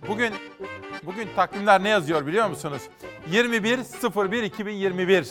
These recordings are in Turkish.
Bugün takvimler ne yazıyor biliyor musunuz? 21.01.2021.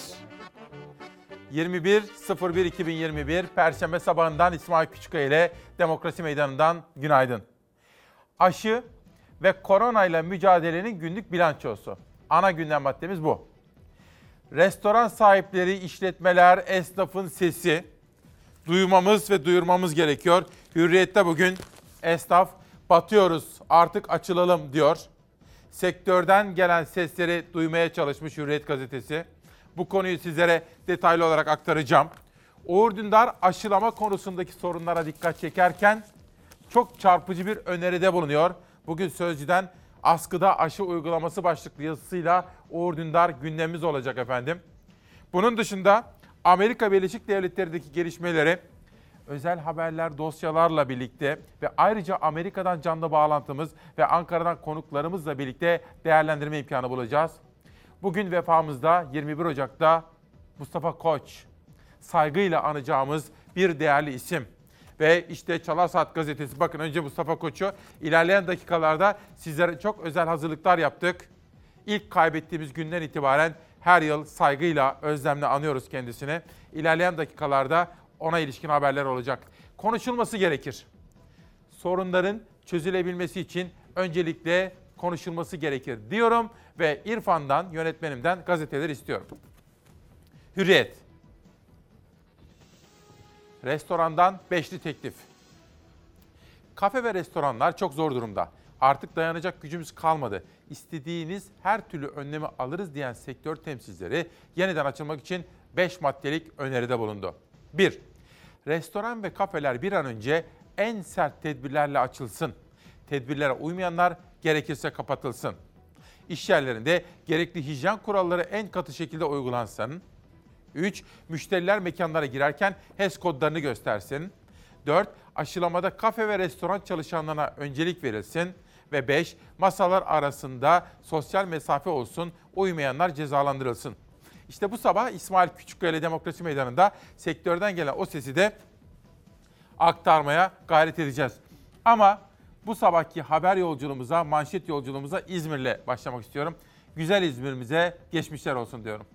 21.01.2021 Perşembe sabahından İsmail Küçükkaya ile Demokrasi Meydanı'ndan günaydın. Aşı ve koronayla mücadelenin günlük bilançosu. Ana gündem maddemiz bu. Restoran sahipleri, işletmeler, esnafın sesi duymamız ve duyurmamız gerekiyor. Hürriyet'te bugün esnaf batıyoruz artık açılalım diyor. Sektörden gelen sesleri duymaya çalışmış Hürriyet gazetesi. Bu konuyu sizlere detaylı olarak aktaracağım. Uğur Dündar aşılama konusundaki sorunlara dikkat çekerken çok çarpıcı bir öneride bulunuyor. Bugün Sözcü'den askıda aşı uygulaması başlıklı yazısıyla Uğur Dündar gündemimiz olacak efendim. Bunun dışında Amerika Birleşik Devletleri'ndeki gelişmeleri özel haberler, dosyalarla birlikte ve ayrıca Amerika'dan canlı bağlantımız ve Ankara'dan konuklarımızla birlikte değerlendirme imkanı bulacağız. Bugün vefamızda 21 Ocak'ta Mustafa Koç, saygıyla anacağımız bir değerli isim. Ve işte Çalar Saat gazetesi, bakın önce Mustafa Koç'u, ilerleyen dakikalarda sizlere çok özel hazırlıklar yaptık. İlk kaybettiğimiz günden itibaren her yıl saygıyla, özlemle anıyoruz kendisini. İlerleyen dakikalarda ona ilişkin haberler olacak. Konuşulması gerekir. Sorunların çözülebilmesi için öncelikle konuşulması gerekir diyorum ve İrfan'dan, yönetmenimden gazeteler istiyorum. Hürriyet. Restorandan beşli teklif. Kafe ve restoranlar çok zor durumda. Artık dayanacak gücümüz kalmadı. İstediğiniz her türlü önlemi alırız diyen sektör temsilcileri yeniden açılmak için 5 maddelik öneride bulundu. 1. Restoran ve kafeler bir an önce en sert tedbirlerle açılsın. Tedbirlere uymayanlar gerekirse kapatılsın. İş yerlerinde gerekli hijyen kuralları en katı şekilde uygulansın. 3. Müşteriler mekanlara girerken HES kodlarını göstersin. 4. Aşılamada kafe ve restoran çalışanlarına öncelik verilsin. Ve 5. Masalar arasında sosyal mesafe olsun, uymayanlar cezalandırılsın. İşte bu sabah İsmail Küçükkaya ile Demokrasi Meydanı'nda sektörden gelen o sesi de aktarmaya gayret edeceğiz. Ama bu sabahki haber yolculuğumuza, manşet yolculuğumuza İzmir'le başlamak istiyorum. Güzel İzmir'imize geçmişler olsun diyorum.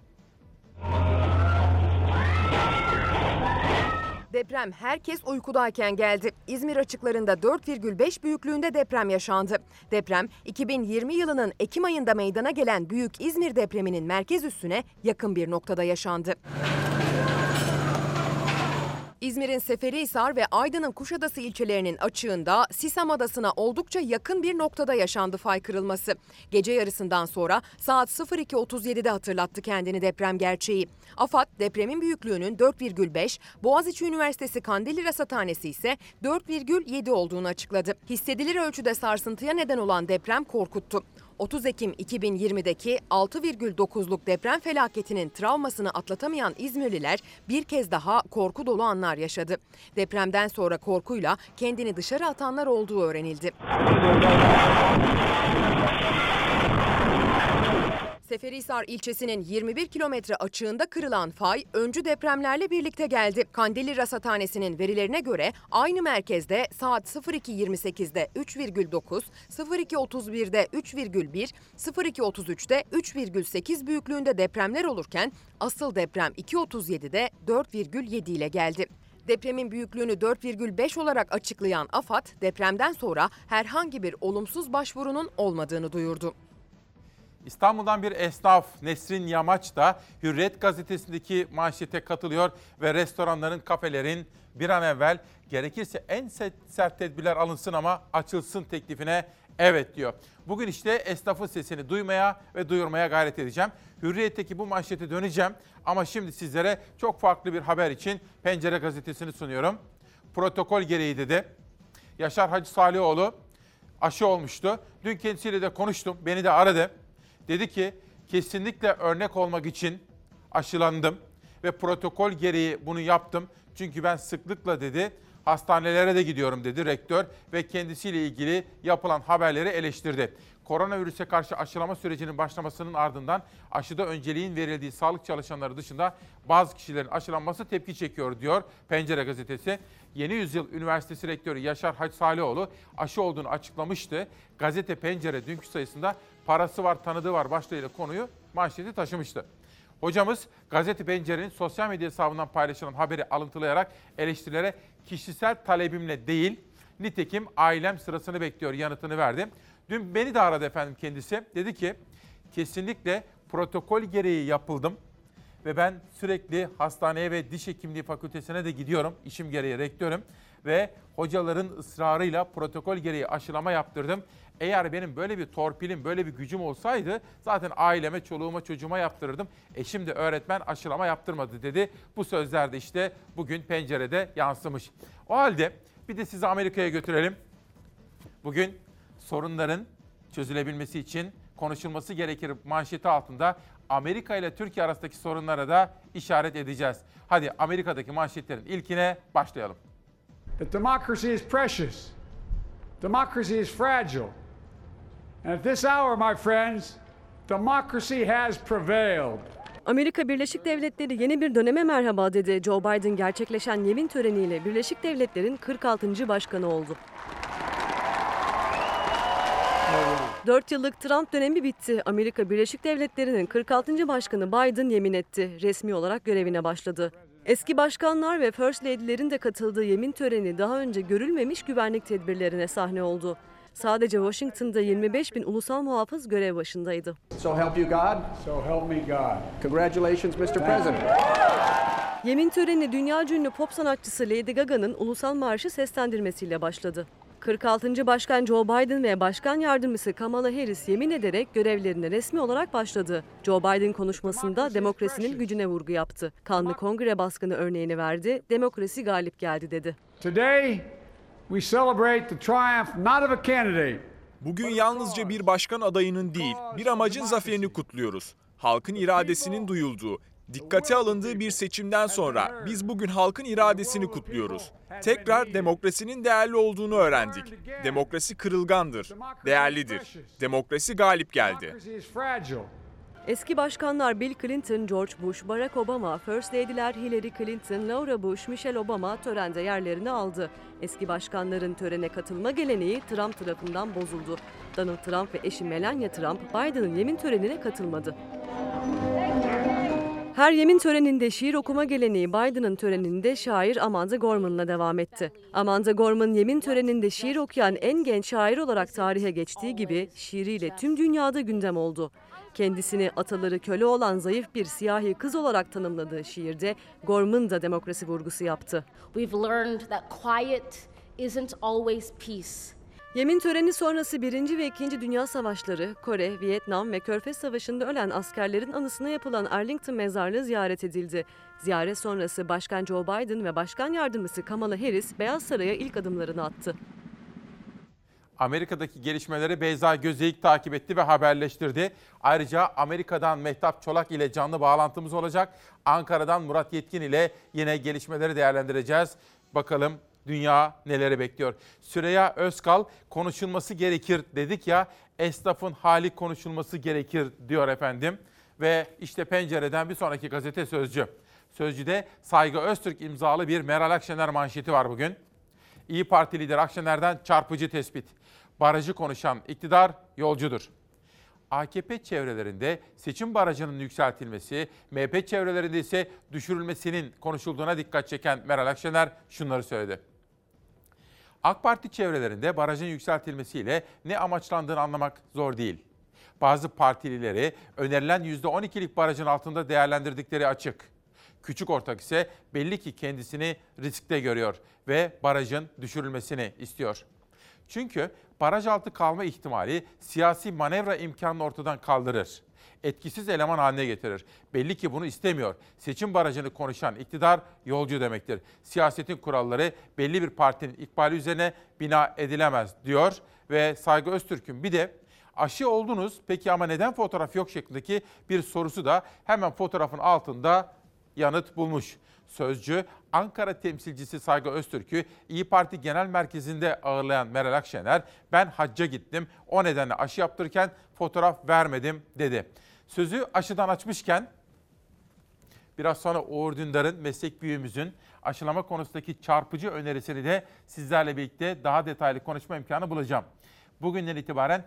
Deprem herkes uykudayken geldi. İzmir açıklarında 4,5 büyüklüğünde deprem yaşandı. Deprem 2020 yılının Ekim ayında meydana gelen Büyük İzmir depreminin merkez üssüne yakın bir noktada yaşandı. İzmir'in Seferihisar ve Aydın'ın Kuşadası ilçelerinin açığında Sisam Adası'na oldukça yakın bir noktada yaşandı fay kırılması. Gece yarısından sonra saat 02.37'de hatırlattı kendini deprem gerçeği. AFAD depremin büyüklüğünün 4,5, Boğaziçi Üniversitesi Kandilli Rasathanesi ise 4,7 olduğunu açıkladı. Hissedilir ölçüde sarsıntıya neden olan deprem korkuttu. 30 Ekim 2020'deki 6,9'luk deprem felaketinin travmasını atlatamayan İzmirliler bir kez daha korku dolu anlar yaşadı. Depremden sonra korkuyla kendini dışarı atanlar olduğu öğrenildi. Seferihisar ilçesinin 21 kilometre açığında kırılan fay öncü depremlerle birlikte geldi. Kandilli Rasathanesi'nin verilerine göre aynı merkezde saat 02.28'de 3,9, 02.31'de 3,1, 02.33'de 3,8 büyüklüğünde depremler olurken asıl deprem 2.37'de 4,7 ile geldi. Depremin büyüklüğünü 4,5 olarak açıklayan AFAD, depremden sonra herhangi bir olumsuz başvurunun olmadığını duyurdu. İstanbul'dan bir esnaf Nesrin Yamaç da Hürriyet gazetesindeki manşete katılıyor ve restoranların, kafelerin bir an evvel gerekirse en sert tedbirler alınsın ama açılsın teklifine evet diyor. Bugün işte esnafın sesini duymaya ve duyurmaya gayret edeceğim. Hürriyet'teki bu manşete döneceğim ama şimdi sizlere çok farklı bir haber için Pencere gazetesini sunuyorum. Protokol gereği dedi. Yaşar Hacı Salihoğlu aşı olmuştu. Dün kendisiyle de konuştum, beni de aradı. Dedi ki kesinlikle örnek olmak için aşılandım ve protokol gereği bunu yaptım. Çünkü ben sıklıkla dedi Hastanelere de gidiyorum dedi rektör ve kendisiyle ilgili yapılan haberleri eleştirdi. Koronavirüse karşı aşılama sürecinin başlamasının ardından aşıda önceliğin verildiği sağlık çalışanları dışında bazı kişilerin aşılanması tepki çekiyor diyor Pencere gazetesi. Yeni Yüzyıl Üniversitesi Rektörü Yaşar Haç Salihoğlu aşı olduğunu açıklamıştı. Gazete Pencere dünkü sayısında parası var, tanıdığı var başlığıyla konuyu manşeti taşımıştı. Hocamız Gazete Pencere'nin sosyal medya hesabından paylaşılan haberi alıntılayarak eleştirilere kişisel talebimle değil, nitekim ailem sırasını bekliyor yanıtını verdi. Dün beni de aradı efendim kendisi. Dedi ki kesinlikle protokol gereği yapıldım ve ben sürekli hastaneye ve diş hekimliği fakültesine de gidiyorum. İşim gereği rektörüm ve hocaların ısrarıyla protokol gereği aşılama yaptırdım. Eğer benim böyle bir torpilim, böyle bir gücüm olsaydı zaten aileme, çoluğuma, çocuğuma yaptırırdım. Eşim de öğretmen aşılama yaptırmadı dedi. Bu sözler de işte bugün Pencere'de yansımış. O halde bir de sizi Amerika'ya götürelim. Bugün sorunların çözülebilmesi için konuşulması gerekir manşeti altında Amerika ile Türkiye arasındaki sorunlara da işaret edeceğiz. Hadi Amerika'daki manşetlerin ilkine başlayalım. That democracy is precious. Democracy is fragile. And at this hour, my friends, democracy has prevailed. Amerika Birleşik Devletleri yeni bir döneme merhaba dedi. Joe Biden gerçekleşen yemin töreniyle Birleşik Devletler'in 46. başkanı oldu. 4 yıllık Trump dönemi bitti. Amerika Birleşik Devletleri'nin 46. başkanı Biden yemin etti. Resmi olarak görevine başladı. Eski başkanlar ve First Lady'lerin de katıldığı yemin töreni daha önce görülmemiş güvenlik tedbirlerine sahne oldu. Sadece Washington'da 25 bin ulusal muhafız görev başındaydı. So help you God. So help me God. Congratulations, Mr. President. Yemin töreni dünyaca ünlü pop sanatçısı Lady Gaga'nın ulusal marşı seslendirmesiyle başladı. 46. Başkan Joe Biden ve Başkan Yardımcısı Kamala Harris yemin ederek görevlerine resmi olarak başladı. Joe Biden konuşmasında demokrasinin gücüne vurgu yaptı. Kanlı Kongre baskını örneğini verdi, demokrasi galip geldi dedi. Today, we celebrate the triumph not of a candidate. Bugün yalnızca bir başkan adayının değil, bir amacın zaferini kutluyoruz. Halkın iradesinin duyulduğu, dikkate alındığı bir seçimden sonra biz bugün halkın iradesini kutluyoruz. Tekrar demokrasinin değerli olduğunu öğrendik. Demokrasi kırılgandır, değerlidir. Demokrasi galip geldi. Democracy is fragile. Eski başkanlar Bill Clinton, George Bush, Barack Obama, First Lady'ler Hillary Clinton, Laura Bush, Michelle Obama törende yerlerini aldı. Eski başkanların törene katılma geleneği Trump tarafından bozuldu. Donald Trump ve eşi Melania Trump, Biden'ın yemin törenine katılmadı. Her yemin töreninde şiir okuma geleneği Biden'ın töreninde şair Amanda Gorman'la devam etti. Amanda Gorman yemin töreninde şiir okuyan en genç şair olarak tarihe geçtiği gibi şiiriyle tüm dünyada gündem oldu. Kendisini ataları köle olan zayıf bir siyahi kız olarak tanımladığı şiirde Gorman da demokrasi vurgusu yaptı. We've learned that quiet isn't always peace. Yemin töreni sonrası 1. ve 2. Dünya Savaşları, Kore, Vietnam ve Körfez Savaşı'nda ölen askerlerin anısına yapılan Arlington Mezarlığı ziyaret edildi. Ziyaret sonrası Başkan Joe Biden ve Başkan Yardımcısı Kamala Harris Beyaz Saray'a ilk adımlarını attı. Amerika'daki gelişmeleri Beyza Gözeyik takip etti ve haberleştirdi. Ayrıca Amerika'dan Mehtap Çolak ile canlı bağlantımız olacak. Ankara'dan Murat Yetkin ile yine gelişmeleri değerlendireceğiz. Bakalım dünya neleri bekliyor. Süreyya Özkal konuşulması gerekir dedik ya, esnafın hali konuşulması gerekir diyor efendim. Ve işte Pencere'den bir sonraki gazete Sözcü. Sözcü'de Saygı Öztürk imzalı bir Meral Akşener manşeti var bugün. İYİ Parti lideri Akşener'den çarpıcı tespit. Barajı konuşan iktidar yolcudur. AKP çevrelerinde seçim barajının yükseltilmesi, MHP çevrelerinde ise düşürülmesinin konuşulduğuna dikkat çeken Meral Akşener şunları söyledi. AK Parti çevrelerinde barajın yükseltilmesiyle ne amaçlandığını anlamak zor değil. Bazı partilileri önerilen %12'lik barajın altında değerlendirdikleri açık. Küçük ortak ise belli ki kendisini riskte görüyor ve barajın düşürülmesini istiyor. Çünkü baraj altı kalma ihtimali siyasi manevra imkanını ortadan kaldırır. Etkisiz eleman haline getirir. Belli ki bunu istemiyor. Seçim barajını konuşan iktidar yolcu demektir. Siyasetin kuralları belli bir partinin ikbali üzerine bina edilemez diyor. Ve Saygı Öztürk'ün bir de aşı oldunuz peki ama neden fotoğraf yok şeklindeki bir sorusu da hemen fotoğrafın altında yanıt bulmuş. Sözcü, Ankara temsilcisi Saygı Öztürk'ü İYİ Parti Genel Merkezi'nde ağırlayan Meral Akşener, ben hacca gittim, o nedenle aşı yaptırırken fotoğraf vermedim dedi. Sözü aşıdan açmışken, biraz sonra Uğur Dündar'ın, meslek büyüğümüzün aşılama konusundaki çarpıcı önerisini de sizlerle birlikte daha detaylı konuşma imkanı bulacağım. Bugünden itibaren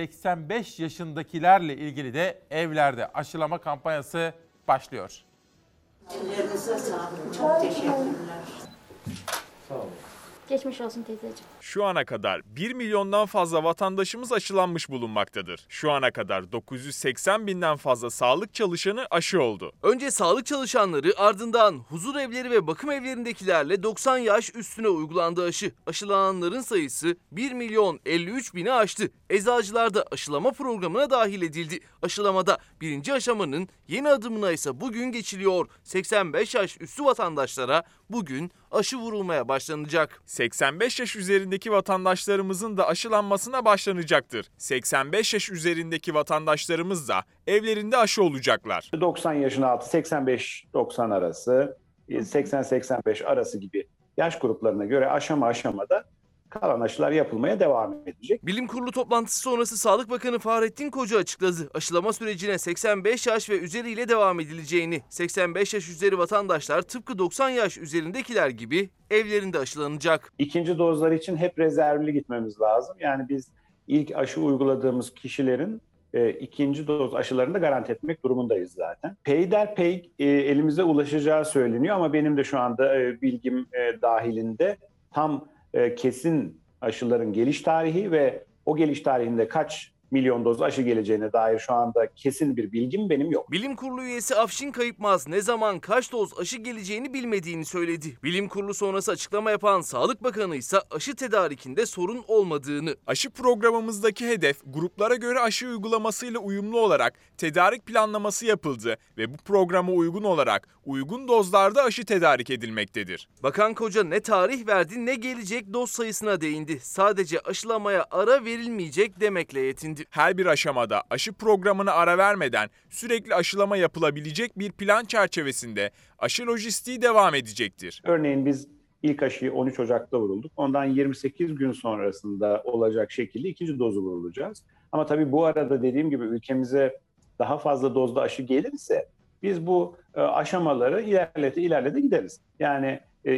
85 yaşındakilerle ilgili de evlerde aşılama kampanyası başlıyor. Ellerinize sağlık. Çok teşekkürler. Sağ olun. Geçmiş olsun teyzeciğim. Şu ana kadar 1 milyondan fazla vatandaşımız aşılanmış bulunmaktadır. Şu ana kadar 980 binden fazla sağlık çalışanı aşı oldu. Önce sağlık çalışanları, ardından huzur evleri ve bakım evlerindekilerle 90 yaş üstüne uygulandı aşı. Aşılananların sayısı 1 milyon 53 bini aştı. Eczacılar da aşılama programına dahil edildi. Aşılamada birinci aşamanın yeni adımına ise bugün geçiliyor. 85 yaş üstü vatandaşlara bugün aşı vurulmaya başlanacak. 85 yaş üzerindeki vatandaşlarımızın da aşılanmasına başlanacaktır. 85 yaş üzerindeki vatandaşlarımız da evlerinde aşı olacaklar. 90 yaşın altı, 85-90 arası, 80-85 arası gibi yaş gruplarına göre aşamada kalan aşılar yapılmaya devam edecek. Bilim Kurulu toplantısı sonrası Sağlık Bakanı Fahrettin Koca açıkladı. Aşılama sürecine 85 yaş ve üzeriyle devam edileceğini. 85 yaş üzeri vatandaşlar tıpkı 90 yaş üzerindekiler gibi evlerinde aşılanacak. İkinci dozlar için hep rezervli gitmemiz lazım. Yani biz ilk aşı uyguladığımız kişilerin ikinci doz aşılarını da garanti etmek durumundayız zaten. Peyderpey elimize ulaşacağı söyleniyor ama benim de şu anda bilgim dahilinde tam kesin aşıların geliş tarihi ve o geliş tarihinde kaç milyon doz aşı geleceğine dair şu anda kesin bir bilgim benim yok. Bilim Kurulu üyesi Afşin Kayıpmaz ne zaman kaç doz aşı geleceğini bilmediğini söyledi. Bilim Kurulu sonrası açıklama yapan Sağlık Bakanı ise aşı tedarikinde sorun olmadığını. Aşı programımızdaki hedef gruplara göre aşı uygulamasıyla uyumlu olarak tedarik planlaması yapıldı ve bu programa uygun olarak uygun dozlarda aşı tedarik edilmektedir. Bakan Koca ne tarih verdi ne gelecek doz sayısına değindi. Sadece aşılamaya ara verilmeyecek demekle yetindi. Her bir aşamada aşı programına ara vermeden sürekli aşılama yapılabilecek bir plan çerçevesinde aşı lojistiği devam edecektir. Örneğin biz ilk aşıyı 13 Ocak'ta vurulduk. Ondan 28 gün sonrasında olacak şekilde ikinci dozu vurulacağız. Ama tabii bu arada dediğim gibi ülkemize daha fazla dozda aşı gelirse biz bu aşamaları ilerlete gideriz. Yani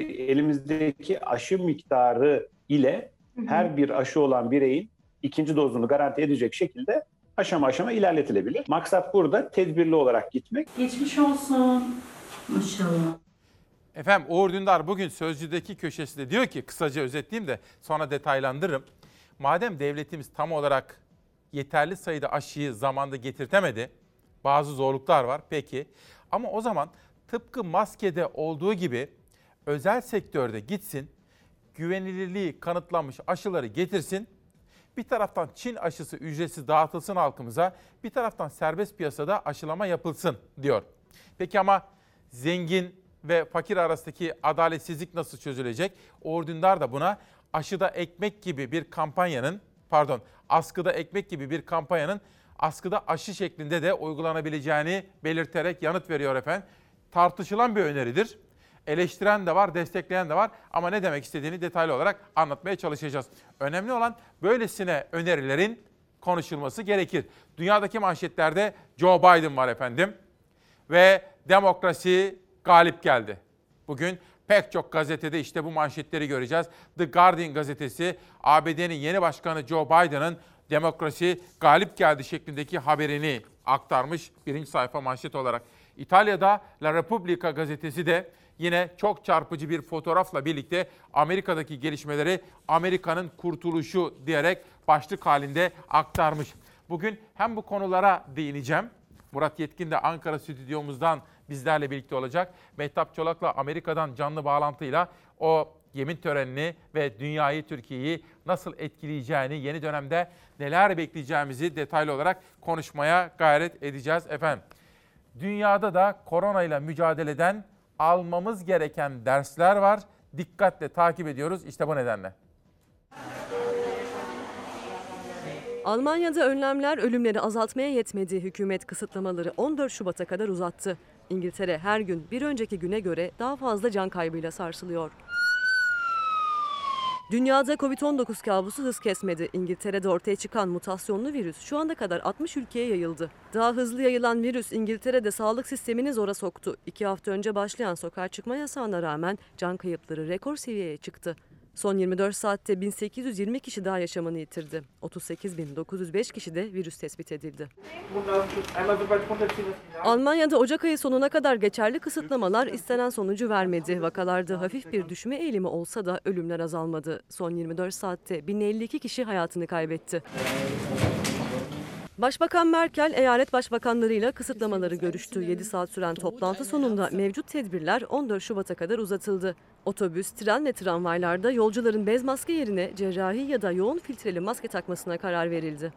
elimizdeki aşı miktarı ile her bir aşı olan bireyin ikinci dozunu garanti edecek şekilde aşama ilerletilebilir. Maksat burada tedbirli olarak gitmek. Geçmiş olsun. Maşallah. Efendim Uğur Dündar bugün Sözcü'deki köşesinde diyor ki, kısaca özetleyeyim de sonra detaylandırırım. Madem devletimiz tam olarak yeterli sayıda aşıyı zamanda getirtemedi, bazı zorluklar var peki. Ama o zaman tıpkı maskede olduğu gibi özel sektörde gitsin, güvenilirliği kanıtlanmış aşıları getirsin. Bir taraftan Çin aşısı ücretsiz dağıtılsın halkımıza, bir taraftan serbest piyasada aşılama yapılsın diyor. Peki ama zengin ve fakir arasındaki adaletsizlik nasıl çözülecek? Uğur Dündar da buna askıda ekmek gibi bir kampanyanın askıda aşı şeklinde de uygulanabileceğini belirterek yanıt veriyor efendim. Tartışılan bir öneridir. Eleştiren de var, destekleyen de var ama ne demek istediğini detaylı olarak anlatmaya çalışacağız. Önemli olan böylesine önerilerin konuşulması gerekir. Dünyadaki manşetlerde Joe Biden var efendim ve demokrasi galip geldi. Bugün pek çok gazetede işte bu manşetleri göreceğiz. The Guardian gazetesi ABD'nin yeni başkanı Joe Biden'ın demokrasi galip geldi şeklindeki haberini aktarmış birinci sayfa manşet olarak. İtalya'da La Repubblica gazetesi de yine çok çarpıcı bir fotoğrafla birlikte Amerika'daki gelişmeleri Amerika'nın kurtuluşu diyerek başlık halinde aktarmış. Bugün hem bu konulara değineceğim. Murat Yetkin de Ankara stüdyomuzdan bizlerle birlikte olacak. Mehtap Çolak'la Amerika'dan canlı bağlantıyla o yemin törenini ve dünyayı, Türkiye'yi nasıl etkileyeceğini, yeni dönemde neler bekleyeceğimizi detaylı olarak konuşmaya gayret edeceğiz efendim. Dünyada da koronayla mücadeleden almamız gereken dersler var. Dikkatle takip ediyoruz işte bu nedenle. Almanya'da önlemler ölümleri azaltmaya yetmedi. Hükümet kısıtlamaları 14 Şubat'a kadar uzattı. İngiltere her gün bir önceki güne göre daha fazla can kaybıyla sarsılıyor. Dünyada Covid-19 kabusu hız kesmedi. İngiltere'de ortaya çıkan mutasyonlu virüs şu ana kadar 60 ülkeye yayıldı. Daha hızlı yayılan virüs İngiltere'de sağlık sistemini zora soktu. 2 hafta önce başlayan sokağa çıkma yasağına rağmen can kayıpları rekor seviyeye çıktı. Son 24 saatte 1820 kişi daha yaşamını yitirdi. 38.905 kişi de virüs tespit edildi. Almanya'da Ocak ayı sonuna kadar geçerli kısıtlamalar istenen sonucu vermedi. Vakalarda hafif bir düşme eğilimi olsa da ölümler azalmadı. Son 24 saatte 1052 kişi hayatını kaybetti. Başbakan Merkel, eyalet başbakanlarıyla kısıtlamaları görüştü. 7 saat süren toplantı sonunda mevcut tedbirler 14 Şubat'a kadar uzatıldı. Otobüs, tren ve tramvaylarda yolcuların bez maske yerine cerrahi ya da yoğun filtreli maske takmasına karar verildi.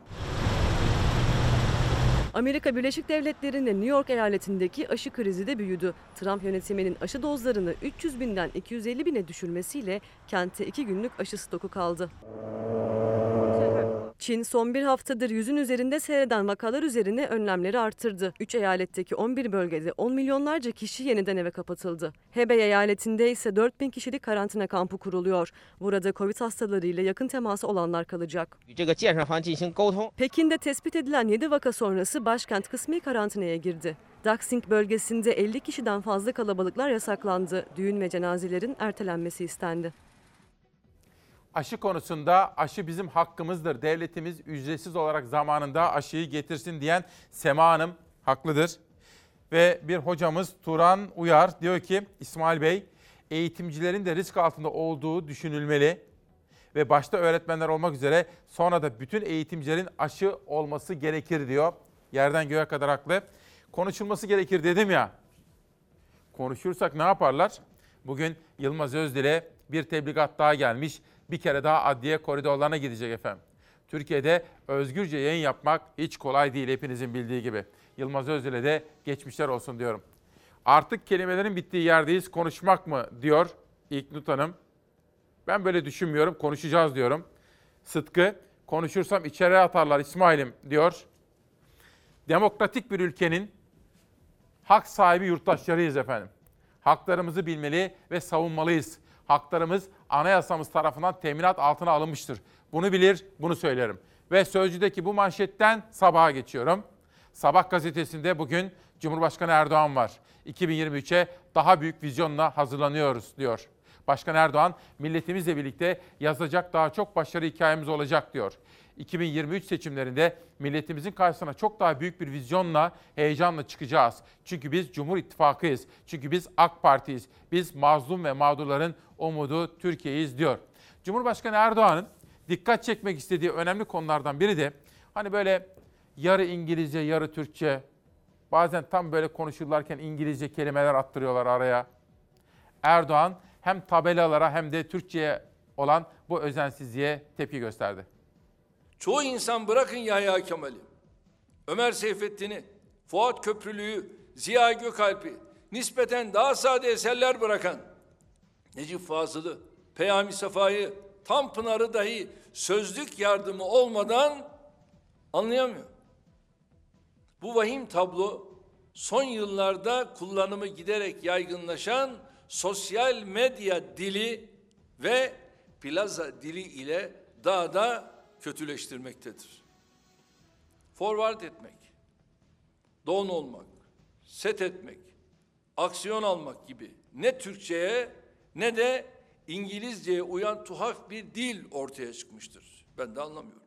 Amerika Birleşik Devletleri'nin New York eyaletindeki aşı krizi de büyüdü. Trump yönetiminin aşı dozlarını 300 binden 250 bine düşürmesiyle kentte 2 günlük aşı stoku kaldı. Çin son bir haftadır 100'ün üzerinde seyreden vakalar üzerine önlemleri artırdı. 3 eyaletteki 11 bölgede 10 milyonlarca kişi yeniden eve kapatıldı. Hebei eyaletinde ise 4000 kişilik karantina kampı kuruluyor. Burada Covid hastalarıyla yakın teması olanlar kalacak. Pekin'de tespit edilen 7 vaka sonrası başkent kısmi karantinaya girdi. Daxing bölgesinde 50 kişiden fazla kalabalıklar yasaklandı. Düğün ve cenazelerin ertelenmesi istendi. Aşı konusunda aşı bizim hakkımızdır. Devletimiz ücretsiz olarak zamanında aşıyı getirsin diyen Sema Hanım haklıdır. Ve bir hocamız Turan Uyar diyor ki İsmail Bey, eğitimcilerin de risk altında olduğu düşünülmeli. Ve başta öğretmenler olmak üzere sonra da bütün eğitimcilerin aşı olması gerekir diyor. Yerden göğe kadar haklı. Konuşulması gerekir dedim ya. Konuşursak ne yaparlar? Bugün Yılmaz Özdil'e bir tebligat daha gelmiş. Bir kere daha adliye koridorlarına gidecek efendim. Türkiye'de özgürce yayın yapmak hiç kolay değil hepinizin bildiği gibi. Yılmaz Özdil'e de geçmişler olsun diyorum. Artık kelimelerin bittiği yerdeyiz, konuşmak mı diyor İlknur Hanım. Ben böyle düşünmüyorum, konuşacağız diyorum. Sıtkı, konuşursam içeriye atarlar İsmail'im diyor. Demokratik bir ülkenin hak sahibi yurttaşlarıyız efendim. Haklarımızı bilmeli ve savunmalıyız. Haklarımız anayasamız tarafından teminat altına alınmıştır. Bunu bilir, bunu söylerim. Ve Sözcü'deki bu manşetten Sabah'a geçiyorum. Sabah gazetesinde bugün Cumhurbaşkanı Erdoğan var. 2023'e daha büyük vizyonla hazırlanıyoruz diyor. Başkan Erdoğan, milletimizle birlikte yazacak daha çok başarı hikayemiz olacak diyor. 2023 seçimlerinde milletimizin karşısına çok daha büyük bir vizyonla, heyecanla çıkacağız. Çünkü biz Cumhur İttifakı'yız. Çünkü biz AK Parti'yiz. Biz mazlum ve mağdurların umudu Türkiye'yiz diyor. Cumhurbaşkanı Erdoğan'ın dikkat çekmek istediği önemli konulardan biri de hani böyle yarı İngilizce, yarı Türkçe, bazen tam böyle konuşurlarken İngilizce kelimeler attırıyorlar araya. Erdoğan hem tabelalara hem de Türkçe'ye olan bu özensizliğe tepki gösterdi. Çoğu insan bırakın Yahya Kemal'i, Ömer Seyfettin'i, Fuat Köprülü'yü, Ziya Gökalp'i nispeten daha sade eserler bırakan Necip Fazıl'ı, Peyami Safa'yı, Tanpınar'ı dahi sözlük yardımı olmadan anlayamıyor. Bu vahim tablo son yıllarda kullanımı giderek yaygınlaşan sosyal medya dili ve plaza dili ile daha da kötüleştirmektedir. Forward etmek, don olmak, set etmek, aksiyon almak gibi ne Türkçe'ye ne de İngilizce'ye uyan tuhaf bir dil ortaya çıkmıştır. Ben de anlamıyorum.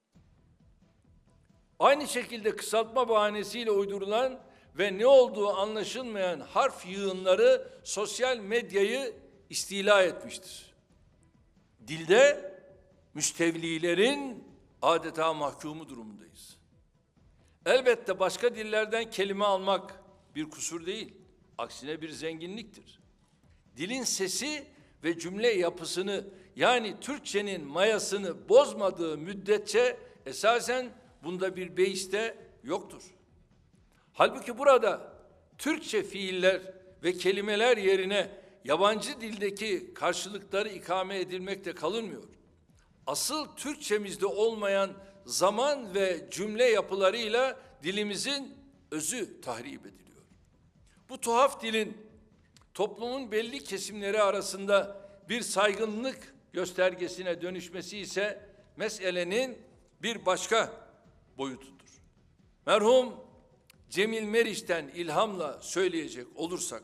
Aynı şekilde kısaltma bahanesiyle uydurulan ve ne olduğu anlaşılmayan harf yığınları sosyal medyayı istila etmiştir. Dilde müstevlilerin adeta mahkumu durumundayız. Elbette başka dillerden kelime almak bir kusur değil, aksine bir zenginliktir. Dilin sesi ve cümle yapısını yani Türkçenin mayasını bozmadığı müddetçe esasen bunda bir beis de yoktur. Halbuki burada Türkçe fiiller ve kelimeler yerine yabancı dildeki karşılıkları ikame edilmekte kalınmıyor. Asıl Türkçemizde olmayan zaman ve cümle yapılarıyla dilimizin özü tahrip ediliyor. Bu tuhaf dilin toplumun belli kesimleri arasında bir saygınlık göstergesine dönüşmesi ise meselenin bir başka boyutudur. Merhum Cemil Meriç'ten ilhamla söyleyecek olursak,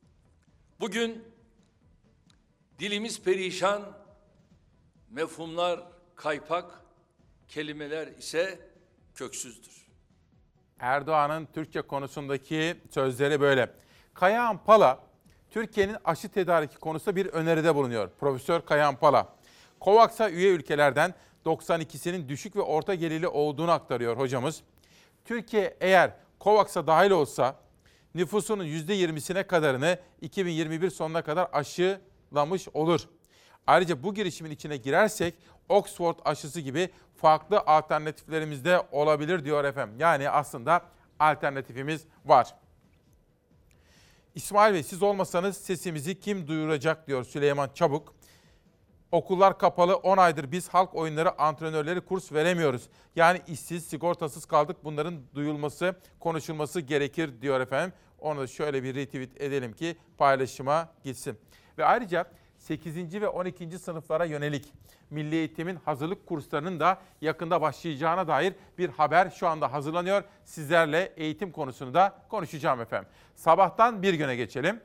bugün dilimiz perişan, mefhumlar kaypak, kelimeler ise köksüzdür. Erdoğan'ın Türkçe konusundaki sözleri böyle. Kayahan Pala, Türkiye'nin aşı tedariki konusunda bir öneride bulunuyor. Profesör Kayahan Pala. COVAX'a üye ülkelerden 92'sinin düşük ve orta gelirli olduğunu aktarıyor hocamız. Türkiye eğer COVAX'a dahil olsa nüfusunun %20'sine kadarını 2021 sonuna kadar aşılamış olur. Ayrıca bu girişimin içine girersek Oxford aşısı gibi farklı alternatiflerimiz de olabilir diyor efendim. Yani aslında alternatifimiz var. İsmail Bey, siz olmasanız sesimizi kim duyuracak diyor Süleyman Çabuk. Okullar kapalı, 10 aydır biz halk oyunları antrenörleri kurs veremiyoruz. Yani işsiz, sigortasız kaldık. Bunların duyulması, konuşulması gerekir diyor efendim. Onu da şöyle bir retweet edelim ki paylaşıma gitsin. Ve ayrıca 8. ve 12. sınıflara yönelik Milli Eğitim'in hazırlık kurslarının da yakında başlayacağına dair bir haber şu anda hazırlanıyor. Sizlerle eğitim konusunu da konuşacağım efendim. Sabahtan bir güne geçelim.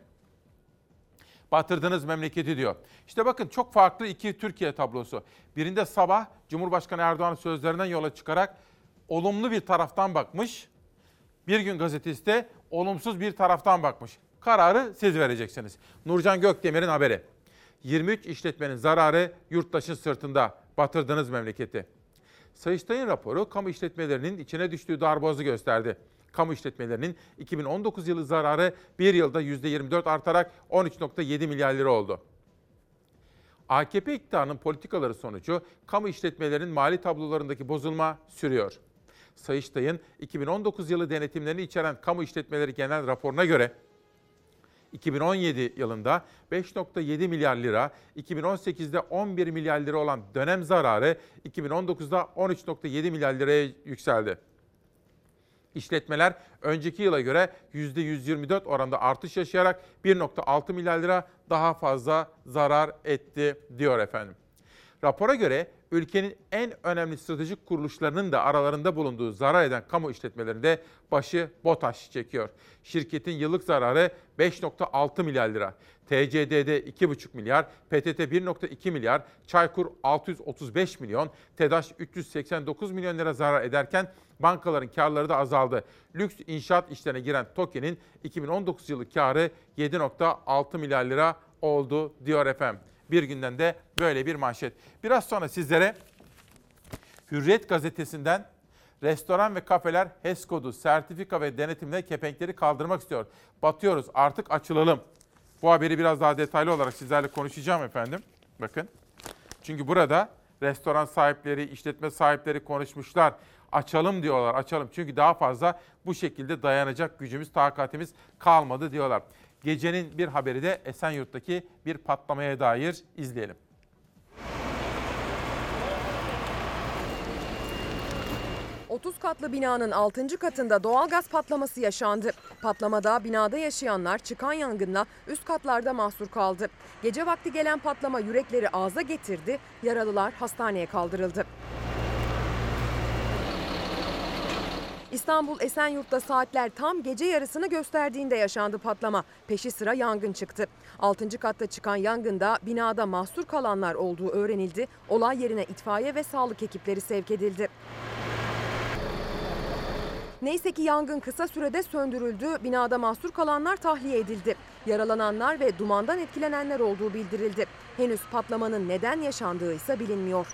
Batırdınız memleketi diyor. İşte bakın, çok farklı iki Türkiye tablosu. Birinde Sabah Cumhurbaşkanı Erdoğan'ın sözlerinden yola çıkarak olumlu bir taraftan bakmış. Bir Gün Gazetesi de olumsuz bir taraftan bakmış. Kararı siz vereceksiniz. Nurcan Gökdemir'in haberi. 23 işletmenin zararı yurttaşın sırtında. Batırdınız memleketi. Sayıştay'ın raporu kamu işletmelerinin içine düştüğü darboğazı gösterdi. Kamu işletmelerinin 2019 yılı zararı bir yılda %24 artarak 13.7 milyar lira oldu. AKP iktidarının politikaları sonucu kamu işletmelerinin mali tablolarındaki bozulma sürüyor. Sayıştay'ın 2019 yılı denetimlerini içeren kamu işletmeleri genel raporuna göre 2017 yılında 5.7 milyar lira, 2018'de 11 milyar lira olan dönem zararı 2019'da 13.7 milyar liraya yükseldi. İşletmeler önceki yıla göre %124 oranda artış yaşayarak 1.6 milyar lira daha fazla zarar etti diyor efendim. Rapora göre ülkenin en önemli stratejik kuruluşlarının da aralarında bulunduğu zarar eden kamu işletmelerinde başı BOTAŞ çekiyor. Şirketin yıllık zararı 5.6 milyar lira. TCD'de 2,5 milyar, PTT 1.2 milyar, Çaykur 635 milyon, TEDAŞ 389 milyon lira zarar ederken bankaların karları da azaldı. Lüks inşaat işlerine giren TOKİ'nin 2019 yılı karı 7.6 milyar lira oldu diyor efendim. Bir Günden de böyle bir manşet. Biraz sonra sizlere Hürriyet gazetesinden restoran ve kafeler HES kodu, sertifika ve denetimle kepenkleri kaldırmak istiyor. Batıyoruz, artık açılalım. Bu haberi biraz daha detaylı olarak sizlerle konuşacağım efendim. Bakın. Çünkü burada restoran sahipleri, işletme sahipleri konuşmuşlar. Açalım diyorlar, açalım. Çünkü daha fazla bu şekilde dayanacak gücümüz, takatimiz kalmadı diyorlar. Gecenin bir haberi de Esenyurt'taki bir patlamaya dair, izleyelim. ...30 katlı binanın 6. katında doğalgaz patlaması yaşandı. Patlamada binada yaşayanlar çıkan yangınla üst katlarda mahsur kaldı. Gece vakti gelen patlama yürekleri ağza getirdi, yaralılar hastaneye kaldırıldı. İstanbul Esenyurt'ta saatler tam gece yarısını gösterdiğinde yaşandı patlama. Peşi sıra yangın çıktı. 6. katta çıkan yangında binada mahsur kalanlar olduğu öğrenildi. Olay yerine itfaiye ve sağlık ekipleri sevk edildi. Neyse ki yangın kısa sürede söndürüldü. Binada mahsur kalanlar tahliye edildi. Yaralananlar ve dumandan etkilenenler olduğu bildirildi. Henüz patlamanın neden yaşandığı ise bilinmiyor.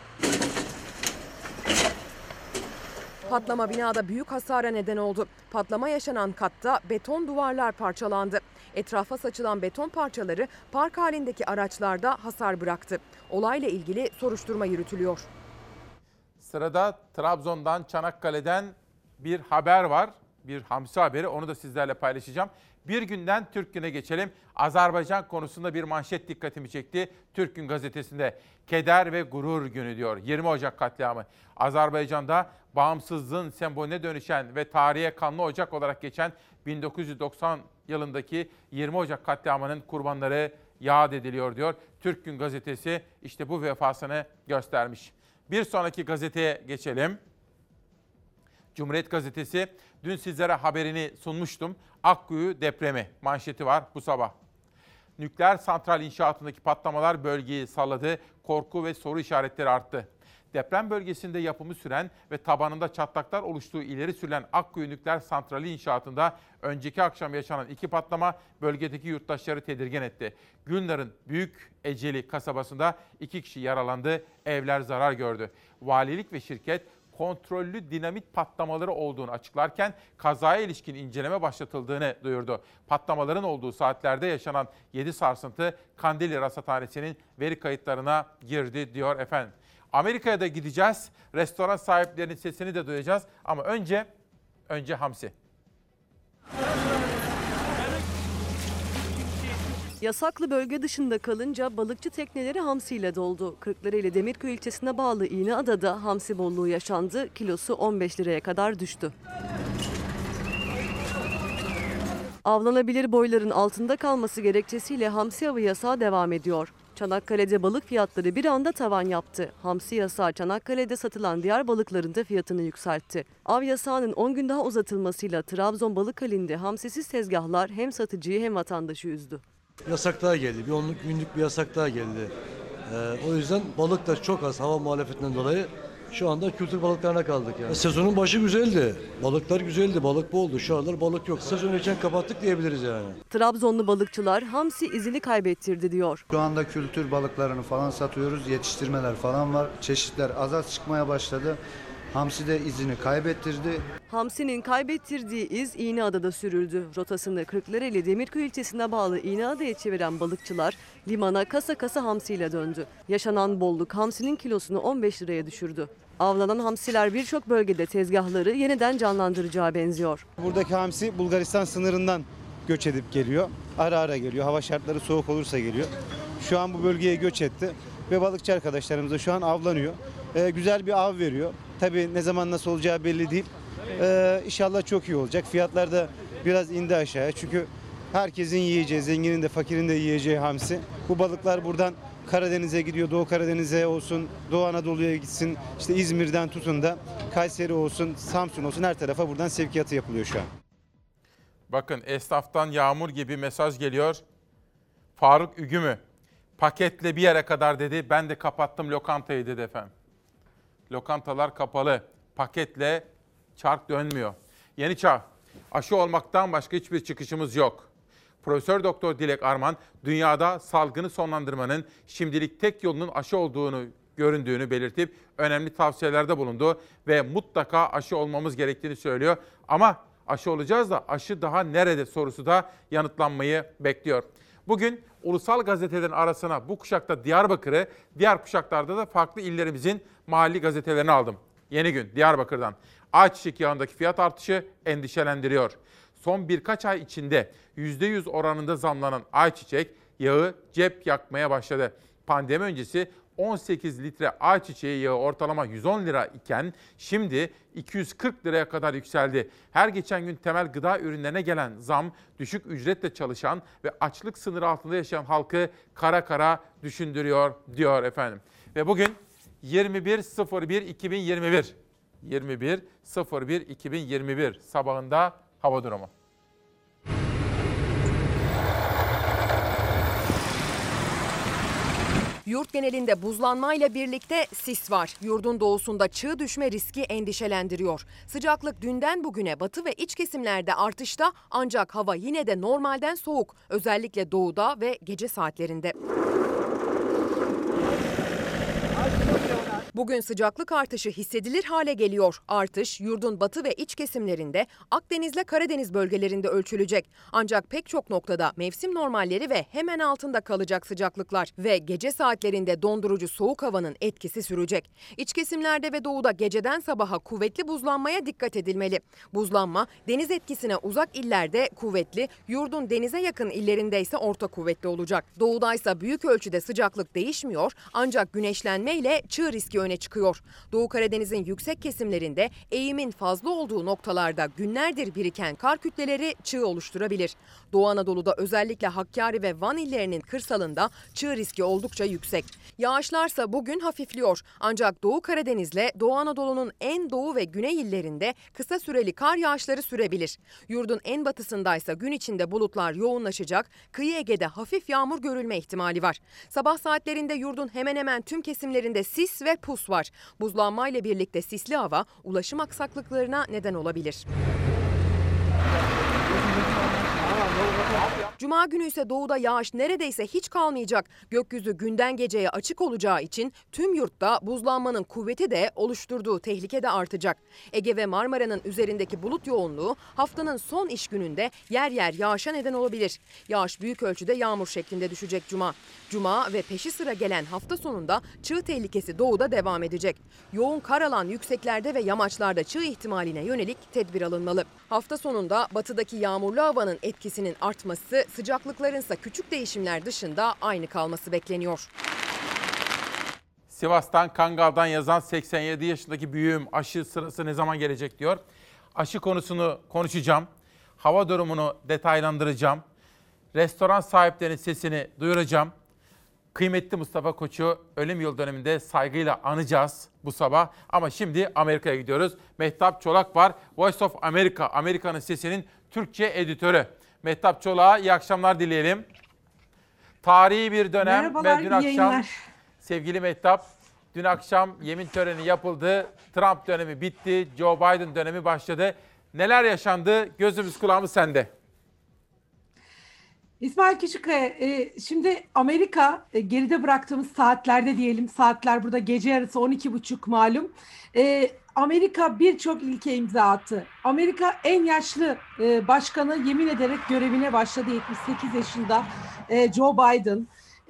Patlama binada büyük hasara neden oldu. Patlama yaşanan katta beton duvarlar parçalandı. Etrafa saçılan beton parçaları park halindeki araçlarda hasar bıraktı. Olayla ilgili soruşturma yürütülüyor. Sırada Trabzon'dan, Çanakkale'den bir haber var. Bir hamsi haberi, onu da sizlerle paylaşacağım. Bir günden Türk Günü'ne geçelim. Azerbaycan konusunda bir manşet dikkatimi çekti. Türk Gün gazetesinde keder ve gurur günü diyor. 20 Ocak katliamı. Azerbaycan'da bağımsızlığın sembolüne dönüşen ve tarihe kanlı ocak olarak geçen 1990 yılındaki 20 Ocak katliamının kurbanları yad ediliyor diyor. Türk Gün gazetesi işte bu vefasını göstermiş. Bir sonraki gazeteye geçelim. Cumhuriyet gazetesi dün sizlere haberini sunmuştum. Akkuyu depremi manşeti var bu sabah. Nükleer santral inşaatındaki patlamalar bölgeyi salladı. Korku ve soru işaretleri arttı. Deprem bölgesinde yapımı süren ve tabanında çatlaklar oluştuğu ileri sürülen Akkuyu Nükleer Santrali inşaatında önceki akşam yaşanan 2 patlama bölgedeki yurttaşları tedirgin etti. Gülnar'ın Büyük Eceli kasabasında 2 kişi yaralandı, evler zarar gördü. Valilik ve şirket kontrollü dinamit patlamaları olduğunu açıklarken kazaya ilişkin inceleme başlatıldığını duyurdu. Patlamaların olduğu saatlerde yaşanan 7 sarsıntı Kandilli Rasathanesi'nin veri kayıtlarına girdi diyor efendim. Amerika'ya da gideceğiz. Restoran sahiplerinin sesini de duyacağız. Ama önce hamsi. Yasaklı bölge dışında kalınca balıkçı tekneleri hamsiyle doldu. Kırklareli Demirköy ilçesine bağlı İğneada'da hamsi bolluğu yaşandı. Kilosu 15 liraya kadar düştü. Avlanabilir boyların altında kalması gerekçesiyle hamsi avı yasağı devam ediyor. Çanakkale'de balık fiyatları bir anda tavan yaptı. Hamsi yasağı Çanakkale'de satılan diğer balıkların da fiyatını yükseltti. Av yasağının 10 gün daha uzatılmasıyla Trabzon Balıkhali'nde hamsisiz tezgahlar hem satıcıyı hem vatandaşı üzdü. Yasak daha geldi. Bir 10 günlük bir yasak daha geldi. O yüzden balık da çok az hava muhalefetinden dolayı şu anda kültür balıklarına kaldık yani. Sezonun başı güzeldi. Balıklar güzeldi. Balık boldu. Şu aralar balık yok. Sezonu için kapattık diyebiliriz yani. Trabzonlu balıkçılar hamsi izini kaybettirdi diyor. Şu anda kültür balıklarını falan satıyoruz. Yetiştirmeler falan var. Çeşitler az çıkmaya başladı. Hamsi de izini kaybettirdi. Hamsinin kaybettirdiği iz İğneada'da sürüldü. Rotasını Kırklareli Demirköy ilçesine bağlı İğneada'ya çeviren balıkçılar limana kasa kasa hamsiyle döndü. Yaşanan bolluk hamsinin kilosunu 15 liraya düşürdü. Avlanan hamsiler birçok bölgede tezgahları yeniden canlandıracağı benziyor. Buradaki hamsi Bulgaristan sınırından göç edip geliyor. Ara ara geliyor. Hava şartları soğuk olursa geliyor. Şu an bu bölgeye göç etti ve balıkçı arkadaşlarımız da şu an avlanıyor. Güzel bir av veriyor. Tabii ne zaman nasıl olacağı belli değil. İnşallah çok iyi olacak. Fiyatlar da biraz indi aşağıya. Çünkü herkesin yiyeceği, zenginin de fakirin de yiyeceği hamsi. Bu balıklar buradan Karadeniz'e gidiyor. Doğu Karadeniz'e olsun, Doğu Anadolu'ya gitsin. İşte İzmir'den tutun da Kayseri olsun, Samsun olsun her tarafa buradan sevkiyatı yapılıyor şu an. Bakın esnaftan yağmur gibi mesaj geliyor. Faruk Ügümü paketle bir yere kadar dedi. Ben de kapattım lokantayı dedi efendim. Lokantalar kapalı. Paketle çark dönmüyor. Yeni çağ. Aşı olmaktan başka hiçbir çıkışımız yok. Profesör Doktor Dilek Arman, dünyada salgını sonlandırmanın şimdilik tek yolunun aşı olduğunu göründüğünü belirtip önemli tavsiyelerde bulundu ve mutlaka aşı olmamız gerektiğini söylüyor. Ama aşı olacağız da aşı daha nerede sorusu da yanıtlanmayı bekliyor. Bugün ulusal gazetelerin arasına bu kuşakta Diyarbakır'ı, diğer kuşaklarda da farklı illerimizin mahalli gazetelerini aldım. Yeni Gün Diyarbakır'dan. Ayçiçek yağındaki fiyat artışı endişelendiriyor. Son birkaç ay içinde %100 oranında zamlanan ayçiçek yağı cep yakmaya başladı. Pandemi öncesi 18 litre ayçiçeği yağı ortalama 110 lira iken şimdi 240 liraya kadar yükseldi. Her geçen gün temel gıda ürünlerine gelen zam düşük ücretle çalışan ve açlık sınırı altında yaşayan halkı kara kara düşündürüyor diyor efendim. Ve bugün 21.01.2021 21.01.2021 sabahında hava durumu. Yurt genelinde buzlanmayla birlikte sis var. Yurdun doğusunda çığ düşme riski endişelendiriyor. Sıcaklık dünden bugüne batı ve iç kesimlerde artışta ancak hava yine de normalden soğuk. Özellikle doğuda ve gece saatlerinde. Bugün sıcaklık artışı hissedilir hale geliyor. Artış yurdun batı ve iç kesimlerinde, Akdeniz'le Karadeniz bölgelerinde ölçülecek. Ancak pek çok noktada mevsim normalleri ve hemen altında kalacak sıcaklıklar ve gece saatlerinde dondurucu soğuk havanın etkisi sürecek. İç kesimlerde ve doğuda geceden sabaha kuvvetli buzlanmaya dikkat edilmeli. Buzlanma deniz etkisine uzak illerde kuvvetli, yurdun denize yakın illerinde ise orta kuvvetli olacak. Doğudaysa büyük ölçüde sıcaklık değişmiyor ancak güneşlenme ile çığ riski öne çıkıyor. Doğu Karadeniz'in yüksek kesimlerinde eğimin fazla olduğu noktalarda günlerdir biriken kar kütleleri çığ oluşturabilir. Doğu Anadolu'da özellikle Hakkari ve Van illerinin kırsalında çığ riski oldukça yüksek. Yağışlarsa bugün hafifliyor ancak Doğu Karadeniz'le Doğu Anadolu'nun en doğu ve güney illerinde kısa süreli kar yağışları sürebilir. Yurdun en batısındaysa gün içinde bulutlar yoğunlaşacak, kıyı Ege'de hafif yağmur görülme ihtimali var. Sabah saatlerinde yurdun hemen hemen tüm kesimlerinde sis ve pus var. Buzlanmayla birlikte sisli hava ulaşım aksaklıklarına neden olabilir. Cuma günü ise doğuda yağış neredeyse hiç kalmayacak. Gökyüzü günden geceye açık olacağı için tüm yurtta buzlanmanın kuvveti de oluşturduğu tehlike de artacak. Ege ve Marmara'nın üzerindeki bulut yoğunluğu haftanın son iş gününde yer yer yağışa neden olabilir. Yağış büyük ölçüde yağmur şeklinde düşecek Cuma. Cuma ve peşi sıra gelen hafta sonunda çığ tehlikesi doğuda devam edecek. Yoğun kar alan yükseklerde ve yamaçlarda çığ ihtimaline yönelik tedbir alınmalı. Hafta sonunda batıdaki yağmurlu havanın etkisinin artması, sıcaklıkların ise küçük değişimler dışında aynı kalması bekleniyor. Sivas'tan Kangal'dan yazan 87 yaşındaki büyüğüm aşı sırası ne zaman gelecek diyor. Aşı konusunu konuşacağım. Hava durumunu detaylandıracağım. Restoran sahiplerinin sesini duyuracağım. Kıymetli Mustafa Koç'u ölüm yıl döneminde saygıyla anacağız bu sabah. Ama şimdi Amerika'ya gidiyoruz. Mehtap Çolak var. Voice of America, Amerika'nın sesinin Türkçe editörü. Mehtap Çolak'a iyi akşamlar dileyelim. Tarihi bir dönem. Merhabalar, ve dün akşam yayınlar. sevgili Mehtap, dün akşam yemin töreni yapıldı. Trump dönemi bitti. Joe Biden dönemi başladı. Neler yaşandı? Gözümüz kulağımız sende. İsmail Küçükkaya, şimdi Amerika geride bıraktığımız saatlerde diyelim, saatler burada gece yarısı 12.30 malum. Amerika birçok ilke imza attı. Amerika en yaşlı başkanı yemin ederek görevine başladı 78 yaşında Joe Biden.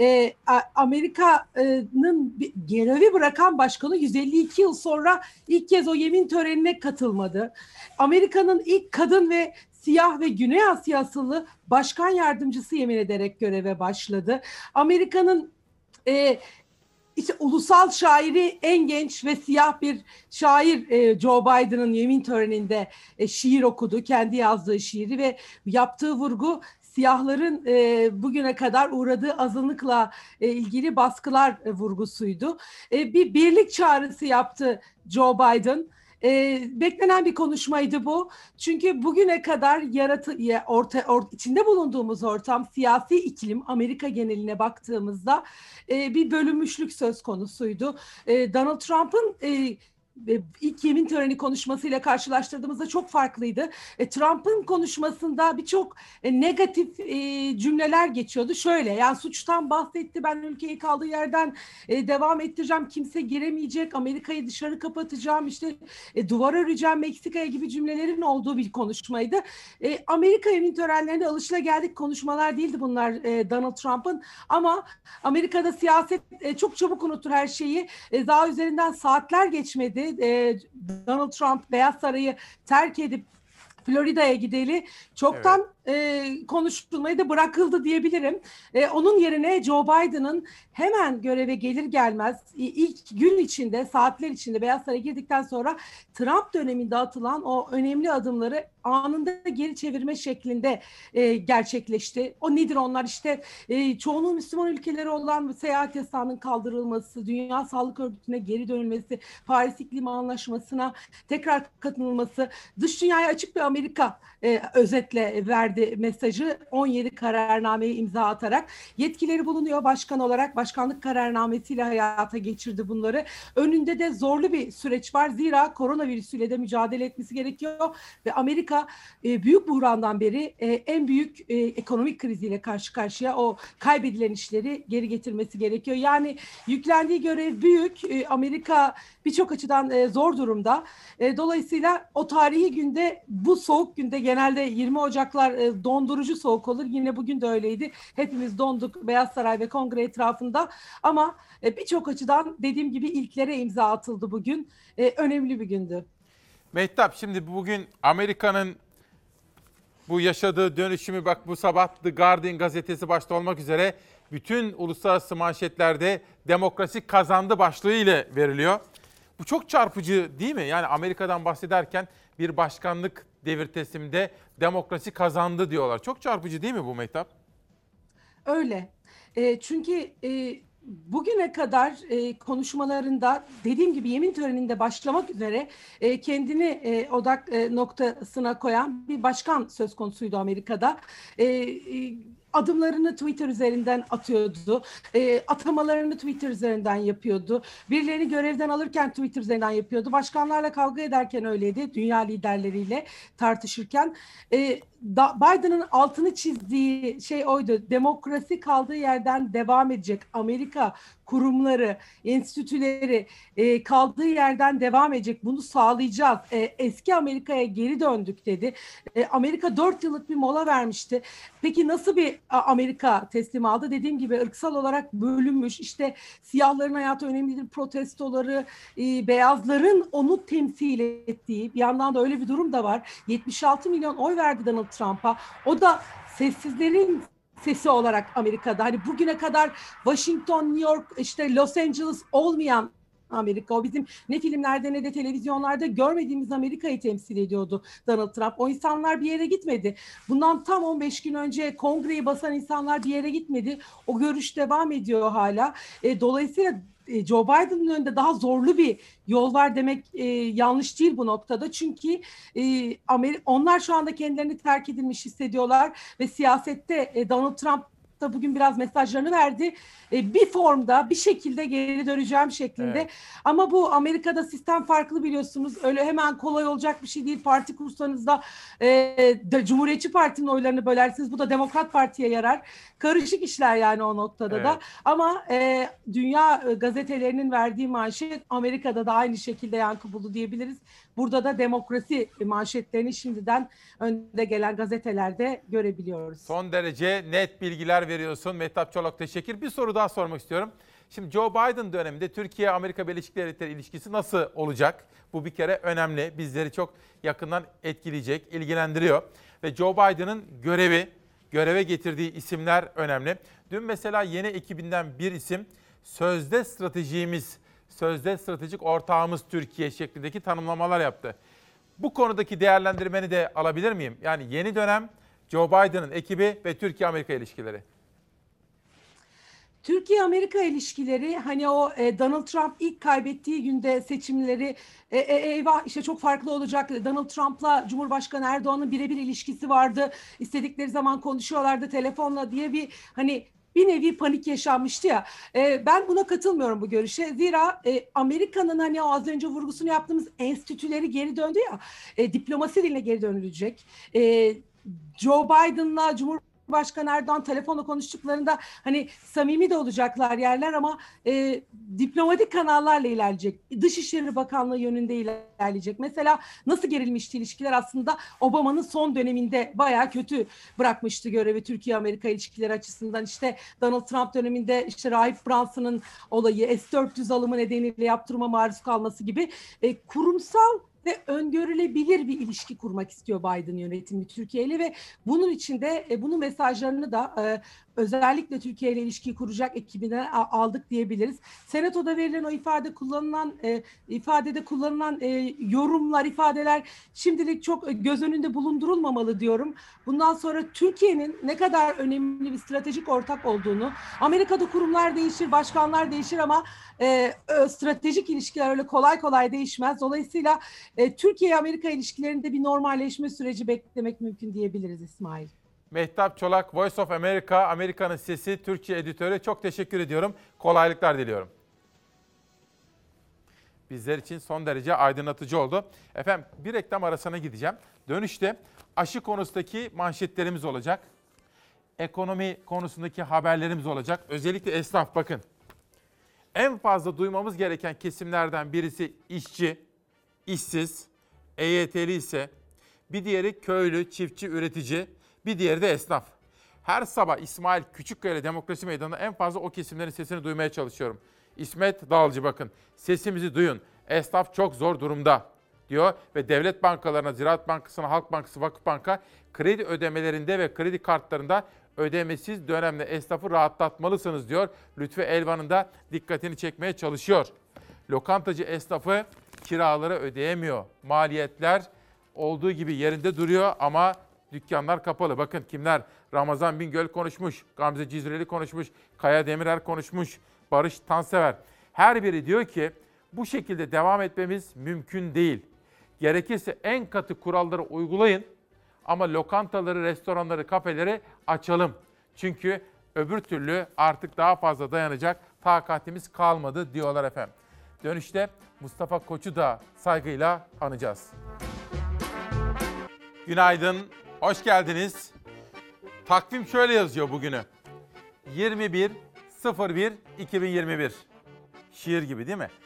Amerika'nın görevi bırakan başkanı 152 yıl sonra ilk kez o yemin törenine katılmadı. Amerika'nın ilk kadın ve siyah ve Güney Asya asıllı başkan yardımcısı yemin ederek göreve başladı. Amerika'nın işte ulusal şairi en genç ve siyah bir şair Joe Biden'ın yemin töreninde şiir okudu. Kendi yazdığı şiiri ve yaptığı vurgu siyahların bugüne kadar uğradığı azınlıkla ilgili baskılar vurgusuydu. Bir birlik çağrısı yaptı Joe Biden. Beklenen bir konuşmaydı bu. Çünkü bugüne kadar içinde bulunduğumuz ortam, siyasi iklim Amerika geneline baktığımızda bir bölünmüşlük söz konusuydu. Donald Trump'ın ilk yemin töreni konuşmasıyla karşılaştırdığımızda çok farklıydı. Trump'ın konuşmasında birçok negatif cümleler geçiyordu. Şöyle, yani suçtan bahsetti, ben ülkeyi kaldığı yerden devam ettireceğim, kimse giremeyecek, Amerika'yı dışarı kapatacağım, işte duvar öreceğim Meksika'ya gibi cümlelerin olduğu bir konuşmaydı. Amerika yemin törenlerinde alışılageldik konuşmalar değildi bunlar Donald Trump'ın, ama Amerika'da siyaset çok çabuk unutur her şeyi. Daha üzerinden saatler geçmedi. Donald Trump Beyaz Saray'ı terk edip Florida'ya gideli çoktan konuşulmayı da bırakıldı diyebilirim. Onun yerine Joe Biden'ın hemen göreve gelir gelmez ilk gün içinde, saatler içinde Beyaz Saray'a girdikten sonra Trump döneminde atılan o önemli adımları anında geri çevirme şeklinde gerçekleşti. O nedir onlar? İşte çoğunluğu Müslüman ülkeleri olan seyahat yasağının kaldırılması, Dünya Sağlık Örgütü'ne geri dönülmesi, Paris İklim Anlaşması'na tekrar katılılması, dış dünyaya açık bir Amerika özetle verdi mesajı. 17 kararnameyi imza atarak yetkileri bulunuyor başkan olarak. Başkanlık kararnamesiyle hayata geçirdi bunları. Önünde de zorlu bir süreç var. Zira koronavirüsüyle de mücadele etmesi gerekiyor ve Amerika büyük buhrandan beri en büyük ekonomik kriziyle karşı karşıya. O kaybedilen işleri geri getirmesi gerekiyor. Yani yüklendiği görev büyük. Amerika birçok açıdan zor durumda. Dolayısıyla o tarihi günde, bu soğuk günde, genelde 20 Ocaklar dondurucu soğuk olur. Yine bugün de öyleydi. Hepimiz donduk Beyaz Saray ve Kongre etrafında. Ama birçok açıdan dediğim gibi ilklere imza atıldı bugün. Önemli bir gündü. Mehtap, şimdi bugün Amerika'nın bu yaşadığı dönüşümü, bak bu sabah The Guardian gazetesi başta olmak üzere bütün uluslararası manşetlerde demokrasi kazandı başlığı ile veriliyor. Bu çok çarpıcı değil mi? Yani Amerika'dan bahsederken bir başkanlık devirtesinde demokrasi kazandı diyorlar. Çok çarpıcı değil mi bu Mehtap? Öyle. Çünkü bugüne kadar konuşmalarında dediğim gibi yemin töreninde başlamak üzere kendini odak noktasına koyan bir başkan söz konusuydu Amerika'da. Adımlarını Twitter üzerinden atıyordu. Atamalarını Twitter üzerinden yapıyordu. Birilerini görevden alırken Twitter üzerinden yapıyordu. Başkanlarla kavga ederken öyleydi. Dünya liderleriyle tartışırken. Biden'ın altını çizdiği şey oydu. Demokrasi kaldığı yerden devam edecek. Amerika kurumları, enstitüleri kaldığı yerden devam edecek. Bunu sağlayacağız. Eski Amerika'ya geri döndük dedi. Amerika 4 yıllık bir mola vermişti. Peki nasıl bir Amerika teslim aldı? Dediğim gibi ırksal olarak bölünmüş. İşte siyahların hayatı önemlidir protestoları, beyazların onu temsil ettiği, bir yandan da öyle bir durum da var. 76 milyon oy verdi Donald Trump'a. O da sessizlerin sesi olarak Amerika'da. Hani bugüne kadar Washington, New York, işte Los Angeles olmayan Amerika. O bizim ne filmlerde ne de televizyonlarda görmediğimiz Amerika'yı temsil ediyordu Donald Trump. O insanlar bir yere gitmedi. Bundan tam 15 gün önce kongreyi basan insanlar bir yere gitmedi. O görüş devam ediyor hala. Dolayısıyla Joe Biden'ın önünde daha zorlu bir yol var demek yanlış değil bu noktada. Çünkü onlar şu anda kendilerini terk edilmiş hissediyorlar ve siyasette Donald Trump da bugün biraz mesajlarını verdi. Bir formda, bir şekilde geri döneceğim şeklinde. Evet. Ama bu Amerika'da sistem farklı biliyorsunuz. Öyle hemen kolay olacak bir şey değil. Parti kursanızda Cumhuriyetçi Parti'nin oylarını bölersiniz. Bu da Demokrat Parti'ye yarar. Karışık işler yani o noktada evet. da. Ama dünya gazetelerinin verdiği manşet Amerika'da da aynı şekilde yankı buldu diyebiliriz. Burada da demokrasi manşetlerini şimdiden önde gelen gazetelerde görebiliyoruz. Son derece net bilgiler veriyorsun Mehtap Çolak, teşekkür. Bir soru daha sormak istiyorum. Şimdi Joe Biden döneminde Türkiye-Amerika Birleşik Devletleri ilişkisi nasıl olacak? Bu bir kere önemli. Bizleri çok yakından etkileyecek, ilgilendiriyor. Ve Joe Biden'ın göreve getirdiği isimler önemli. Dün mesela yeni ekibinden bir isim sözde stratejik ortağımız Türkiye şeklindeki tanımlamalar yaptı. Bu konudaki değerlendirmeni de alabilir miyim? Yani yeni dönem, Joe Biden'ın ekibi ve Türkiye-Amerika ilişkileri. Türkiye-Amerika ilişkileri hani o Donald Trump ilk kaybettiği günde seçimleri eyvah işte çok farklı olacak. Donald Trump'la Cumhurbaşkanı Erdoğan'ın birebir ilişkisi vardı. İstedikleri zaman konuşuyorlardı telefonla diye bir hani bir nevi panik yaşanmıştı ya. Ben buna katılmıyorum bu görüşe. Zira Amerika'nın hani az önce vurgusunu yaptığımız enstitüleri geri döndü ya. Diplomasi diline geri dönülecek. Joe Biden'la Cumhurbaşkanı Erdoğan telefonla konuştuklarında hani samimi de olacaklar yerler ama diplomatik kanallarla ilerleyecek. Dışişleri Bakanlığı yönünde ilerleyecek. Mesela nasıl gerilmişti ilişkiler aslında Obama'nın son döneminde bayağı kötü bırakmıştı görevi Türkiye-Amerika ilişkileri açısından. İşte Donald Trump döneminde işte Rahip Branson'ın olayı, S-400 alımı nedeniyle yaptırıma maruz kalması gibi kurumsal ve öngörülebilir bir ilişki kurmak istiyor Biden yönetimi Türkiye ile ve bunun için de bunun mesajlarını da özellikle Türkiye ile ilişkiyi kuracak ekibine aldık diyebiliriz. Senatoda verilen o ifadede kullanılan yorumlar, ifadeler şimdilik çok göz önünde bulundurulmamalı diyorum. Bundan sonra Türkiye'nin ne kadar önemli bir stratejik ortak olduğunu, Amerika'da kurumlar değişir, başkanlar değişir ama stratejik ilişkiler öyle kolay kolay değişmez. Dolayısıyla Türkiye-Amerika ilişkilerinde bir normalleşme süreci beklemek mümkün diyebiliriz İsmail. Mehtap Çolak, Voice of America, Amerika'nın Sesi, Türkçe editörü. Çok teşekkür ediyorum. Kolaylıklar diliyorum. Bizler için son derece aydınlatıcı oldu. Efendim bir reklam arasına gideceğim. Dönüşte aşı konusundaki manşetlerimiz olacak. Ekonomi konusundaki haberlerimiz olacak. Özellikle esnaf bakın. En fazla duymamız gereken kesimlerden birisi işçi, işsiz, EYT'li ise bir diğeri köylü, çiftçi, üretici, bir diğeri de esnaf. Her sabah İsmail Küçükkaya ile Demokrasi Meydanı'nda en fazla o kesimlerin sesini duymaya çalışıyorum. İsmet Dalcı bakın, sesimizi duyun, esnaf çok zor durumda diyor ve devlet bankalarına, Ziraat Bankası'na, Halk Bankası, Vakıfbank'a kredi ödemelerinde ve kredi kartlarında ödemesiz dönemde esnafı rahatlatmalısınız diyor. Lütfü Elvan'ın da dikkatini çekmeye çalışıyor. Lokantacı esnafı kiraları ödeyemiyor. Maliyetler olduğu gibi yerinde duruyor ama dükkanlar kapalı. Bakın kimler? Ramazan Bingöl konuşmuş, Gamze Cizreli konuşmuş, Kaya Demirer konuşmuş, Barış Tansever. Her biri diyor ki bu şekilde devam etmemiz mümkün değil. Gerekirse en katı kuralları uygulayın ama lokantaları, restoranları, kafeleri açalım. Çünkü öbür türlü artık daha fazla dayanacak takatimiz kalmadı diyorlar efendim. Dönüşte Mustafa Koç'u da saygıyla anacağız. Günaydın, hoş geldiniz. Takvim şöyle yazıyor bugünü. 21.01.2021. Şiir gibi değil mi?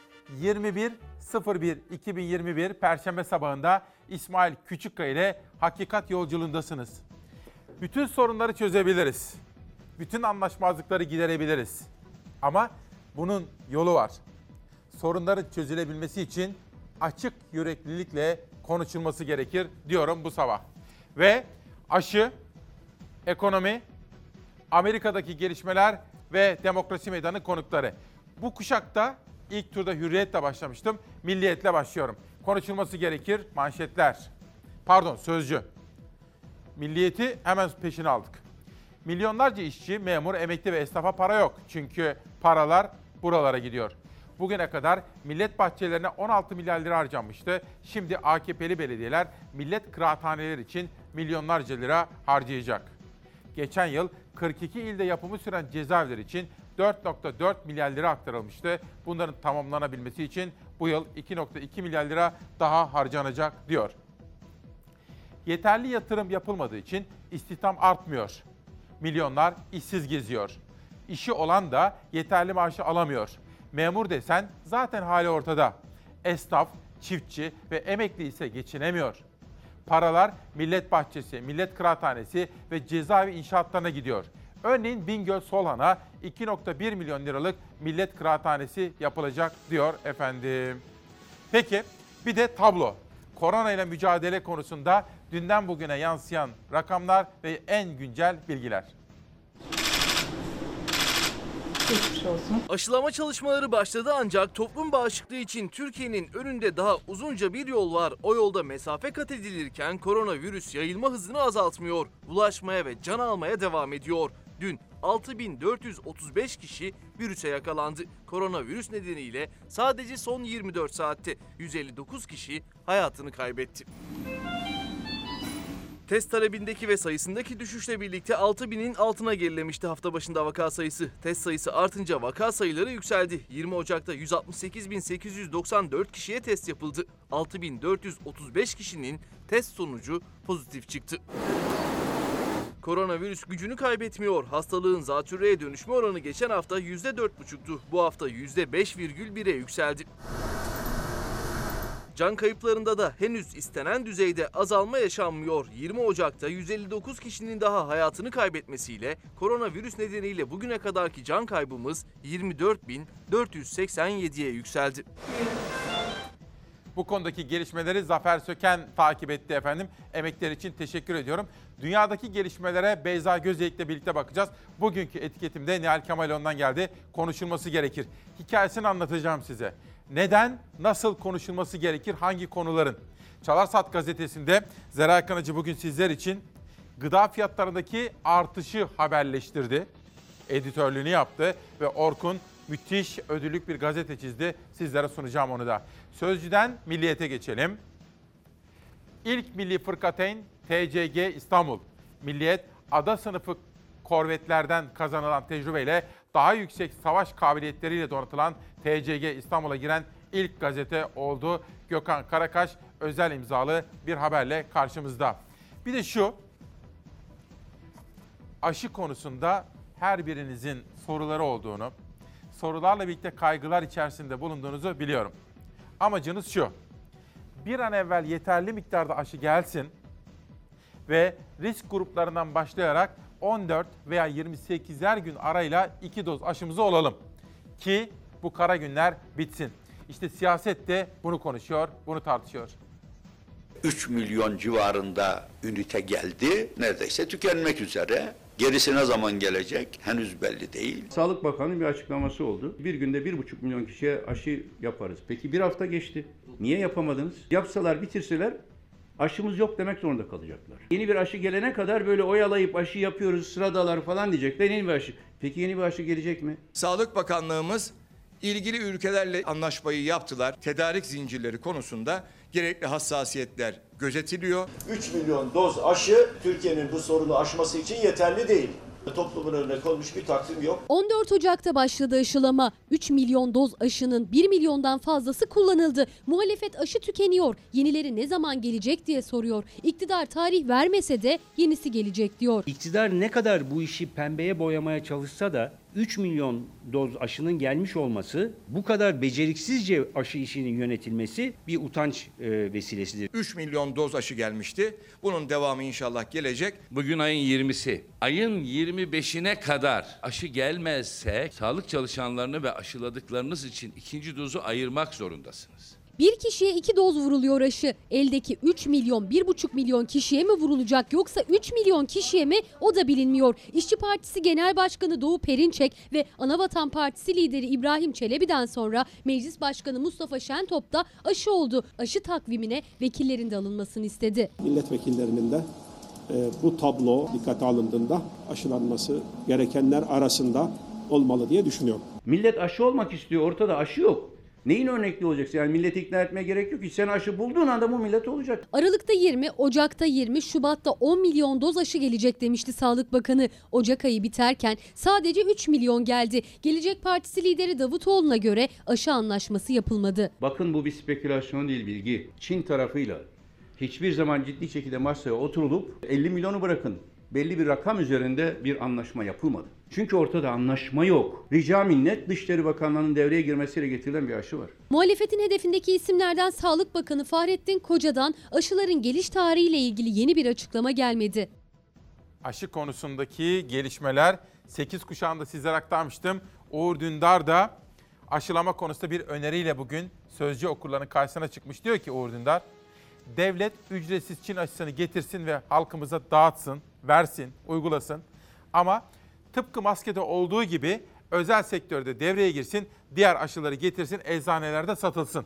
21.01.2021 Perşembe sabahında İsmail Küçükkaya ile Hakikat Yolculuğundasınız. Bütün sorunları çözebiliriz. Bütün anlaşmazlıkları giderebiliriz. Ama bunun yolu var. Sorunların çözülebilmesi için açık yüreklilikle konuşulması gerekir diyorum bu sabah. Ve aşı, ekonomi, Amerika'daki gelişmeler ve Demokrasi Meydanı konukları. Bu kuşakta ilk turda Hürriyet'le başlamıştım. Milliyet'le başlıyorum. Konuşulması gerekir manşetler. Sözcü. Milliyet'i hemen peşine aldık. Milyonlarca işçi, memur, emekli ve esnafa para yok. Çünkü paralar buralara gidiyor. Bugüne kadar millet bahçelerine 16 milyar lira harcanmıştı. Şimdi AKP'li belediyeler millet kıraathaneleri için milyonlarca lira harcayacak. Geçen yıl 42 ilde yapımı süren cezaevleri için 4.4 milyar lira aktarılmıştı. Bunların tamamlanabilmesi için bu yıl 2.2 milyar lira daha harcanacak diyor. Yeterli yatırım yapılmadığı için istihdam artmıyor. Milyonlar işsiz geziyor. İşi olan da yeterli maaşı alamıyor. Memur desen zaten hali ortada. Esnaf, çiftçi ve emekli ise geçinemiyor. Paralar millet bahçesi, millet kıraathanesi ve cezaevi inşaatlarına gidiyor. Örneğin Bingöl Solhan'a 2.1 milyon liralık millet kıraathanesi yapılacak diyor efendim. Peki bir de tablo. Korona ile mücadele konusunda dünden bugüne yansıyan rakamlar ve en güncel bilgiler. Aşılama çalışmaları başladı ancak toplum bağışıklığı için Türkiye'nin önünde daha uzunca bir yol var. O yolda mesafe kat edilirken koronavirüs yayılma hızını azaltmıyor. Bulaşmaya ve can almaya devam ediyor. Dün 6.435 kişi virüse yakalandı. Koronavirüs nedeniyle sadece son 24 saatte 159 kişi hayatını kaybetti. Test talebindeki ve sayısındaki düşüşle birlikte 6.000'in altına gerilemişti hafta başında vaka sayısı. Test sayısı artınca vaka sayıları yükseldi. 20 Ocak'ta 168.894 kişiye test yapıldı. 6.435 kişinin test sonucu pozitif çıktı. Koronavirüs gücünü kaybetmiyor. Hastalığın zatürreye dönüşme oranı geçen hafta %4,5'tu. Bu hafta %5,1'e yükseldi. Can kayıplarında da henüz istenen düzeyde azalma yaşanmıyor. 20 Ocak'ta 159 kişinin daha hayatını kaybetmesiyle koronavirüs nedeniyle bugüne kadarki can kaybımız 24.487'ye yükseldi. Bu konudaki gelişmeleri Zafer Söken takip etti efendim. Emekleri için teşekkür ediyorum. Dünyadaki gelişmelere Beyza Gözeyik'le birlikte bakacağız. Bugünkü etiketimde Nihal Kemaloğlu'ndan geldi. Konuşulması gerekir. Hikayesini anlatacağım size. Neden, nasıl konuşulması gerekir, hangi konuların? Çalarsat gazetesinde Zeray Kanıcı bugün sizler için gıda fiyatlarındaki artışı haberleştirdi. Editörlüğünü yaptı ve Orkun müthiş ödüllük bir gazete çizdi. Sizlere sunacağım onu da. Sözcü'den Milliyet'e geçelim. İlk milli fırkateyn TCG İstanbul. Milliyet, ada sınıfı korvetlerden kazanılan tecrübeyle daha yüksek savaş kabiliyetleriyle donatılan TCG İstanbul'a giren ilk gazete oldu. Gökhan Karakaş özel imzalı bir haberle karşımızda. Bir de şu, aşı konusunda her birinizin soruları olduğunu, sorularla birlikte kaygılar içerisinde bulunduğunuzu biliyorum. Amacınız şu, bir an evvel yeterli miktarda aşı gelsin ve risk gruplarından başlayarak 14 veya 28'er gün arayla 2 doz aşımızı olalım ki bu kara günler bitsin. İşte siyaset de bunu konuşuyor, bunu tartışıyor. 3 milyon civarında ünite geldi, neredeyse tükenmek üzere. Gerisi ne zaman gelecek henüz belli değil. Sağlık Bakanı'nın bir açıklaması oldu. Bir günde 1,5 milyon kişiye aşı yaparız. Peki bir hafta geçti. Niye yapamadınız? Yapsalar, bitirseler aşımız yok demek zorunda kalacaklar. Yeni bir aşı gelene kadar böyle oyalayıp aşı yapıyoruz, sıradalar falan diyecekler. Yeni bir aşı. Peki yeni bir aşı gelecek mi? Sağlık Bakanlığımız ilgili ülkelerle anlaşmayı yaptılar. Tedarik zincirleri konusunda gerekli hassasiyetler gözetiliyor. 3 milyon doz aşı Türkiye'nin bu sorunu aşması için yeterli değil. Toplumun önüne konmuş bir takvim yok. 14 Ocak'ta başladı aşılama. 3 milyon doz aşının 1 milyondan fazlası kullanıldı. Muhalefet aşı tükeniyor. Yenileri ne zaman gelecek diye soruyor. İktidar tarih vermese de yenisi gelecek diyor. İktidar ne kadar bu işi pembeye boyamaya çalışsa da 3 milyon doz aşının gelmiş olması, bu kadar beceriksizce aşı işinin yönetilmesi bir utanç vesilesidir. 3 milyon doz aşı gelmişti. Bunun devamı inşallah gelecek. Bugün ayın 20'si. Ayın 25'ine kadar aşı gelmezse sağlık çalışanlarını ve aşıladıklarınız için ikinci dozu ayırmak zorundasınız. Bir kişiye 2 doz vuruluyor aşı. Eldeki 3 milyon, 1,5 milyon kişiye mi vurulacak yoksa 3 milyon kişiye mi, o da bilinmiyor. İşçi Partisi Genel Başkanı Doğu Perinçek ve Anavatan Partisi lideri İbrahim Çelebi'den sonra Meclis Başkanı Mustafa Şentop da aşı oldu. Aşı takvimine vekillerin de alınmasını istedi. Milletvekillerinin de bu tablo dikkate alındığında aşılanması gerekenler arasında olmalı diye düşünüyorum. Millet aşı olmak istiyor, ortada aşı yok. Neyin örnekli olacaksın? Yani milleti ikna etmeye gerek yok ki. Sen aşı bulduğun anda bu millet olacak. Aralık'ta 20, Ocak'ta 20, Şubat'ta 10 milyon doz aşı gelecek demişti Sağlık Bakanı. Ocak ayı biterken sadece 3 milyon geldi. Gelecek Partisi lideri Davutoğlu'na göre aşı anlaşması yapılmadı. Bakın bu bir spekülasyon değil, bilgi. Çin tarafıyla hiçbir zaman ciddi şekilde masaya oturulup 50 milyonu bırakın, belli bir rakam üzerinde bir anlaşma yapılmadı. Çünkü ortada anlaşma yok. Rica minnet Dışişleri Bakanlığı'nın devreye girmesiyle getirilen bir aşı var. Muhalefetin hedefindeki isimlerden Sağlık Bakanı Fahrettin Koca'dan aşıların geliş tarihiyle ilgili yeni bir açıklama gelmedi. Aşı konusundaki gelişmeler 8 kuşağında sizlere aktarmıştım. Uğur Dündar da aşılama konusunda bir öneriyle bugün Sözcü okurlarının karşısına çıkmış. Diyor ki Uğur Dündar, devlet ücretsiz Çin aşısını getirsin ve halkımıza dağıtsın, versin, uygulasın. Ama tıpkı maskede olduğu gibi özel sektörde devreye girsin, diğer aşıları getirsin, eczanelerde satılsın.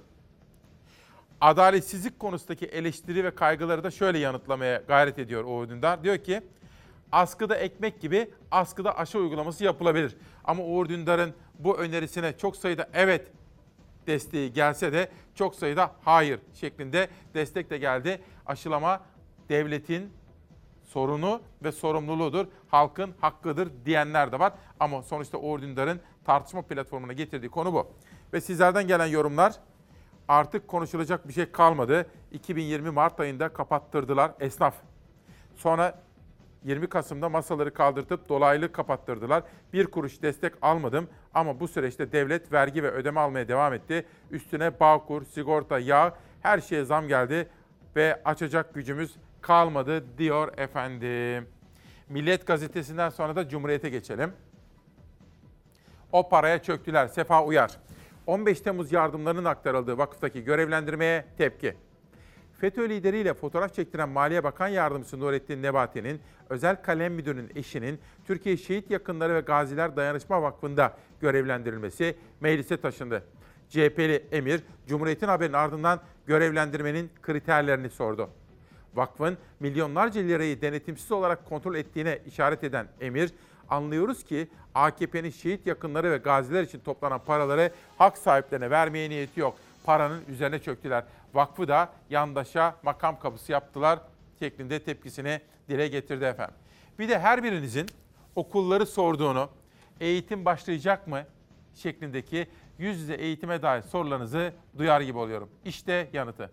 Adaletsizlik konusundaki eleştiri ve kaygıları da şöyle yanıtlamaya gayret ediyor Uğur Dündar. Diyor ki, askıda ekmek gibi askıda aşı uygulaması yapılabilir. Ama Uğur Dündar'ın bu önerisine çok sayıda evet desteği gelse de çok sayıda hayır şeklinde destek de geldi. Aşılama devletin sorunu ve sorumluluğudur, halkın hakkıdır diyenler de var. Ama sonuçta Uğur Dündar'ın tartışma platformuna getirdiği konu bu. Ve sizlerden gelen yorumlar, artık konuşulacak bir şey kalmadı. 2020 Mart ayında kapattırdılar esnaf. Sonra 20 Kasım'da masaları kaldırtıp dolaylı kapattırdılar. Bir kuruş destek almadım ama bu süreçte devlet vergi ve ödeme almaya devam etti. Üstüne Bağkur, sigorta, yağ, her şeye zam geldi ve açacak gücümüz kalmadı diyor efendim. Milliyet gazetesinden sonra da Cumhuriyet'e geçelim. O paraya çöktüler. Sefa Uyar. 15 Temmuz yardımlarının aktarıldığı vakıftaki görevlendirmeye tepki. FETÖ lideriyle fotoğraf çektiren Maliye Bakan Yardımcısı Nurettin Nebati'nin özel kalem müdürünün eşinin Türkiye Şehit Yakınları ve Gaziler Dayanışma Vakfı'nda görevlendirilmesi meclise taşındı. CHP'li emir, Cumhuriyet'in haberinin ardından görevlendirmenin kriterlerini sordu. Vakfın milyonlarca lirayı denetimsiz olarak kontrol ettiğine işaret eden emir, anlıyoruz ki AKP'nin şehit yakınları ve gaziler için toplanan paraları hak sahiplerine vermeye niyeti yok. Paranın üzerine çöktüler. Vakfı da yandaşa makam kapısı yaptılar şeklinde tepkisini dile getirdi efendim. Bir de her birinizin okulları sorduğunu, eğitim başlayacak mı şeklindeki yüz yüze eğitime dair sorularınızı duyar gibi oluyorum. İşte yanıtı.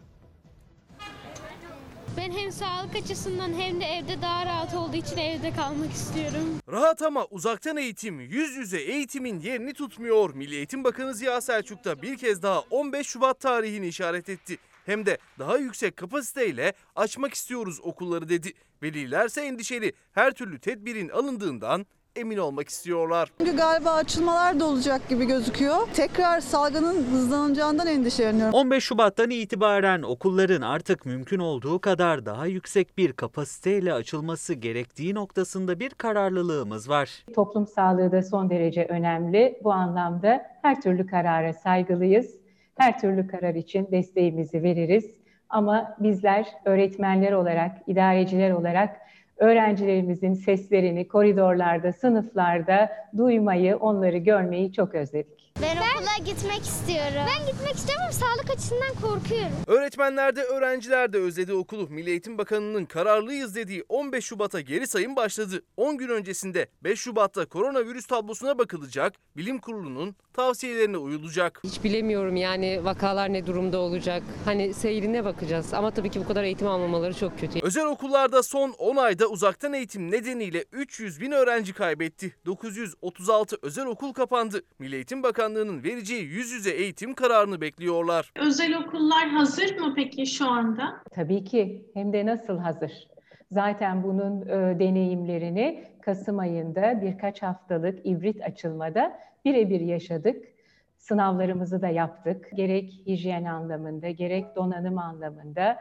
Ben hem sağlık açısından hem de evde daha rahat olduğu için evde kalmak istiyorum. Rahat ama uzaktan eğitim, yüz yüze eğitimin yerini tutmuyor. Milli Eğitim Bakanı Ziya Selçuk da bir kez daha 15 Şubat tarihini işaret etti. Hem de daha yüksek kapasiteyle açmak istiyoruz okulları dedi. Velilerse endişeli, her türlü tedbirin alındığından emin olmak istiyorlar. Çünkü galiba açılmalar da olacak gibi gözüküyor. Tekrar salgının hızlanacağından endişeleniyorum. 15 Şubat'tan itibaren okulların artık mümkün olduğu kadar daha yüksek bir kapasiteyle açılması gerektiği noktasında bir kararlılığımız var. Toplum sağlığı da son derece önemli. Bu anlamda her türlü karara saygılıyız. Her türlü karar için desteğimizi veririz. Ama bizler öğretmenler olarak, idareciler olarak öğrencilerimizin seslerini koridorlarda, sınıflarda duymayı, onları görmeyi çok özledik. Ben okula gitmek istiyorum. Ben gitmek istiyorum ama sağlık açısından korkuyorum. Öğretmenler de öğrenciler de özledi okulu. Milli Eğitim Bakanı'nın kararlıyız dediği 15 Şubat'a geri sayım başladı. 10 gün öncesinde 5 Şubat'ta koronavirüs tablosuna bakılacak, bilim kurulunun tavsiyelerine uyulacak. Hiç bilemiyorum yani vakalar ne durumda olacak. Hani seyrine bakacağız ama tabii ki bu kadar eğitim almamaları çok kötü. Özel okullarda son 10 ayda uzaktan eğitim nedeniyle 300 bin öğrenci kaybetti. 936 özel okul kapandı. Milli Eğitim Bakanlığı'nın vereceği yüz yüze eğitim kararını bekliyorlar. Özel okullar hazır mı peki şu anda? Tabii ki, hem de nasıl hazır. Zaten bunun deneyimlerini Kasım ayında birkaç haftalık ibrit açılmada birebir yaşadık. Sınavlarımızı da yaptık. Gerek hijyen anlamında, gerek donanım anlamında,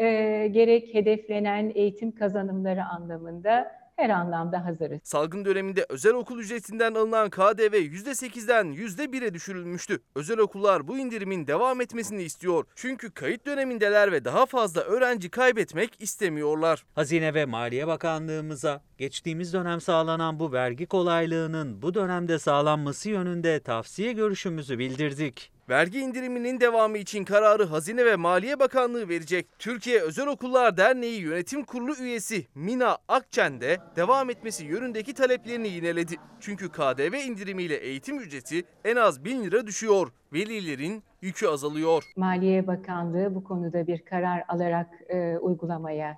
gerek hedeflenen eğitim kazanımları anlamında her anlamda hazırız. Salgın döneminde özel okul ücretinden alınan KDV %8'den %1'e düşürülmüştü. Özel okullar bu indirimin devam etmesini istiyor. Çünkü kayıt dönemindeler ve daha fazla öğrenci kaybetmek istemiyorlar. Hazine ve Maliye Bakanlığımıza geçtiğimiz dönem sağlanan bu vergi kolaylığının bu dönemde sağlanması yönünde tavsiye görüşümüzü bildirdik. Vergi indiriminin devamı için kararı Hazine ve Maliye Bakanlığı verecek. Türkiye Özel Okullar Derneği Yönetim Kurulu üyesi Mina Akçen de devam etmesi yönündeki taleplerini yineledi. Çünkü KDV indirimiyle eğitim ücreti en az 1000 lira düşüyor. Velilerin yükü azalıyor. Maliye Bakanlığı bu konuda bir karar alarak uygulamaya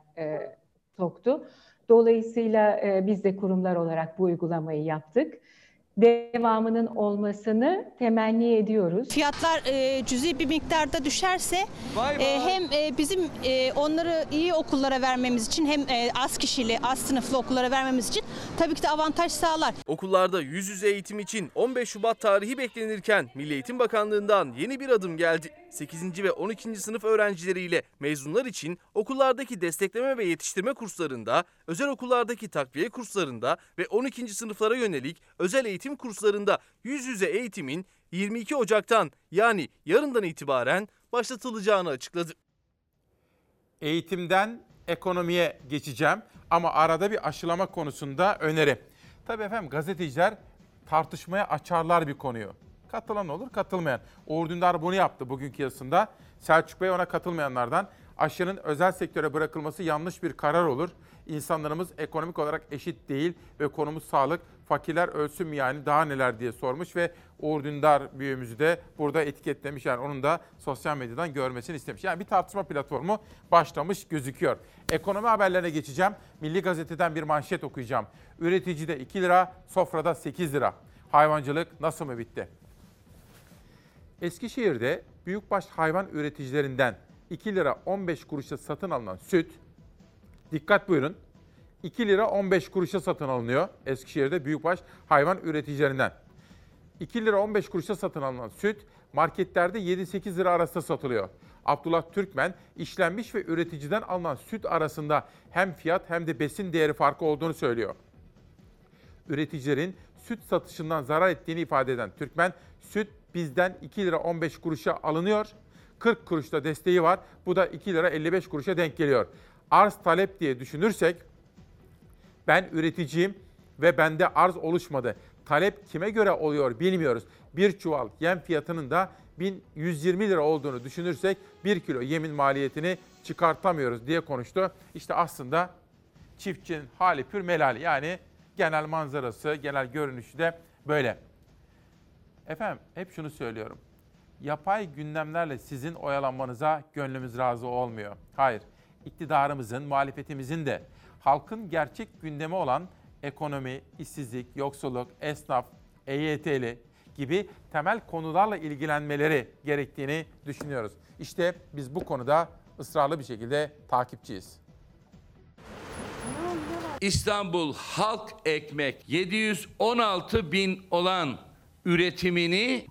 soktu. Dolayısıyla biz de kurumlar olarak bu uygulamayı yaptık. Devamının olmasını temenni ediyoruz. Fiyatlar cüzi bir miktarda düşerse hem bizim onları iyi okullara vermemiz için hem az kişili, az sınıflı okullara vermemiz için tabii ki de avantaj sağlar. Okullarda yüz yüze eğitim için 15 Şubat tarihi beklenirken Milli Eğitim Bakanlığı'ndan yeni bir adım geldi. 8. ve 12. sınıf öğrencileriyle mezunlar için okullardaki destekleme ve yetiştirme kurslarında, özel okullardaki takviye kurslarında ve 12. sınıflara yönelik özel eğitim kurslarında yüz yüze eğitimin 22 Ocak'tan yani yarından itibaren başlatılacağını açıkladı. Eğitimden ekonomiye geçeceğim ama arada bir aşılama konusunda öneri. Tabii efendim gazeteciler tartışmaya açarlar bir konuyu. Katılan olur, katılmayan. Uğur Dündar bunu yaptı bugünkü yazısında. Selçuk Bey ona katılmayanlardan aşının özel sektöre bırakılması yanlış bir karar olur. İnsanlarımız ekonomik olarak eşit değil ve konumuz sağlık. Fakirler ölsün mü yani daha neler diye sormuş ve Uğur Dündar büyüğümüzü de burada etiketlemiş. Yani onun da sosyal medyadan görmesini istemiş. Yani bir tartışma platformu başlamış gözüküyor. Ekonomi haberlerine geçeceğim. Milli Gazete'den bir manşet okuyacağım. Üreticide 2 lira, sofrada 8 lira. Hayvancılık nasıl mı bitti? Eskişehir'de büyükbaş hayvan üreticilerinden 2 lira 15 kuruşa satın alınan süt, dikkat buyurun, 2 lira 15 kuruşa satın alınıyor Eskişehir'de büyükbaş hayvan üreticilerinden. 2 lira 15 kuruşa satın alınan süt, marketlerde 7-8 lira arasında satılıyor. Abdullah Türkmen, işlenmiş ve üreticiden alınan süt arasında hem fiyat hem de besin değeri farkı olduğunu söylüyor. Üreticilerin süt satışından zarar ettiğini ifade eden Türkmen, süt bizden 2 lira 15 kuruşa alınıyor, 40 kuruşta desteği var, bu da 2 lira 55 kuruşa denk geliyor. Arz talep diye düşünürsek, ben üreticiyim ve bende arz oluşmadı. Talep kime göre oluyor bilmiyoruz. Bir çuval yem fiyatının da 1120 lira olduğunu düşünürsek 1 kilo yemin maliyetini çıkartamıyoruz diye konuştu. İşte aslında çiftçinin hali pür melali, yani genel manzarası, genel görünüşü de böyle. Efendim hep şunu söylüyorum. Yapay gündemlerle sizin oyalanmanıza gönlümüz razı olmuyor. Hayır, iktidarımızın, muhalefetimizin de halkın gerçek gündemi olan ekonomi, işsizlik, yoksulluk, esnaf, EYT'li gibi temel konularla ilgilenmeleri gerektiğini düşünüyoruz. İşte biz bu konuda ısrarlı bir şekilde takipçiyiz. İstanbul Halk Ekmek 716 bin olan üretimini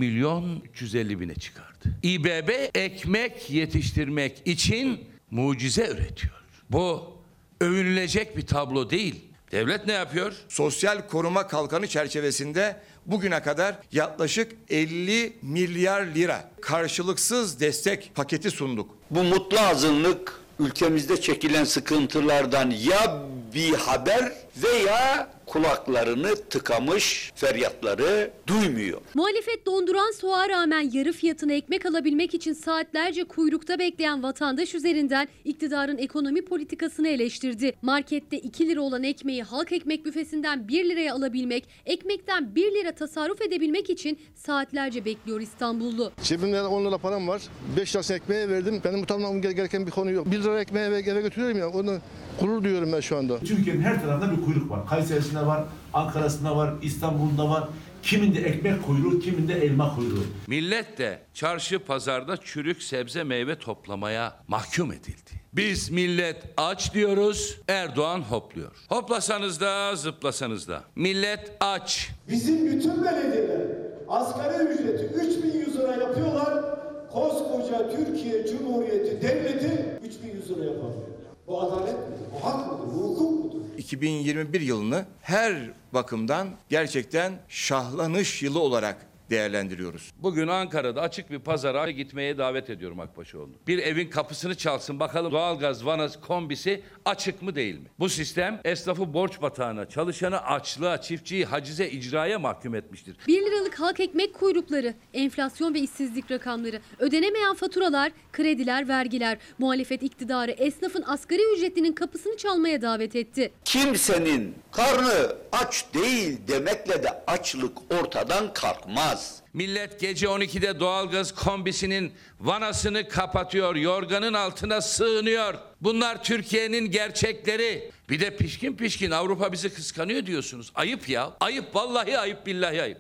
1.350.000'e çıkardı. İBB ekmek yetiştirmek için mucize üretiyor. Bu övünülecek bir tablo değil. Devlet ne yapıyor? Sosyal koruma kalkanı çerçevesinde bugüne kadar yaklaşık 50 milyar lira karşılıksız destek paketi sunduk. Bu mutlu azınlık ülkemizde çekilen sıkıntılardan ya bir haber veya kulaklarını tıkamış, feryatları duymuyor. Muhalefet donduran soğuğa rağmen yarı fiyatına ekmek alabilmek için saatlerce kuyrukta bekleyen vatandaş üzerinden iktidarın ekonomi politikasını eleştirdi. Markette 2 lira olan ekmeği halk ekmek büfesinden 1 liraya alabilmek, ekmekten 1 lira tasarruf edebilmek için saatlerce bekliyor İstanbullu. Cebimde 10 lira param var. 5 lirasını ekmeğe verdim. Benim utanmam gereken bir konu yok. 1 lira ekmeği eve götürüyorum ya. Onu gurur duyuyorum ben şu anda. Türkiye'nin her tarafında bir kuyruk var. Kayseri'sinde var, Ankara'sında var, İstanbul'da var. Kiminde ekmek kuyruğu, kiminde elma kuyruğu. Millet de çarşı pazarda çürük sebze meyve toplamaya mahkum edildi. Biz millet aç diyoruz, Erdoğan hopluyor. Hoplasanız da zıplasanız da. Millet aç. Bizim bütün belediyeler asgari ücreti 3.100 lira yapıyorlar. Koskoca Türkiye Cumhuriyeti Devleti 3.100 lira yapamıyor. Bu adalet mi? Bu hak mıdır? Bu hukuk mudur? 2021 yılını her bakımdan gerçekten şahlanış yılı olarak değerlendiriyoruz. Bugün Ankara'da açık bir pazara gitmeye davet ediyorum Akbaşoğlu'nu. Bir evin kapısını çalsın bakalım doğalgaz vanası kombisi açık mı değil mi? Bu sistem esnafı borç batağına, çalışanı açlığa, çiftçiyi hacize icraya mahkum etmiştir. 1 liralık halk ekmek kuyrukları, enflasyon ve işsizlik rakamları, ödenemeyen faturalar, krediler, vergiler. Muhalefet iktidarı esnafın asgari ücretlinin kapısını çalmaya davet etti. Kimsenin karnı aç değil demekle de açlık ortadan kalkmaz. Millet gece 12'de doğalgaz kombisinin vanasını kapatıyor, yorganın altına sığınıyor. Bunlar Türkiye'nin gerçekleri. Bir de pişkin pişkin Avrupa bizi kıskanıyor diyorsunuz. Ayıp ya, ayıp, vallahi ayıp, billahi ayıp.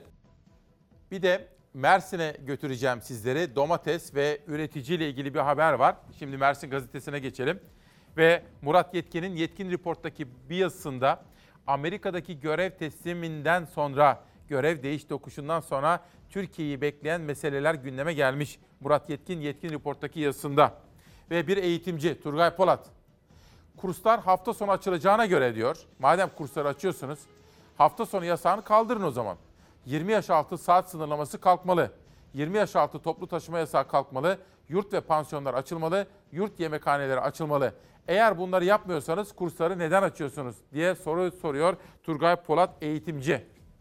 Bir de Mersin'e götüreceğim sizleri. Domates ve üreticiyle ilgili bir haber var. Şimdi Mersin gazetesine geçelim. Ve Murat Yetkin'in Yetkin Report'taki bir yazısında Amerika'daki görev tesliminden sonra, görev değiş tokuşundan sonra Türkiye'yi bekleyen meseleler gündeme gelmiş. Murat Yetkin, Yetkin Report'taki yazısında. Ve bir eğitimci Turgay Polat, kurslar hafta sonu açılacağına göre diyor, madem kursları açıyorsunuz, hafta sonu yasağını kaldırın o zaman. 20 yaş altı saat sınırlaması kalkmalı. 20 yaş altı toplu taşıma yasağı kalkmalı. Yurt ve pansiyonlar açılmalı. Yurt yemekhaneleri açılmalı. Eğer bunları yapmıyorsanız kursları neden açıyorsunuz diye soru soruyor Turgay Polat eğitimci.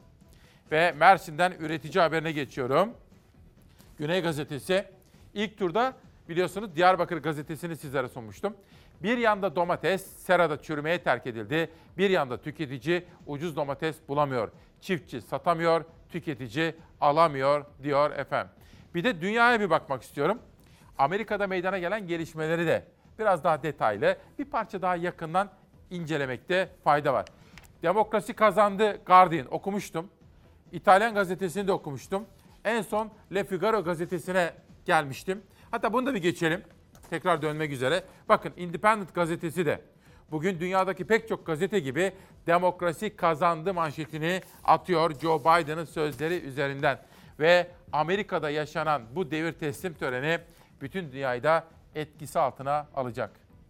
Ve Mersin'den üretici haberine geçiyorum. Güney Gazetesi. İlk turda biliyorsunuz Diyarbakır Gazetesi'ni sizlere sunmuştum. Bir yanda domates serada çürümeye terk edildi. Bir yanda tüketici ucuz domates bulamıyor. Çiftçi satamıyor, tüketici alamıyor diyor efendim. Bir de dünyaya bir bakmak istiyorum. Amerika'da meydana gelen gelişmeleri de biraz daha detaylı, bir parça daha yakından incelemekte fayda var. Demokrasi kazandı Guardian okumuştum. İtalyan gazetesini de okumuştum. En son Le Figaro gazetesine gelmiştim. Hatta bunu da bir geçelim. Tekrar dönmek üzere. Bakın Independent gazetesi de bugün dünyadaki pek çok gazete gibi demokrasi kazandı manşetini atıyor Joe Biden'ın sözleri üzerinden. Ve Amerika'da yaşanan bu devir teslim töreni bütün dünyayı da etkisi altına alacak.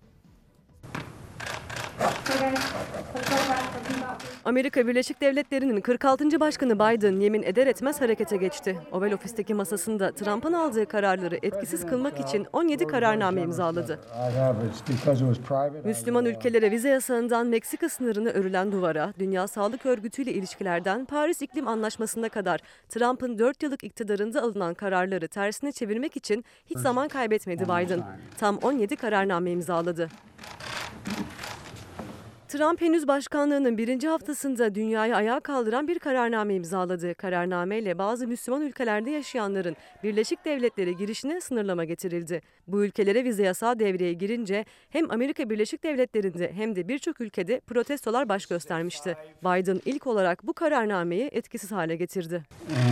Amerika Birleşik Devletleri'nin 46. Başkanı Biden yemin eder etmez harekete geçti. Oval Ofis'teki masasında Trump'ın aldığı kararları etkisiz kılmak için 17 kararname imzaladı. Müslüman ülkelere vize yasağından Meksika sınırına örülen duvara, Dünya Sağlık Örgütü ile ilişkilerden Paris İklim Anlaşması'na kadar Trump'ın 4 yıllık iktidarında alınan kararları tersine çevirmek için hiç zaman kaybetmedi Biden. Tam 17 kararname imzaladı. Trump henüz başkanlığının birinci haftasında dünyayı ayağa kaldıran bir kararname imzaladı. Kararnameyle bazı Müslüman ülkelerde yaşayanların Birleşik Devletlere girişine sınırlama getirildi. Bu ülkelere vize yasağı devreye girince hem Amerika Birleşik Devletleri'nde hem de birçok ülkede protestolar baş göstermişti. Biden ilk olarak bu kararnameyi etkisiz hale getirdi.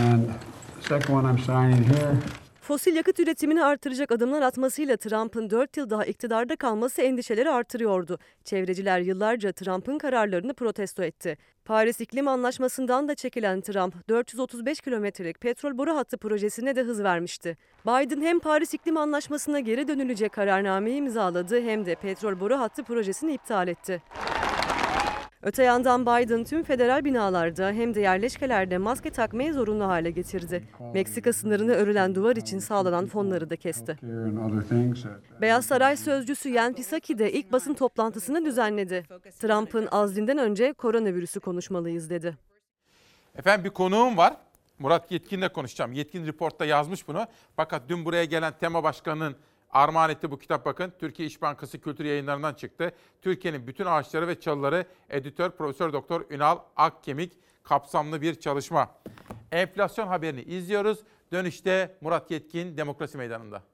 Fosil yakıt üretimini artıracak adımlar atmasıyla Trump'ın 4 yıl daha iktidarda kalması endişeleri artırıyordu. Çevreciler yıllarca Trump'ın kararlarını protesto etti. Paris İklim Anlaşması'ndan da çekilen Trump, 435 kilometrelik petrol boru hattı projesine de hız vermişti. Biden hem Paris İklim Anlaşması'na geri dönülecek kararnameyi imzaladı hem de petrol boru hattı projesini iptal etti. Öte yandan Biden tüm federal binalarda hem de yerleşkelerde maske takmayı zorunlu hale getirdi. Meksika sınırına örülen duvar için sağlanan fonları da kesti. Beyaz Saray sözcüsü Jen Psaki de ilk basın toplantısını düzenledi. Trump'ın azlinden önce koronavirüsü konuşmalıyız dedi. Efendim bir konuğum var. Murat Yetkin'le konuşacağım. Yetkin Report'ta yazmış bunu. Fakat dün buraya gelen tema başkanının armağan etti bu kitap bakın. Türkiye İş Bankası Kültür Yayınları'ndan çıktı. Türkiye'nin bütün ağaçları ve çalıları editör Profesör Doktor Ünal Akkemik kapsamlı bir çalışma. Enflasyon haberini izliyoruz. Dönüşte Murat Yetkin Demokrasi Meydanı'nda.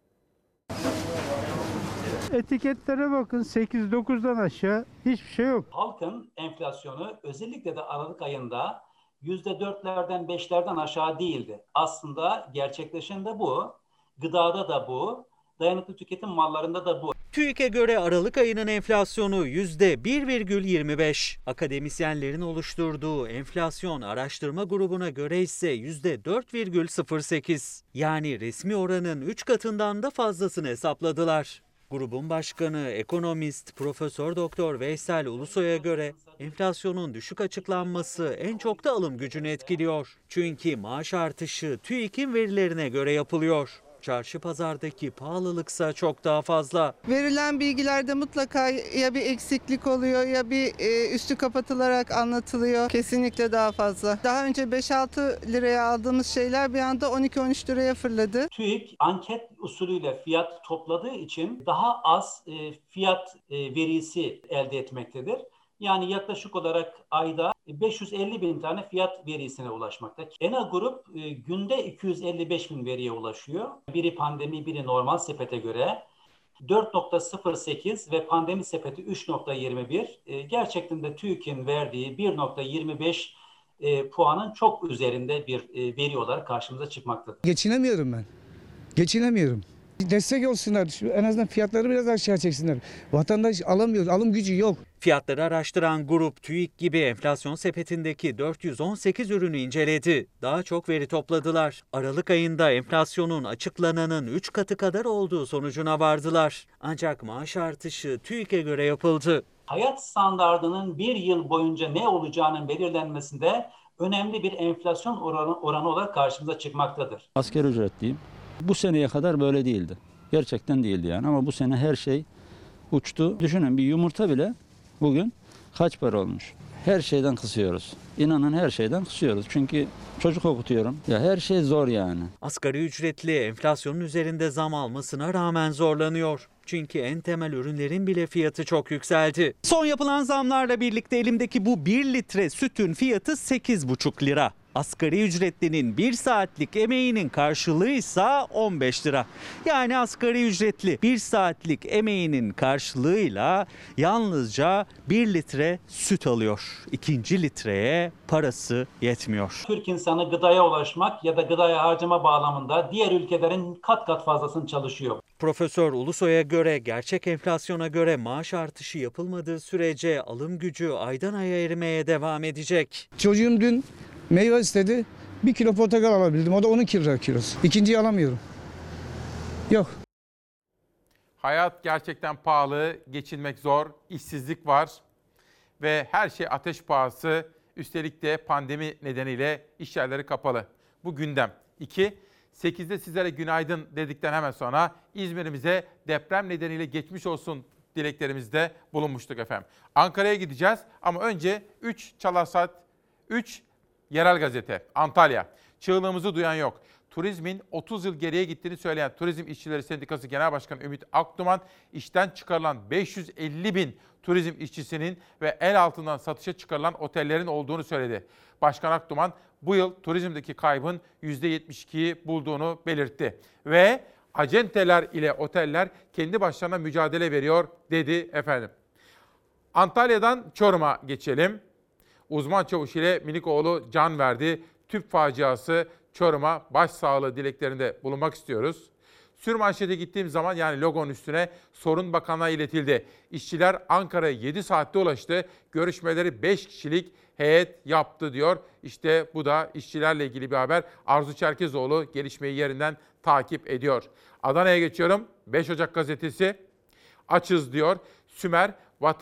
Etiketlere bakın 8-9'dan aşağı hiçbir şey yok. Halkın enflasyonu özellikle de Aralık ayında %4'lerden 5'lerden aşağı değildi. Aslında gerçekleşen de bu. Gıdada da bu. Dayanıklı tüketim mallarında da bu. TÜİK'e göre Aralık ayının enflasyonu %1,25. Akademisyenlerin oluşturduğu enflasyon araştırma grubuna göre ise %4,08. Yani resmi oranın 3 katından da fazlasını hesapladılar. Grubun başkanı ekonomist Profesör Doktor Veysel Ulusoy'a göre enflasyonun düşük açıklanması en çok da alım gücünü etkiliyor. Çünkü maaş artışı TÜİK'in verilerine göre yapılıyor. Çarşı pazardaki pahalılıksa çok daha fazla. Verilen bilgilerde mutlaka ya bir eksiklik oluyor ya bir üstü kapatılarak anlatılıyor. Kesinlikle daha fazla. Daha önce 5-6 liraya aldığımız şeyler bir anda 12-13 liraya fırladı. TÜİK anket usulüyle fiyat topladığı için daha az fiyat verisi elde etmektedir. Yani yaklaşık olarak ayda 550 bin tane fiyat verisine ulaşmakta. ENA grup günde 255 bin veriye ulaşıyor. Biri pandemi, biri normal sepete göre 4.08 ve pandemi sepeti 3.21. Gerçekten de TÜİK'in verdiği 1.25 puanın çok üzerinde bir veri olarak karşımıza çıkmaktadır. Geçinemiyorum ben. Geçinemiyorum. Destek olsunlar. En azından fiyatları biraz aşağı çeksinler. Vatandaş alamıyor. Alım gücü yok. Fiyatları araştıran grup TÜİK gibi enflasyon sepetindeki 418 ürünü inceledi. Daha çok veri topladılar. Aralık ayında enflasyonun açıklananın 3 katı kadar olduğu sonucuna vardılar. Ancak maaş artışı TÜİK'e göre yapıldı. Hayat standardının bir yıl boyunca ne olacağının belirlenmesinde önemli bir enflasyon oranı olarak karşımıza çıkmaktadır. Asgari ücretliyim. Bu seneye kadar böyle değildi. Gerçekten değildi yani ama bu sene her şey uçtu. Düşünün bir yumurta bile bugün kaç para olmuş? Her şeyden kısıyoruz. İnanın her şeyden kısıyoruz. Çünkü çocuk okutuyorum. Ya her şey zor yani. Asgari ücretli enflasyonun üzerinde zam almasına rağmen zorlanıyor. Çünkü en temel ürünlerin bile fiyatı çok yükseldi. Son yapılan zamlarla birlikte elimdeki bu 1 litre sütün fiyatı 8,5 lira. Asgari ücretlinin 1 saatlik emeğinin karşılığı ise 15 lira. Yani asgari ücretli 1 saatlik emeğinin karşılığıyla yalnızca 1 litre süt alıyor. 2. litreye parası yetmiyor. Türk insanı gıdaya ulaşmak ya da gıdaya harcama bağlamında diğer ülkelerin kat kat fazlasını çalışıyor. Profesör Ulusoy'a göre gerçek enflasyona göre maaş artışı yapılmadığı sürece alım gücü aydan aya erimeye devam edecek. Çocuğum dün meyve istedi. 1 kilo portakal alabildim. O da 12 lira kilosu. İkinciyi alamıyorum. Yok. Hayat gerçekten pahalı, geçinmek zor, işsizlik var ve her şey ateş pahası. Üstelik de pandemi nedeniyle iş yerleri kapalı. Bu gündem. 2. 8'de sizlere günaydın dedikten hemen sonra İzmir'imize deprem nedeniyle geçmiş olsun dileklerimizde bulunmuştuk efendim. Ankara'ya gideceğiz ama önce 3 Çalar Saat, 3 Yerel Gazete, Antalya. Çığlığımızı duyan yok. Turizmin 30 yıl geriye gittiğini söyleyen Turizm İşçileri Sendikası Genel Başkanı Ümit Akduman, işten çıkarılan 550 bin turizm işçisinin ve el altından satışa çıkarılan otellerin olduğunu söyledi. Başkan Akduman, bu yıl turizmdeki kaybın %72'yi bulduğunu belirtti. Ve acenteler ile oteller kendi başlarına mücadele veriyor dedi efendim. Antalya'dan Çorum'a geçelim. Uzman çavuş ile Minikoğlu can verdi. Tüp faciası Çorum'a başsağlığı dileklerinde bulunmak istiyoruz. Sürmanşete gittiğim zaman yani logonun üstüne sorun bakanlığa iletildi. İşçiler Ankara'ya 7 saatte ulaştı. Görüşmeleri 5 kişilik heyet yaptı diyor. İşte bu da işçilerle ilgili bir haber. Arzu Çerkezoğlu gelişmeyi yerinden takip ediyor. Adana'ya geçiyorum. 5 Ocak gazetesi açız diyor. Sümer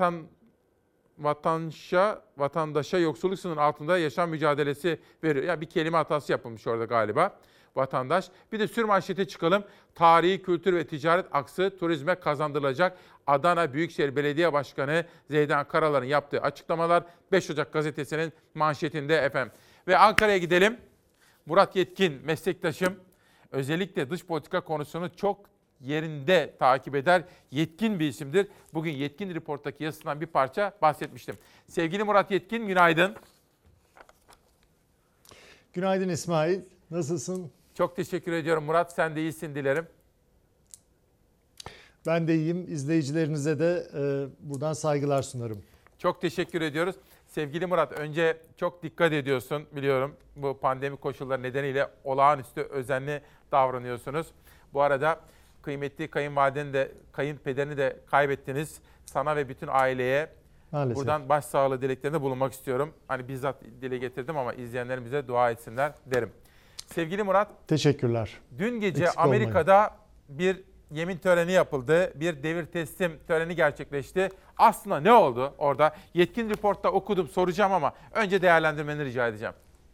vatandaşa yoksulluk sınırının altında yaşam mücadelesi veriyor. Yani bir kelime hatası yapılmış orada galiba. Vatandaş. Bir de sürmanşete çıkalım. Tarihi, kültür ve ticaret aksı turizme kazandırılacak. Adana Büyükşehir Belediye Başkanı Zeydan Karalar'ın yaptığı açıklamalar 5 Ocak gazetesinin manşetinde efendim. Ve Ankara'ya gidelim. Murat Yetkin meslektaşım özellikle dış politika konusunu çok yerinde takip eder. Yetkin bir isimdir. Bugün Yetkin Report'taki yazısından bir parça bahsetmiştim. Sevgili Murat Yetkin, günaydın. Günaydın İsmail. Nasılsın? Çok teşekkür ediyorum Murat. Sen de iyisin dilerim. Ben de iyiyim. İzleyicilerinize de buradan saygılar sunarım. Çok teşekkür ediyoruz. Sevgili Murat, önce çok dikkat ediyorsun biliyorum. Bu pandemi koşulları nedeniyle olağanüstü özenli davranıyorsunuz. Bu arada kıymetli kayınpederini de kaybettiniz. Sana ve bütün aileye maalesef buradan başsağlığı dileklerinde bulunmak istiyorum. Hani bizzat dile getirdim ama izleyenlerimize dua etsinler derim. Sevgili Murat. Teşekkürler. Dün gece Eksik Amerika'da olmayın. bir yemin töreni yapıldı. Bir devir teslim töreni gerçekleşti. Aslında ne oldu orada? Yetkin Report'ta okudum, soracağım ama önce değerlendirmeni rica edeceğim.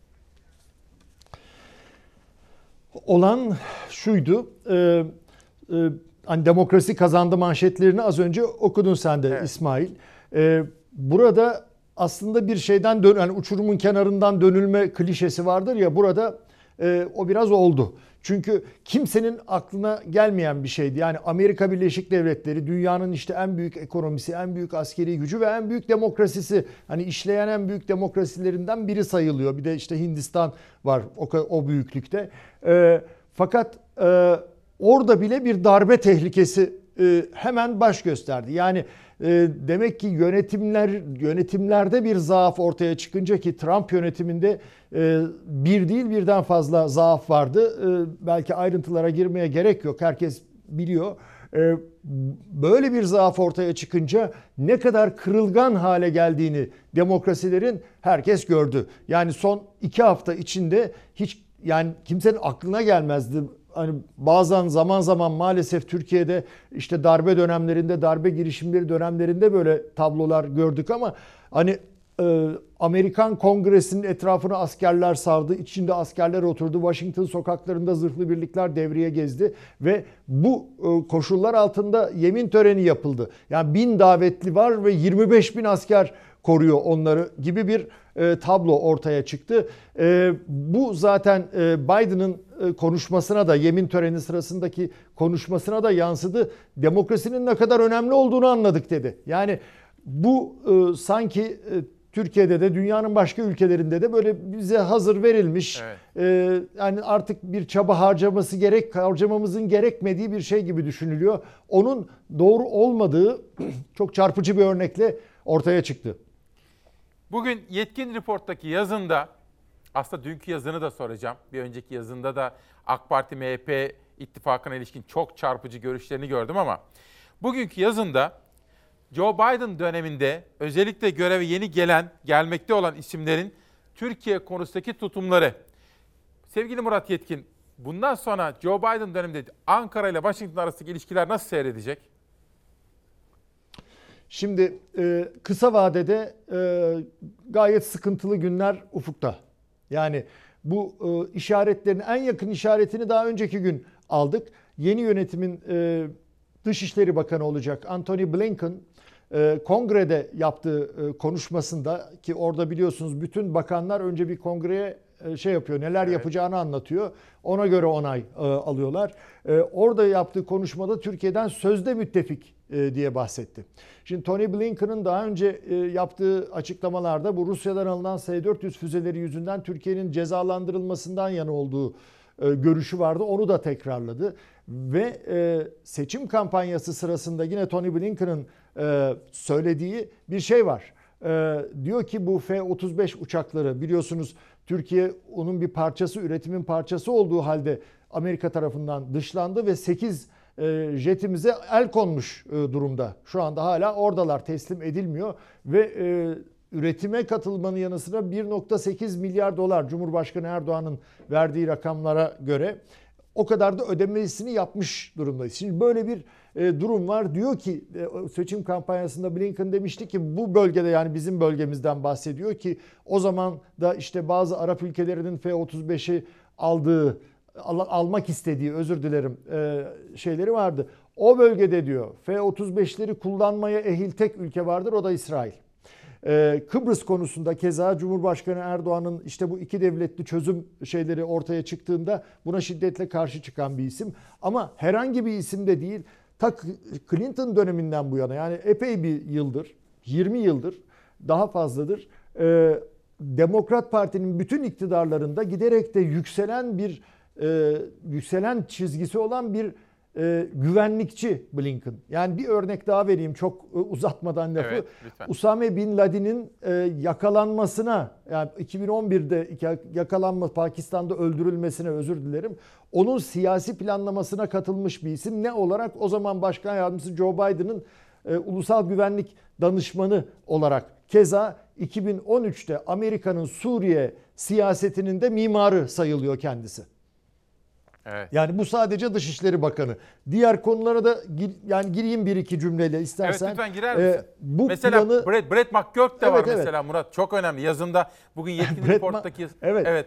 Olan şuydu. Hani demokrasi kazandı manşetlerini az önce okudun sen de, evet. İsmail. Burada aslında bir şeyden yani uçurumun kenarından dönülme klişesi vardır ya, burada o biraz oldu. Çünkü kimsenin aklına gelmeyen bir şeydi. Yani Amerika Birleşik Devletleri dünyanın işte en büyük ekonomisi, en büyük askeri gücü ve en büyük demokrasisi. Hani işleyen en büyük demokrasilerinden biri sayılıyor. Bir de işte Hindistan var o büyüklükte. Fakat orada bile bir darbe tehlikesi hemen baş gösterdi. Yani demek ki yönetimlerde bir zaaf ortaya çıkınca, ki Trump yönetiminde bir değil birden fazla zaaf vardı. Belki ayrıntılara girmeye gerek yok. Herkes biliyor. Böyle bir zaaf ortaya çıkınca ne kadar kırılgan hale geldiğini demokrasilerin herkes gördü. Yani son 2 hafta içinde hiç yani kimsenin aklına gelmezdi. Hani bazen zaman zaman maalesef Türkiye'de işte darbe dönemlerinde, darbe girişimleri dönemlerinde böyle tablolar gördük ama hani Amerikan Kongresi'nin etrafına askerler sardı, içinde askerler oturdu, Washington sokaklarında zırhlı birlikler devreye gezdi ve bu koşullar altında yemin töreni yapıldı. Yani 1000 davetli var ve 25.000 asker koruyor onları gibi bir tablo ortaya çıktı. Bu zaten Biden'ın konuşmasına da, yemin töreni sırasındaki konuşmasına da yansıdı. Demokrasinin ne kadar önemli olduğunu anladık dedi. Yani bu sanki Türkiye'de de dünyanın başka ülkelerinde de böyle bize hazır verilmiş, evet. Yani artık bir çaba harcamamızın gerekmediği bir şey gibi düşünülüyor. Onun doğru olmadığı çok çarpıcı bir örnekle ortaya çıktı. Bugün Yetkin Report'taki yazında, aslında dünkü yazını da soracağım. Bir önceki yazında da AK Parti MHP ittifakına ilişkin çok çarpıcı görüşlerini gördüm ama bugünkü yazında Joe Biden döneminde özellikle göreve yeni gelmekte olan isimlerin Türkiye konusundaki tutumları, Sevgili Murat Yetkin, bundan sonra Joe Biden döneminde Ankara ile Washington arasındaki ilişkiler nasıl seyredecek? Şimdi kısa vadede gayet sıkıntılı günler ufukta. Yani bu işaretlerin en yakın işaretini daha önceki gün aldık. Yeni yönetimin Dışişleri Bakanı olacak Antony Blinken kongrede yaptığı konuşmasında, ki orada biliyorsunuz bütün bakanlar önce bir kongreye yapıyor, neler yapacağını anlatıyor. Ona göre onay alıyorlar. Orada yaptığı konuşmada Türkiye'den sözde müttefik diye bahsetti. Şimdi Tony Blinken'ın daha önce yaptığı açıklamalarda bu Rusya'dan alınan S-400 füzeleri yüzünden Türkiye'nin cezalandırılmasından yana olduğu görüşü vardı. Onu da tekrarladı. Ve seçim kampanyası sırasında yine Tony Blinken'ın söylediği bir şey var. Diyor ki bu F-35 uçakları, biliyorsunuz Türkiye onun bir parçası, üretimin parçası olduğu halde Amerika tarafından dışlandı ve 8 jetimize el konmuş durumda. Şu anda hala oradalar, teslim edilmiyor ve üretime katılmanın yanı sıra 1.8 milyar dolar Cumhurbaşkanı Erdoğan'ın verdiği rakamlara göre o kadar da ödemesini yapmış durumdayız. Şimdi böyle bir durum var. Diyor ki seçim kampanyasında Blinken demişti ki bu bölgede, yani bizim bölgemizden bahsediyor ki o zaman da işte bazı Arap ülkelerinin F-35'i almak istediği, şeyleri vardı. O bölgede diyor F-35'leri kullanmaya ehil tek ülke vardır, o da İsrail. Kıbrıs konusunda keza Cumhurbaşkanı Erdoğan'ın işte bu iki devletli çözüm şeyleri ortaya çıktığında buna şiddetle karşı çıkan bir isim. Ama herhangi bir isim de değil. Ta Clinton döneminden bu yana, yani epey bir yıldır, 20 yıldır daha fazladır, Demokrat Parti'nin bütün iktidarlarında giderek de yükselen çizgisi olan bir güvenlikçi Blinken. Yani bir örnek daha vereyim çok uzatmadan lafı. Evet, Usame Bin Laden'in yakalanmasına, yani 2011'de yakalanma, Pakistan'da öldürülmesine, özür dilerim, onun siyasi planlamasına katılmış bir isim. Ne olarak? O zaman Başkan Yardımcısı Joe Biden'ın ulusal güvenlik danışmanı olarak. Keza 2013'te Amerika'nın Suriye siyasetinin de mimarı sayılıyor kendisi. Evet. Yani bu sadece Dışişleri Bakanı. Diğer konulara da gireyim bir iki cümleyle istersen. Evet, lütfen girer misin? Mesela Brett McGurk de var mesela Murat. Çok önemli. Yazında bugün Yetkin Report'taki... Evet.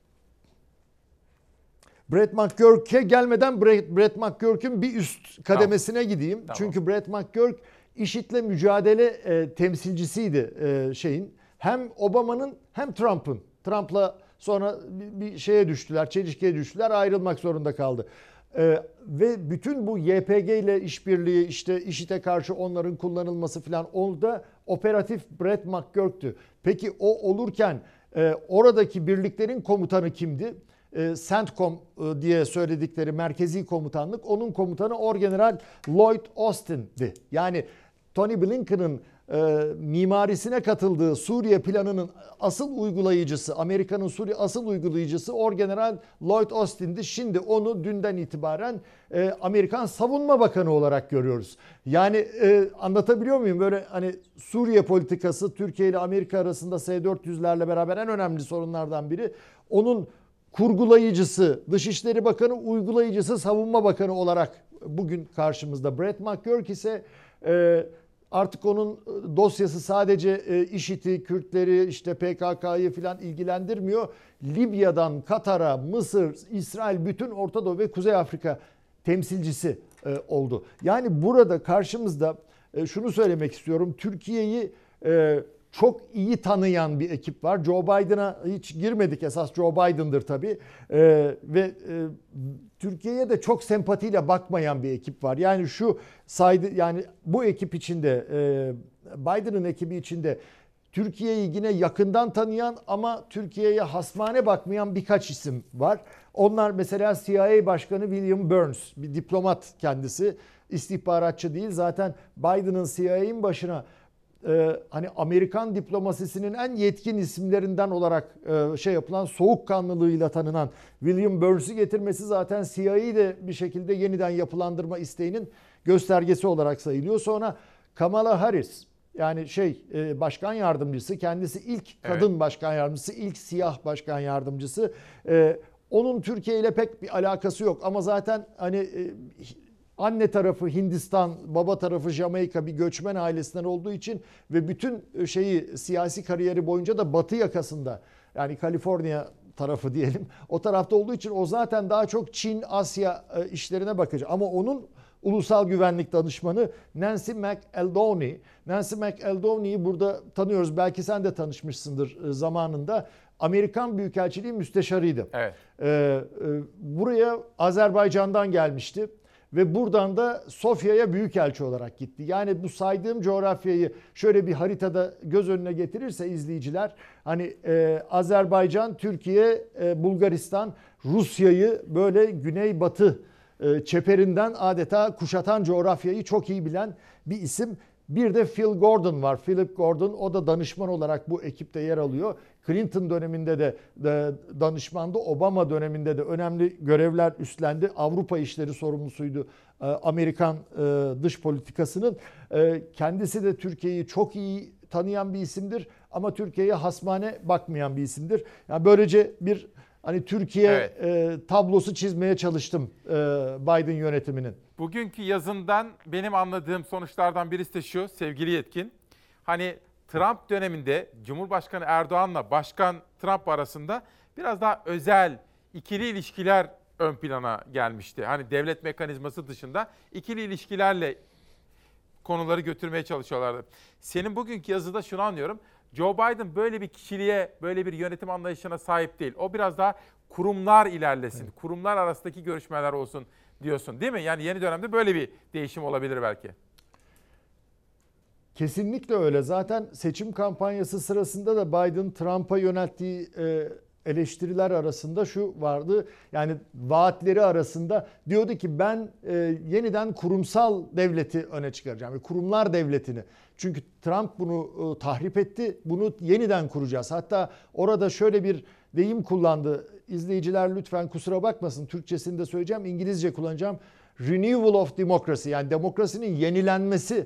Brett McGurk'e gelmeden Brett McGurk'ün bir üst kademesine gideyim. Tamam. Çünkü Brett McGurk IŞİD'le mücadele temsilcisiydi hem Obama'nın hem Trump'ın. Trump'la sonra bir çelişkiye düştüler, ayrılmak zorunda kaldı. Ve bütün bu YPG ile işbirliği, işte IŞİD'e karşı onların kullanılması falan, orada operatif Brett McGurk'tü. Peki o olurken oradaki birliklerin komutanı kimdi? CENTCOM diye söyledikleri merkezi komutanlık, onun komutanı Orgeneral Lloyd Austin'di. Yani Tony Blinken'ın mimarisine katıldığı Suriye planının asıl uygulayıcısı, Amerika'nın Suriye asıl uygulayıcısı Orgeneral Lloyd Austin'di. Şimdi onu dünden itibaren Amerikan Savunma Bakanı olarak görüyoruz. Yani anlatabiliyor muyum? Böyle hani Suriye politikası Türkiye ile Amerika arasında S-400'lerle beraber en önemli sorunlardan biri. Onun kurgulayıcısı, Dışişleri Bakanı, uygulayıcısı, Savunma Bakanı olarak bugün karşımızda. Brett McGurk ise artık onun dosyası sadece IŞİD'i, Kürtleri, işte PKK'yı falan ilgilendirmiyor. Libya'dan Katar'a, Mısır, İsrail, bütün Orta Doğu ve Kuzey Afrika temsilcisi oldu. Yani burada karşımızda şunu söylemek istiyorum. Türkiye'yi çok iyi tanıyan bir ekip var. Joe Biden'a hiç girmedik, esas Joe Biden'dır tabii. Türkiye'ye de çok sempatiyle bakmayan bir ekip var. Yani yani bu ekip içinde, Biden'ın ekibi içinde Türkiye'yi yine yakından tanıyan ama Türkiye'ye hasmane bakmayan birkaç isim var. Onlar mesela CIA Başkanı William Burns, bir diplomat kendisi, istihbaratçı değil. Zaten Biden'ın CIA'nin başına hani Amerikan diplomasisinin en yetkin isimlerinden olarak yapılan, soğukkanlılığıyla tanınan William Burns'ü getirmesi zaten CIA'yı de bir şekilde yeniden yapılandırma isteğinin göstergesi olarak sayılıyor. Sonra Kamala Harris, yani başkan yardımcısı, kendisi ilk kadın başkan yardımcısı, ilk siyah başkan yardımcısı. Onun Türkiye ile pek bir alakası yok ama zaten hani anne tarafı Hindistan, baba tarafı Jamaika bir göçmen ailesinden olduğu için ve bütün siyasi kariyeri boyunca da batı yakasında, yani Kaliforniya tarafı diyelim, o tarafta olduğu için o zaten daha çok Çin, Asya işlerine bakacak. Ama onun ulusal güvenlik danışmanı Nancy McEldowney. Nancy McEldowney'i burada tanıyoruz. Belki sen de tanışmışsındır zamanında. Amerikan Büyükelçiliği müsteşarıydı. Evet. Buraya Azerbaycan'dan gelmişti. Ve buradan da Sofya'ya büyükelçi olarak gitti. Yani bu saydığım coğrafyayı şöyle bir haritada göz önüne getirirse izleyiciler, hani Azerbaycan, Türkiye, Bulgaristan, Rusya'yı böyle güneybatı çeperinden adeta kuşatan coğrafyayı çok iyi bilen bir isim. Bir de Phil Gordon var. Philip Gordon, o da danışman olarak bu ekipte yer alıyor. Clinton döneminde de danışmandı. Obama döneminde de önemli görevler üstlendi. Avrupa işleri sorumlusuydu Amerikan dış politikasının. Kendisi de Türkiye'yi çok iyi tanıyan bir isimdir. Ama Türkiye'ye hasmane bakmayan bir isimdir. Yani böylece bir hani Türkiye tablosu çizmeye çalıştım Biden yönetiminin. Bugünkü yazından benim anladığım sonuçlardan birisi de şu sevgili Yetkin. Hani Trump döneminde Cumhurbaşkanı Erdoğan'la Başkan Trump arasında biraz daha özel ikili ilişkiler ön plana gelmişti. Hani devlet mekanizması dışında ikili ilişkilerle konuları götürmeye çalışıyorlardı. Senin bugünkü yazıda şunu anlıyorum. Joe Biden böyle bir kişiliğe, böyle bir yönetim anlayışına sahip değil. O biraz daha kurumlar ilerlesin, kurumlar arasındaki görüşmeler olsun diyorsun değil mi? Yani yeni dönemde böyle bir değişim olabilir belki. Kesinlikle öyle. Zaten seçim kampanyası sırasında da Biden Trump'a yönelttiği eleştiriler arasında şu vardı. Yani vaatleri arasında diyordu ki ben yeniden kurumsal devleti öne çıkaracağım. Kurumlar devletini. Çünkü Trump bunu tahrip etti. Bunu yeniden kuracağız. Hatta orada şöyle bir deyim kullandı. İzleyiciler lütfen kusura bakmasın. Türkçesini de söyleyeceğim. İngilizce kullanacağım. Renewal of democracy. Yani demokrasinin yenilenmesi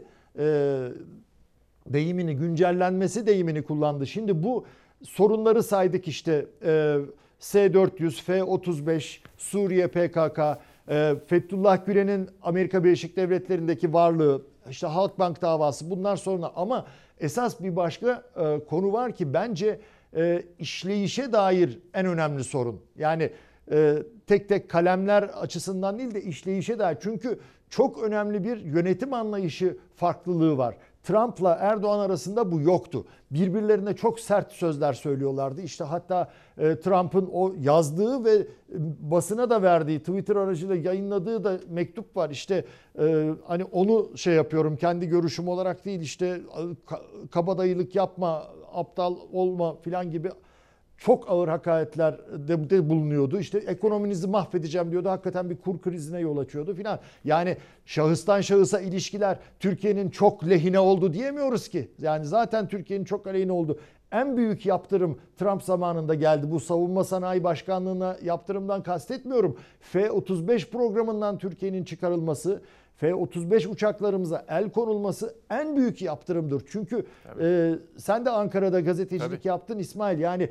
deyimini, güncellenmesi deyimini kullandı. Şimdi bu sorunları saydık işte. S-400, F-35, Suriye PKK, Fethullah Gülen'in Amerika Birleşik Devletleri'ndeki varlığı, işte Halkbank davası, bunlar sorunlar. Ama esas bir başka konu var ki bence işleyişe dair en önemli sorun. Yani tek tek kalemler açısından değil de işleyişe dair. Çünkü çok önemli bir yönetim anlayışı farklılığı var. Trump'la Erdoğan arasında bu yoktu. Birbirlerine çok sert sözler söylüyorlardı. İşte hatta Trump'ın o yazdığı ve basına da verdiği, Twitter aracılığıyla yayınladığı da mektup var. İşte hani onu yapıyorum kendi görüşüm olarak değil, işte kabadayılık yapma, aptal olma filan gibi çok ağır hakaretler de bulunuyordu. İşte ekonominizi mahvedeceğim diyordu. Hakikaten bir kur krizine yol açıyordu filan. Yani şahıstan şahısa ilişkiler Türkiye'nin çok lehine oldu diyemiyoruz ki. Yani zaten Türkiye'nin çok aleyhine oldu. En büyük yaptırım Trump zamanında geldi. Bu savunma sanayi başkanlığına yaptırımdan kastetmiyorum. F-35 programından Türkiye'nin çıkarılması, F-35 uçaklarımıza el konulması en büyük yaptırımdır. Çünkü sen de Ankara'da gazetecilik yaptın İsmail. Yani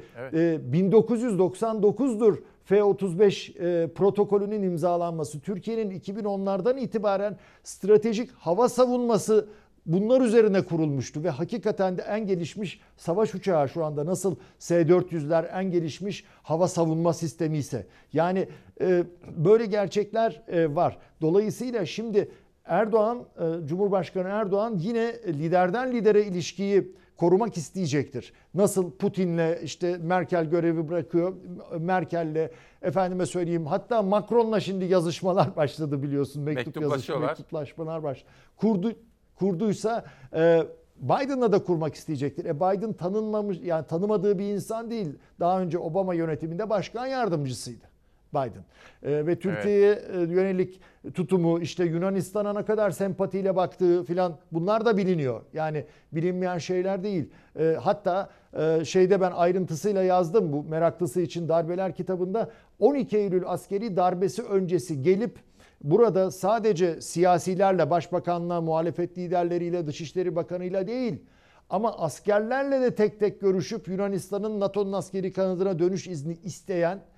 1999'dur F-35 protokolünün imzalanması. Türkiye'nin 2010'lardan itibaren stratejik hava savunması bunlar üzerine kurulmuştu. Ve hakikaten de en gelişmiş savaş uçağı şu anda nasıl S-400'ler en gelişmiş hava savunma sistemi ise. Yani böyle gerçekler var. Dolayısıyla şimdi Erdoğan, Cumhurbaşkanı Erdoğan yine liderden lidere ilişkiyi korumak isteyecektir. Nasıl Putin'le işte Merkel görevi bırakıyor, Merkel'le efendime söyleyeyim hatta Macron'la şimdi yazışmalar başladı biliyorsun. Mektuplaşmalar başladı. Kurduysa Biden'la da kurmak isteyecektir. Biden tanımadığı bir insan değil. Daha önce Obama yönetiminde başkan yardımcısıydı Biden. Ve Türkiye'ye yönelik tutumu, işte Yunanistan'a ne kadar sempatiyle baktığı filan, bunlar da biliniyor. Yani bilinmeyen şeyler değil. Hatta ben ayrıntısıyla yazdım bu meraklısı için Darbeler kitabında. 12 Eylül askeri darbesi öncesi gelip burada sadece siyasilerle, başbakanla, muhalefet liderleriyle, Dışişleri Bakanı'yla değil ama askerlerle de tek tek görüşüp Yunanistan'ın NATO'nun askeri kanadına dönüş izni isteyen,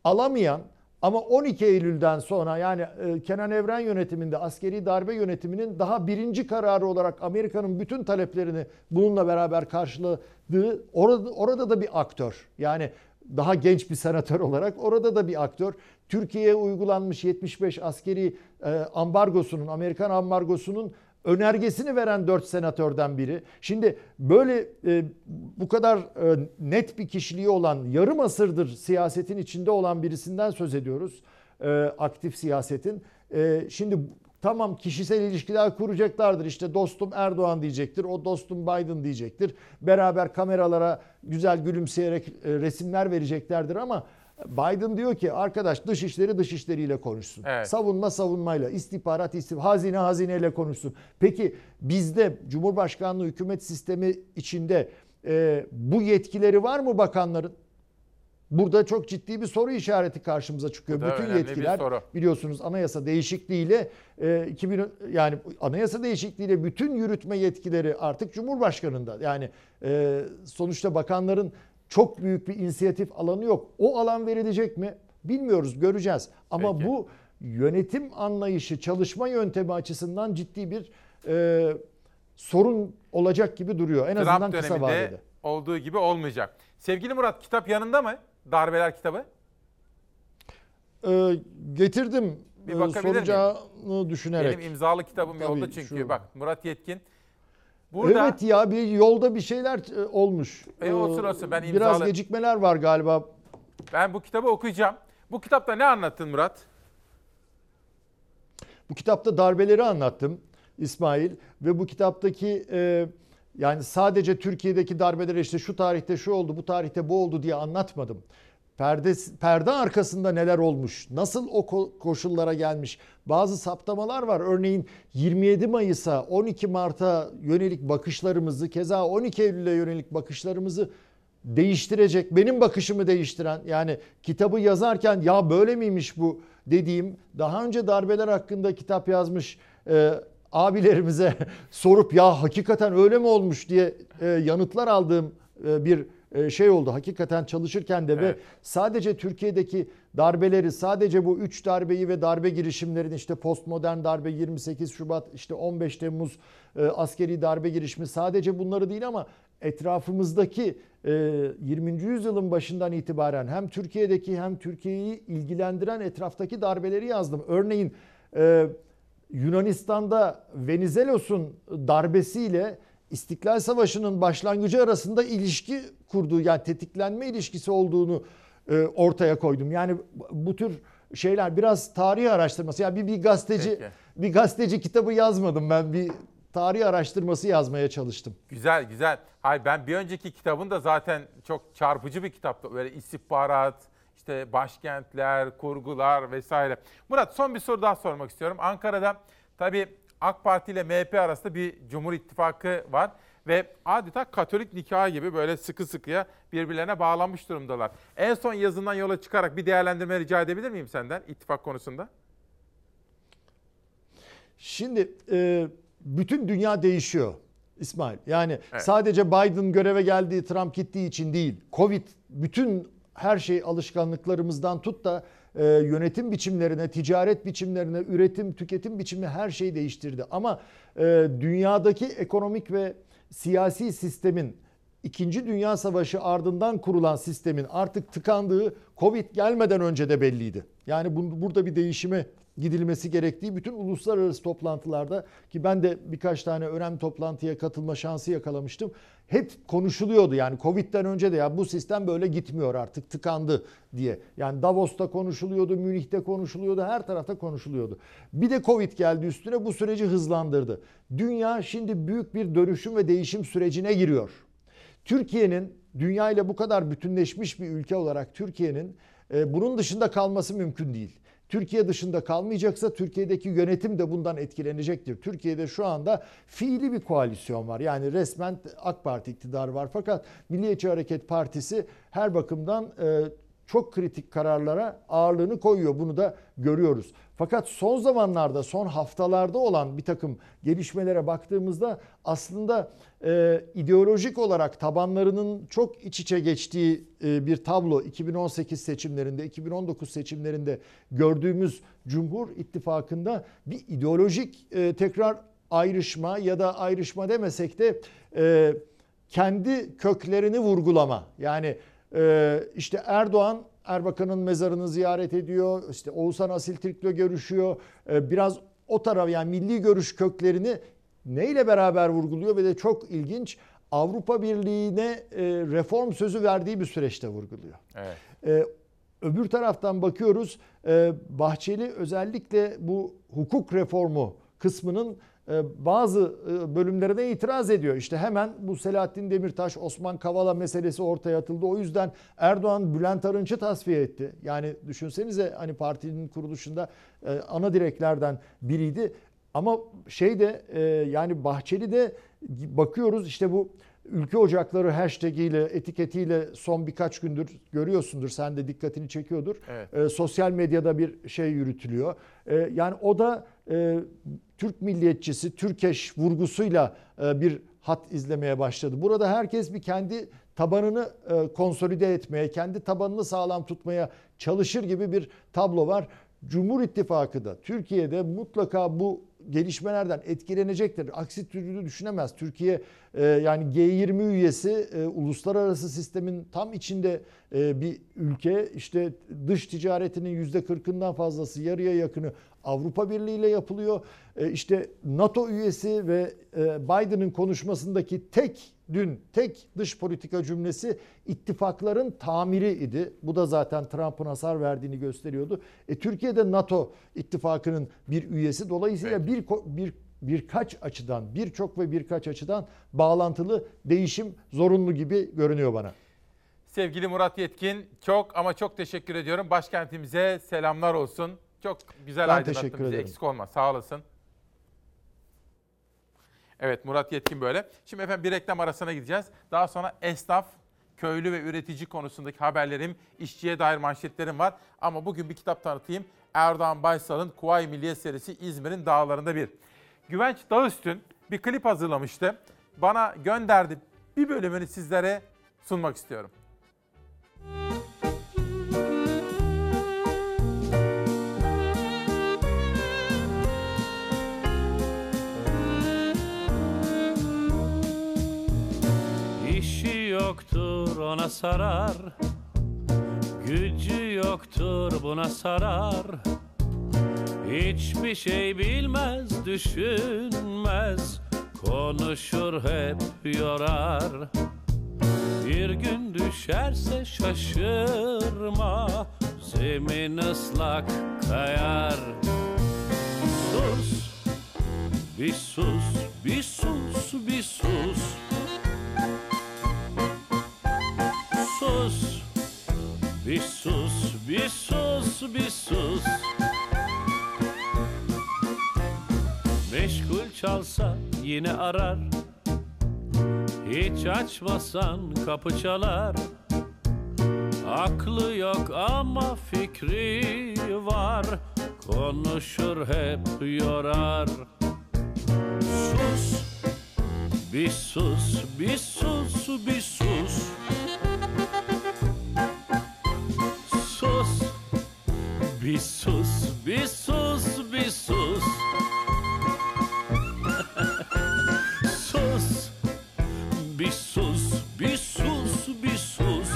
alamayan ama 12 Eylül'den sonra yani Kenan Evren yönetiminde askeri darbe yönetiminin daha birinci kararı olarak Amerika'nın bütün taleplerini bununla beraber karşıladığı orada da bir aktör. Yani daha genç bir senatör olarak orada da bir aktör. Türkiye'ye uygulanmış 75 askeri ambargosunun, Amerikan ambargosunun önergesini veren 4 senatörden biri. Şimdi böyle bu kadar net bir kişiliği olan, yarım asırdır siyasetin içinde olan birisinden söz ediyoruz. Aktif siyasetin. Şimdi tamam kişisel ilişkiler kuracaklardır. İşte dostum Erdoğan diyecektir. O dostum Biden diyecektir. Beraber kameralara güzel gülümseyerek resimler vereceklerdir ama Biden diyor ki arkadaş dışişleri dışişleriyle konuşsun. Evet. Savunma savunmayla, istihbarat hazine hazineyle konuşsun. Peki bizde Cumhurbaşkanlığı hükümet sistemi içinde bu yetkileri var mı bakanların? Burada çok ciddi bir soru işareti karşımıza çıkıyor. Bütün yetkiler biliyorsunuz anayasa değişikliğiyle yani anayasa değişikliğiyle bütün yürütme yetkileri artık Cumhurbaşkanı'nda. Yani sonuçta bakanların çok büyük bir inisiyatif alanı yok. O alan verilecek mi? Bilmiyoruz, göreceğiz. Ama peki, bu yönetim anlayışı, çalışma yöntemi açısından ciddi bir sorun olacak gibi duruyor. En azından kısa vadede. Olduğu gibi olmayacak. Sevgili Murat, kitap yanında mı? Darbeler kitabı. Getirdim. Bir bakabilir soracağını düşünerek. Benim imzalı kitabım tabii, yolda çünkü. Bak Murat Yetkin. Burada, evet ya bir yolda bir şeyler olmuş. Olsun ben biraz gecikmeler var galiba. Ben bu kitabı okuyacağım. Bu kitapta ne anlattın Murat? Bu kitapta darbeleri anlattım İsmail ve bu kitaptaki yani sadece Türkiye'deki darbeleri işte şu tarihte şu oldu, bu tarihte bu oldu diye anlatmadım. Perde arkasında neler olmuş, nasıl o koşullara gelmiş bazı saptamalar var. Örneğin 27 Mayıs'a 12 Mart'a yönelik bakışlarımızı keza 12 Eylül'e yönelik bakışlarımızı değiştirecek, benim bakışımı değiştiren yani kitabı yazarken ya böyle miymiş bu dediğim daha önce darbeler hakkında kitap yazmış abilerimize sorup ya hakikaten öyle mi olmuş diye yanıtlar aldığım bir şey oldu. Hakikaten çalışırken de evet. Ve sadece Türkiye'deki darbeleri sadece bu 3 darbeyi ve darbe girişimlerini işte postmodern darbe 28 Şubat işte 15 Temmuz askeri darbe girişimi sadece bunları değil ama etrafımızdaki 20. yüzyılın başından itibaren hem Türkiye'deki hem Türkiye'yi ilgilendiren etraftaki darbeleri yazdım. Örneğin Yunanistan'da Venizelos'un darbesiyle İstiklal Savaşı'nın başlangıcı arasında ilişki kurduğu yani tetiklenme ilişkisi olduğunu ortaya koydum. Yani bu tür şeyler biraz tarih araştırması. Yani bir gazeteci kitabı yazmadım ben. Bir tarih araştırması yazmaya çalıştım. Güzel. Hayır ben bir önceki kitabın da zaten çok çarpıcı bir kitaptı. Böyle istihbarat, işte başkentler, kurgular vesaire. Murat son bir soru daha sormak istiyorum. Ankara'da tabii AK Parti ile MHP arasında bir Cumhur İttifakı var ve adeta Katolik nikahı gibi böyle sıkı sıkıya birbirlerine bağlanmış durumdalar. En son yazından yola çıkarak bir değerlendirme rica edebilir miyim senden ittifak konusunda? Şimdi bütün dünya değişiyor İsmail. Yani evet. Sadece Biden göreve geldiği, Trump gittiği için değil. Covid bütün her şey alışkanlıklarımızdan tut da yönetim biçimlerine, ticaret biçimlerine, üretim, tüketim biçimi her şeyi değiştirdi. Ama dünyadaki ekonomik ve siyasi sistemin 2. Dünya Savaşı ardından kurulan sistemin artık tıkandığı Covid gelmeden önce de belliydi. Yani burada bir değişime gidilmesi gerektiği bütün uluslararası toplantılarda ki ben de birkaç tane önemli toplantıya katılma şansı yakalamıştım. Hep konuşuluyordu yani Covid'den önce de ya bu sistem böyle gitmiyor artık tıkandı diye. Yani Davos'ta konuşuluyordu, Münih'te konuşuluyordu, her tarafta konuşuluyordu. Bir de Covid geldi üstüne bu süreci hızlandırdı. Dünya şimdi büyük bir dönüşüm ve değişim sürecine giriyor. Türkiye'nin dünya ile bu kadar bütünleşmiş bir ülke olarak Türkiye'nin bunun dışında kalması mümkün değil. Türkiye dışında kalmayacaksa Türkiye'deki yönetim de bundan etkilenecektir. Türkiye'de şu anda fiili bir koalisyon var. Yani resmen AK Parti iktidarı var. Fakat Milliyetçi Hareket Partisi her bakımdan çok kritik kararlara ağırlığını koyuyor. Bunu da görüyoruz. Fakat son zamanlarda, son haftalarda olan bir takım gelişmelere baktığımızda aslında ideolojik olarak tabanlarının çok iç içe geçtiği bir tablo 2018 seçimlerinde, 2019 seçimlerinde gördüğümüz Cumhur İttifakı'nda bir ideolojik tekrar ayrışma ya da ayrışma demesek de kendi köklerini vurgulama. Yani işte Erdoğan Erbakan'ın mezarını ziyaret ediyor. İşte Oğuzhan Asiltürk'le görüşüyor. Biraz o taraf, yani milli görüş köklerini neyle beraber vurguluyor ve de çok ilginç, Avrupa Birliği'ne reform sözü verdiği bir süreçte vurguluyor. Evet. Öbür taraftan bakıyoruz, Bahçeli özellikle bu hukuk reformu kısmının bazı bölümlerine itiraz ediyor. İşte hemen bu Selahattin Demirtaş, Osman Kavala meselesi ortaya atıldı. O yüzden Erdoğan Bülent Arınç'ı tasfiye etti. Yani düşünsenize, hani partinin kuruluşunda ana direklerden biriydi. Ama yani Bahçeli'de bakıyoruz, işte bu Ülke Ocakları hashtagiyle, etiketiyle son birkaç gündür görüyorsundur. Sen de dikkatini çekiyordur. Evet. Sosyal medyada bir şey yürütülüyor. Yani o da Türk milliyetçisi, Türkeş vurgusuyla bir hat izlemeye başladı. Burada herkes bir kendi tabanını konsolide etmeye, kendi tabanını sağlam tutmaya çalışır gibi bir tablo var. Cumhur İttifakı da Türkiye'de mutlaka bu gelişmelerden etkilenecektir. Aksi türlü düşünemez. Türkiye yani G20 üyesi, uluslararası sistemin tam içinde bir ülke. İşte dış ticaretinin %40'ından fazlası, yarıya yakını Avrupa Birliği ile yapılıyor. İşte NATO üyesi ve Biden'ın konuşmasındaki tek dış politika cümlesi ittifakların tamiri idi. Bu da zaten Trump'ın hasar verdiğini gösteriyordu. Türkiye'de NATO ittifakının bir üyesi. Dolayısıyla birkaç açıdan bağlantılı değişim zorunlu gibi görünüyor bana. Sevgili Murat Yetkin, çok ama çok teşekkür ediyorum. Başkentimize selamlar olsun. Çok güzel aydınlattın bizi. Eksik olma. Sağ olasın. Evet, Murat Yetkin böyle. Şimdi efendim bir reklam arasına gideceğiz. Daha sonra esnaf, köylü ve üretici konusundaki haberlerim, işçiye dair manşetlerim var. Ama bugün bir kitap tanıtayım. Erdoğan Baysal'ın Kuvayi Milliye serisi, İzmir'in dağlarında bir. Güvenç Dağüstün bir klip hazırlamıştı. Bana gönderdi. Bir bölümünü sizlere sunmak istiyorum. İşi yoktur ona sarar, gücü yoktur buna sarar. Hiçbir şey bilmez, düşünmez, konuşur hep yorar. Bir gün düşerse şaşırma, zemin ıslak kayar. Sus, bir sus, bir sus, bir sus. Sus, bir sus, bir sus, bir sus. Meşgul çalsa yine arar, hiç açmasan kapı çalar. Aklı yok ama fikri var, konuşur hep yorar. Sus, bir sus, bir sus, bir sus. Sus, bir sus, bir sus, bir sus. Sus, bir sus, bir sus, bir sus.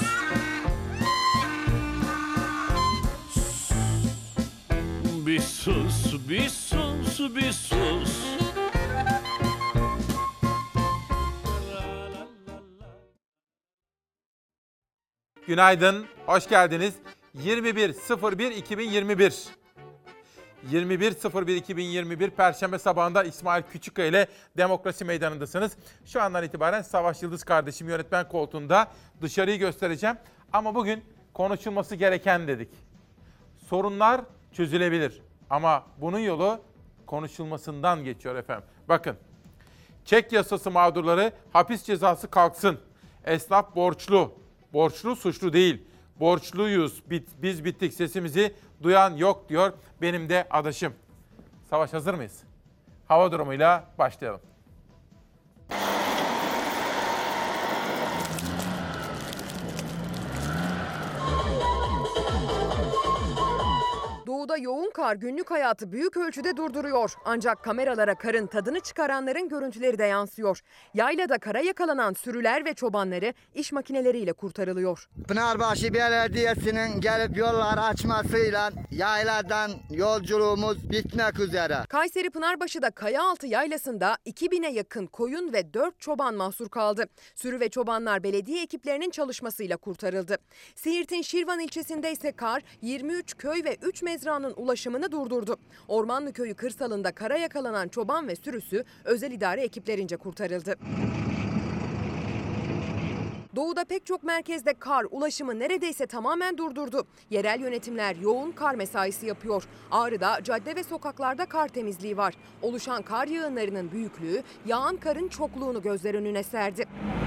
Bir sus, bir sus, bir sus. Günaydın, hoş geldiniz. 21.01.2021. 21.01.2021 Perşembe sabahında İsmail Küçükkaya ile Demokrasi Meydanı'ndasınız. Şu andan itibaren Savaş Yıldız kardeşim yönetmen koltuğunda, dışarıyı göstereceğim. Ama bugün konuşulması gereken dedik. Sorunlar çözülebilir ama bunun yolu konuşulmasından geçiyor efendim. Bakın, çek yasası mağdurları hapis cezası kalksın. Esnaf borçlu suçlu değil. Borçluyuz, biz bittik, sesimizi duyan yok diyor benim de adaşım. Savaş, hazır mıyız? Hava durumuyla başlayalım. Doğuda yoğun kar günlük hayatı büyük ölçüde durduruyor. Ancak kameralara karın tadını çıkaranların görüntüleri de yansıyor. Yaylada kara yakalanan sürüler ve çobanları iş makineleriyle kurtarılıyor. Pınarbaşı Belediyesi'nin gelip yollar açmasıyla yayladan yolculuğumuz bitmek üzere. Kayseri Pınarbaşı'da Kayaaltı Yaylası'nda 2000'e yakın koyun ve 4 çoban mahsur kaldı. Sürü ve çobanlar belediye ekiplerinin çalışmasıyla kurtarıldı. Siirt'in Şirvan ilçesinde ise kar 23 köy ve 3 mezranın ulaşımını durdurdu. Ormanlı Köyü kırsalında kara yakalanan çoban ve sürüsü özel idare ekiplerince kurtarıldı. Doğuda pek çok merkezde kar ulaşımı neredeyse tamamen durdurdu. Yerel yönetimler yoğun kar mesaisi yapıyor. Ağrı'da cadde ve sokaklarda kar temizliği var. Oluşan kar yağınlarının büyüklüğü yağan karın çokluğunu gözler önüne serdi.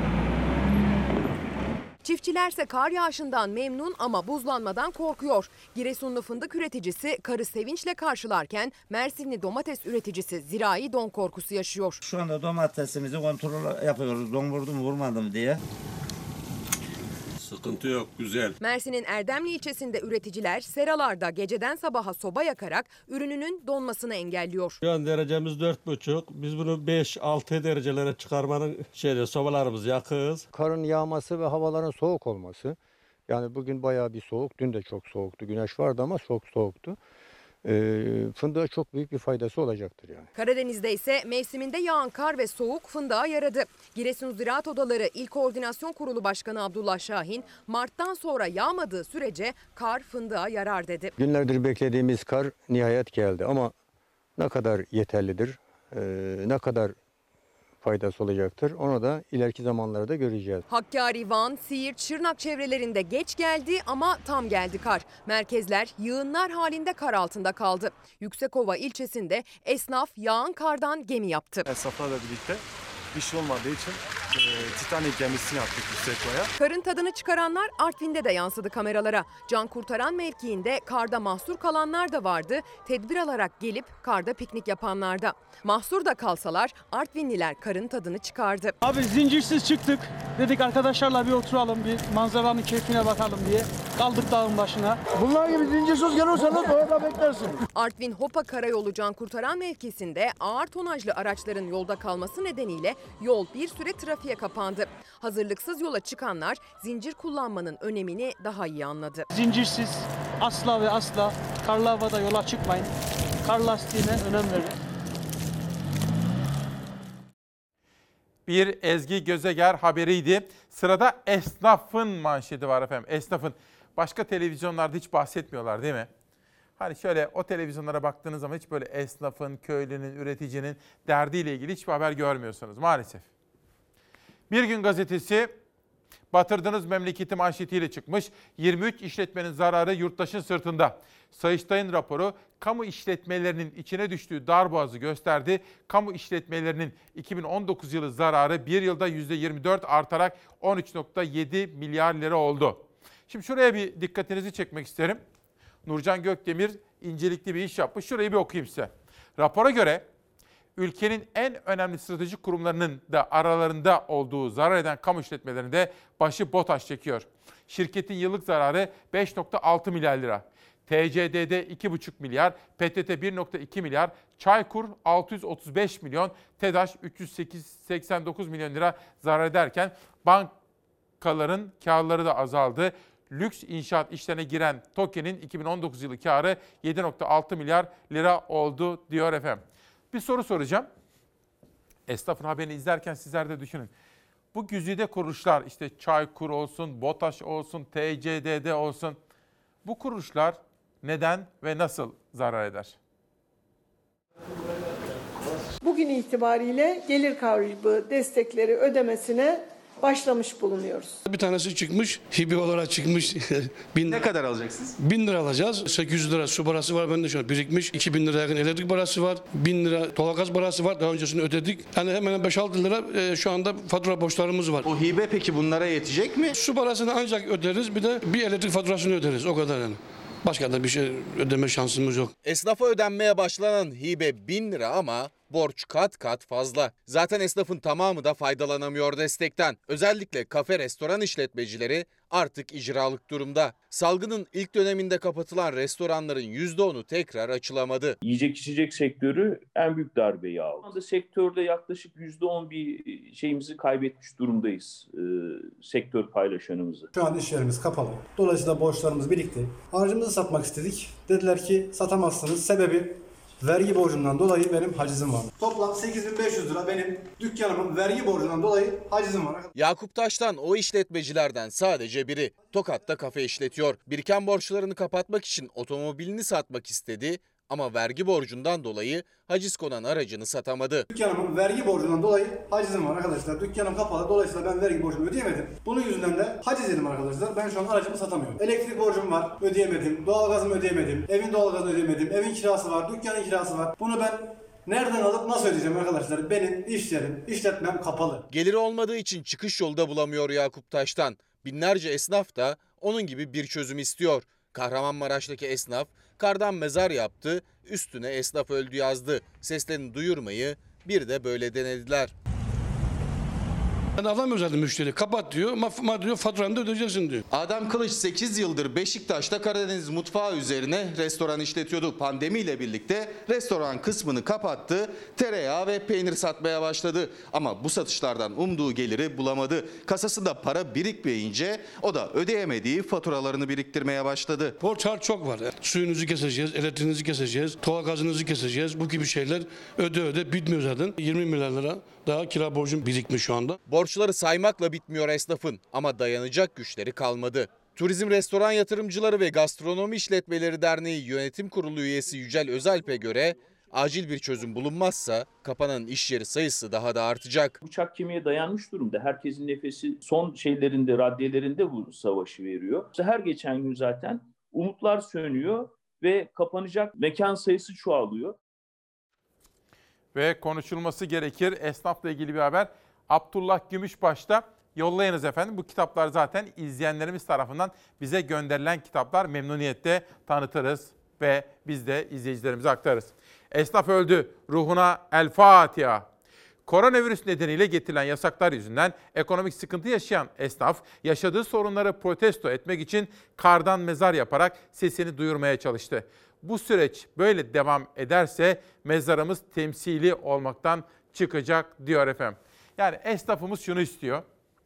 Çiftçilerse kar yağışından memnun ama buzlanmadan korkuyor. Giresunlu fındık üreticisi karı sevinçle karşılarken Mersinli domates üreticisi zirai don korkusu yaşıyor. Şu anda domatesimizi kontrol yapıyoruz. Don vurdum vurmadım diye. Sıkıntı yok, güzel. Mersin'in Erdemli ilçesinde üreticiler seralarda geceden sabaha soba yakarak ürününün donmasını engelliyor. Şu an derecemiz 4,5. Biz bunu 5-6 derecelere çıkarmanın sobalarımız yakığız. Karın yağması ve havaların soğuk olması. Yani bugün bayağı bir soğuk. Dün de çok soğuktu. Güneş vardı ama çok soğuktu. Fındığa çok büyük bir faydası olacaktır yani. Karadeniz'de ise mevsiminde yağan kar ve soğuk fındığa yaradı. Giresun Ziraat Odaları İl Koordinasyon Kurulu Başkanı Abdullah Şahin, Mart'tan sonra yağmadığı sürece kar fındığa yarar dedi. Günlerdir beklediğimiz kar nihayet geldi ama ne kadar yeterlidir, ne kadar faydası olacaktır. Onu da ileriki zamanlarda göreceğiz. Hakkari, Van, Siirt, Şırnak çevrelerinde geç geldi ama tam geldi kar. Merkezler yığınlar halinde kar altında kaldı. Yüksekova ilçesinde esnaf yağan kardan gemi yaptı. Esnaflarla birlikte bir şey olmadığı için Titanic gemisini yaptık Yüksekova'ya. Karın tadını çıkaranlar Artvin'de de yansıdı kameralara. Can kurtaran mevkiinde karda mahsur kalanlar da vardı. Tedbir alarak gelip karda piknik yapanlar da. Mahsur da kalsalar Artvinliler karın tadını çıkardı. Abi zincirsiz çıktık. Dedik arkadaşlarla bir oturalım, bir manzaranın keyfine bakalım diye. Kaldık dağın başına. Bunlar gibi zincirsiz gelirseniz orada beklersin. Artvin Hopa Karayolu Can Kurtaran mevkisinde ağır tonajlı araçların yolda kalması nedeniyle yol bir süre trafiğe kapandı. Hazırlıksız yola çıkanlar zincir kullanmanın önemini daha iyi anladı. Zincirsiz asla ve asla karlı havada yola çıkmayın. Kar lastiğine önem verin. Bir Ezgi Gözeger haberiydi. Sırada esnafın manşeti var efendim. Esnafın. Başka televizyonlarda hiç bahsetmiyorlar değil mi? Hani şöyle o televizyonlara baktığınız zaman hiç böyle esnafın, köylünün, üreticinin derdiyle ilgili hiçbir haber görmüyorsunuz maalesef. Bir Gün Gazetesi batırdınız memleketi manşetiyle çıkmış. 23 işletmenin zararı yurttaşın sırtında. Sayıştay'ın raporu kamu işletmelerinin içine düştüğü darboğazı gösterdi. Kamu işletmelerinin 2019 yılı zararı bir yılda %24 artarak 13,7 milyar lira oldu. Şimdi şuraya bir dikkatinizi çekmek isterim. Nurcan Gökdemir incelikli bir iş yapmış. Şurayı bir okuyayım size. Rapora göre ülkenin en önemli stratejik kurumlarının da aralarında olduğu zarar eden kamu işletmelerinde başı BOTAŞ çekiyor. Şirketin yıllık zararı 5,6 milyar lira. TCDD 2,5 milyar, PTT 1,2 milyar, Çaykur 635 milyon, TEDAŞ 389 milyon lira zarar ederken bankaların kârları da azaldı. Lüks inşaat işlerine giren TOKİ'nin 2019 yılı kârı 7,6 milyar lira oldu diyor efendim. Bir soru soracağım. Esnafın haberini izlerken sizler de düşünün. Bu güzide kuruluşlar işte Çaykur olsun, BOTAŞ olsun, TCDD olsun. Bu kuruluşlar neden ve nasıl zarar eder? Bugün itibariyle gelir kaybı destekleri ödemesine başlamış bulunuyoruz. Bir tanesi çıkmış, hibe olarak çıkmış. Ne kadar alacaksınız? 1000 lira alacağız. 800 lira su parası var bende şu an birikmiş. 2000 lira yakın elektrik parası var. 1000 lira doğalgaz parası var. Daha öncesini ödedik. Yani hemen 5-6 lira şu anda fatura borçlarımız var. O hibe peki bunlara yetecek mi? Su parasını ancak öderiz. Bir de bir elektrik faturasını öderiz. O kadar yani. Başka da bir şey ödeme şansımız yok. Esnafa ödenmeye başlanan hibe 1000 lira ama borç kat kat fazla. Zaten esnafın tamamı da faydalanamıyor destekten. Özellikle kafe, restoran işletmecileri artık icralık durumda. Salgının ilk döneminde kapatılan restoranların %10'u tekrar açılamadı. Yiyecek içecek sektörü en büyük darbeyi aldı. Şu anda sektörde yaklaşık %10 bir şeyimizi kaybetmiş durumdayız. Sektör paylaşanımızı. Şu an iş yerimiz kapalı. Dolayısıyla borçlarımız birikti. Aracımızı satmak istedik. Dediler ki satamazsınız. Sebebi vergi borcundan dolayı benim hacizim var. Toplam 8.500 lira benim dükkanımın vergi borcundan dolayı hacizim var. Yakup Taş'tan o işletmecilerden sadece biri. Tokat'ta kafe işletiyor. Biriken borçlarını kapatmak için otomobilini satmak istedi ama vergi borcundan dolayı haciz konan aracını satamadı. Dükkanımın vergi borcundan dolayı hacizim var arkadaşlar. Dükkanım kapalı. Dolayısıyla ben vergi borcumu ödeyemedim. Bunun yüzünden de haciz yedim arkadaşlar. Ben şu an aracımı satamıyorum. Elektrik borcum var. Ödeyemedim. Doğalgazımı ödeyemedim. Evin doğalgazını ödeyemedim. Evin kirası var. Dükkanın kirası var. Bunu ben nereden alıp nasıl ödeyeceğim arkadaşlar? Benim iş yerim, işletmem kapalı. Geliri olmadığı için çıkış yolu da bulamıyor Yakup Taş'tan. Binlerce esnaf da onun gibi bir çözüm istiyor. Kahramanmaraş'taki esnaf kardan mezar yaptı, üstüne esnaf öldü yazdı. Seslerini duyurmayı bir de böyle denediler. Ben alamıyorum zaten müşteri. Kapat diyor, diyor faturanı da ödeyeceksin diyor. Adem Kılıç 8 yıldır Beşiktaş'ta Karadeniz mutfağı üzerine restoran işletiyordu. Pandemiyle birlikte restoran kısmını kapattı, tereyağı ve peynir satmaya başladı. Ama bu satışlardan umduğu geliri bulamadı. Kasasında para birikmeyince o da ödeyemediği faturalarını biriktirmeye başladı. Borç harç çok var. Suyunuzu keseceğiz, elektriğinizi keseceğiz, doğalgazınızı keseceğiz. Bu gibi şeyler öde bitmiyor zaten. 20 milyar lira daha kira borcum birikmiş şu anda. Borçları saymakla bitmiyor esnafın ama dayanacak güçleri kalmadı. Turizm Restoran Yatırımcıları ve Gastronomi İşletmeleri Derneği Yönetim Kurulu üyesi Yücel Özalp'e göre acil bir çözüm bulunmazsa kapanan iş yeri sayısı daha da artacak. Bıçak kemiğe dayanmış durumda. Herkesin nefesi son şeylerinde, raddelerinde bu savaşı veriyor. Her geçen gün zaten umutlar sönüyor ve kapanacak mekan sayısı çoğalıyor. Ve konuşulması gerekir. Esnafla ilgili bir haber. Abdullah Gümüşbaş'ta yollayınız efendim. Bu kitaplar zaten izleyenlerimiz tarafından bize gönderilen kitaplar. Memnuniyetle tanıtırız ve biz de izleyicilerimize aktarırız. Esnaf öldü. Ruhuna El Fatiha. Koronavirüs nedeniyle getirilen yasaklar yüzünden ekonomik sıkıntı yaşayan esnaf, yaşadığı sorunları protesto etmek için kardan mezar yaparak sesini duyurmaya çalıştı. Bu süreç böyle devam ederse mezarımız temsili olmaktan çıkacak diyor efendim. Yani esnafımız şunu istiyor.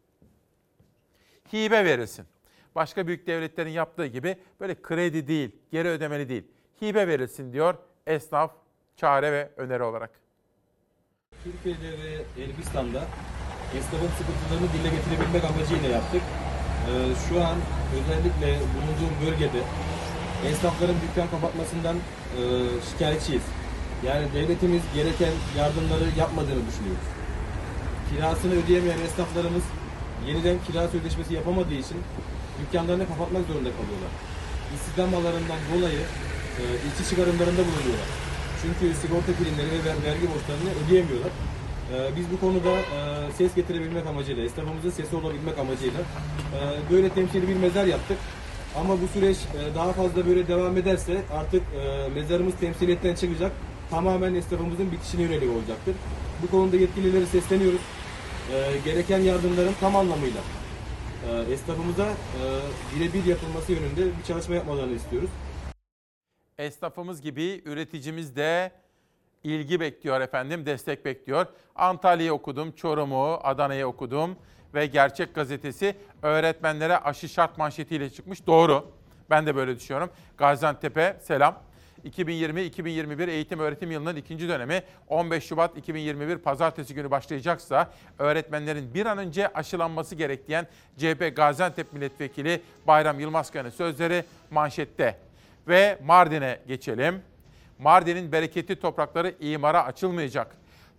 Hibe verilsin. Başka büyük devletlerin yaptığı gibi böyle kredi değil, geri ödemeli değil. Hibe verilsin diyor esnaf çare ve öneri olarak. Türkiye'de ve Elbistan'da esnafın sıkıntılarını dile getirebilmek amacıyla yaptık. Şu an özellikle bulunduğum bölgede esnafların dükkan kapatmasından şikayetçiyiz. Yani devletimiz gereken yardımları yapmadığını düşünüyoruz. Kirasını ödeyemeyen esnaflarımız yeniden kira sözleşmesi yapamadığı için dükkanlarını kapatmak zorunda kalıyorlar. İstihdamlarından dolayı işçi çıkarımlarında bulunuyorlar. Çünkü sigorta primleri ve vergi borçlarını ödeyemiyorlar. Biz bu konuda ses getirebilmek amacıyla, esnafımızın sesi olabilmek amacıyla böyle temsili bir mezar yaptık. Ama bu süreç daha fazla böyle devam ederse artık mezarımız temsiliyetten çıkacak. Tamamen esnafımızın bitişine yönelik olacaktır. Bu konuda yetkililere sesleniyoruz. Gereken yardımların tam anlamıyla esnafımıza birebir yapılması yönünde bir çalışma yapmalarını istiyoruz. Esnafımız gibi üreticimiz de ilgi bekliyor efendim, destek bekliyor. Antalya'yı okudum, Çorum'u, Adana'yı okudum ve Gerçek Gazetesi öğretmenlere aşı şart manşetiyle çıkmış. Doğru, ben de böyle düşünüyorum. Gaziantep'e selam. 2020-2021 eğitim öğretim yılının ikinci dönemi 15 Şubat 2021 Pazartesi günü başlayacaksa öğretmenlerin bir an önce aşılanması gerek diyen CHP Gaziantep Milletvekili Bayram Yılmazkaya'nın sözleri manşette. Ve Mardin'e geçelim. Mardin'in bereketli toprakları imara açılmayacak.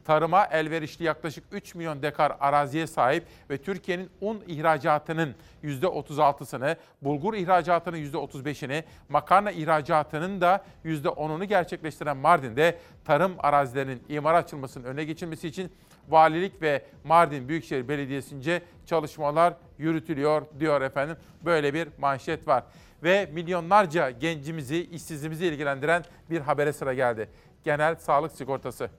tarıma elverişli yaklaşık 3 milyon dekar araziye sahip ve Türkiye'nin un ihracatının %36'sını, bulgur ihracatının %35'ini, makarna ihracatının da %10'unu gerçekleştiren Mardin'de tarım arazilerinin imara açılmasının önüne geçilmesi için Valilik ve Mardin Büyükşehir Belediyesi'nce çalışmalar yürütülüyor diyor efendim. Böyle bir manşet var. Ve milyonlarca gencimizi, işsizimizi ilgilendiren bir habere sıra geldi. Genel sağlık sigortası.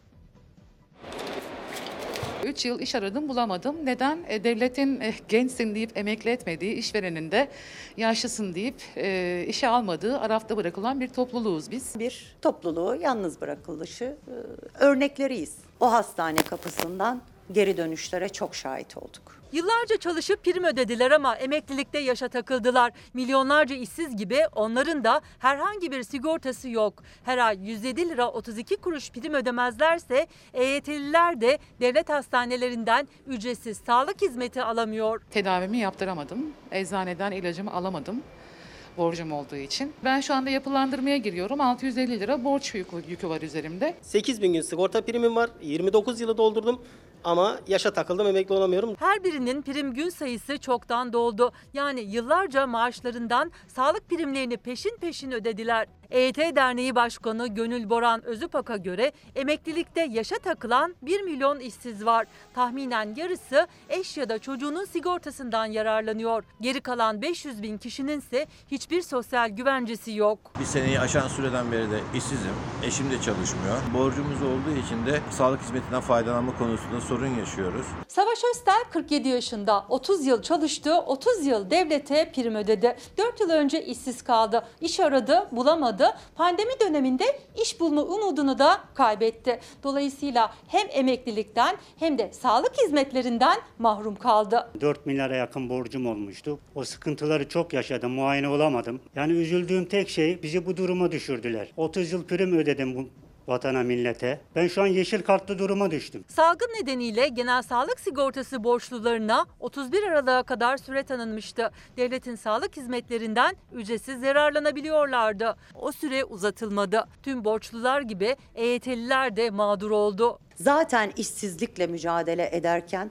3 yıl iş aradım, bulamadım. Neden? Devletin gençsin deyip emekli etmediği, işverenin de yaşlısın deyip işe almadığı, arafta bırakılan bir topluluğuz biz. Bir topluluğu yalnız bırakılışı örnekleriyiz. O hastane kapısından geri dönüşlere çok şahit olduk. Yıllarca çalışıp prim ödediler ama emeklilikte yaşa takıldılar. Milyonlarca işsiz gibi onların da herhangi bir sigortası yok. Her ay 107 lira 32 kuruş prim ödemezlerse EYT'liler de devlet hastanelerinden ücretsiz sağlık hizmeti alamıyor. Tedavimi yaptıramadım. Eczaneden ilacımı alamadım. Borcum olduğu için. Ben şu anda yapılandırmaya giriyorum. 650 lira borç yükü var üzerimde. 8.000 gün sigorta primim var. 29 yılı doldurdum. Ama yaşa takıldım, emekli olamıyorum. Her birinin prim gün sayısı çoktan doldu. Yani yıllarca maaşlarından sağlık primlerini peşin peşin ödediler. EYT Derneği Başkanı Gönül Boran Özüpak'a göre emeklilikte yaşa takılan 1 milyon işsiz var. Tahminen yarısı eş ya da çocuğunun sigortasından yararlanıyor. Geri kalan 500 bin kişinin ise hiçbir sosyal güvencesi yok. Bir seneyi aşan süreden beri de işsizim. Eşim de çalışmıyor. Borcumuz olduğu için de sağlık hizmetinden faydalanma konusunda sorun yaşıyoruz. Savaş Öster 47 yaşında. 30 yıl çalıştı, 30 yıl devlete prim ödedi. 4 yıl önce işsiz kaldı. İş aradı, bulamadı. Pandemi döneminde iş bulma umudunu da kaybetti. Dolayısıyla hem emeklilikten hem de sağlık hizmetlerinden mahrum kaldı. 4 milyara yakın borcum olmuştu. O sıkıntıları çok yaşadım, muayene olamadım. Yani üzüldüğüm tek şey bizi bu duruma düşürdüler. 30 yıl prim ödedim bu vatana, millete. Ben şu an yeşil kartlı duruma düştüm. Salgın nedeniyle genel sağlık sigortası borçlularına 31 Aralık'a kadar süre tanınmıştı. Devletin sağlık hizmetlerinden ücretsiz yararlanabiliyorlardı. O süre uzatılmadı. Tüm borçlular gibi EYT'liler de mağdur oldu. Zaten işsizlikle mücadele ederken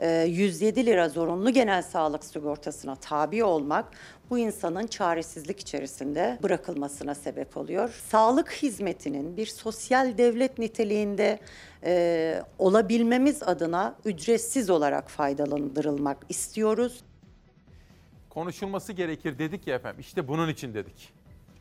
107 lira zorunlu genel sağlık sigortasına tabi olmak bu insanın çaresizlik içerisinde bırakılmasına sebep oluyor. Sağlık hizmetinin bir sosyal devlet niteliğinde olabilmemiz adına ücretsiz olarak faydalandırılmak istiyoruz. Konuşulması gerekir dedik ya efendim. İşte bunun için dedik.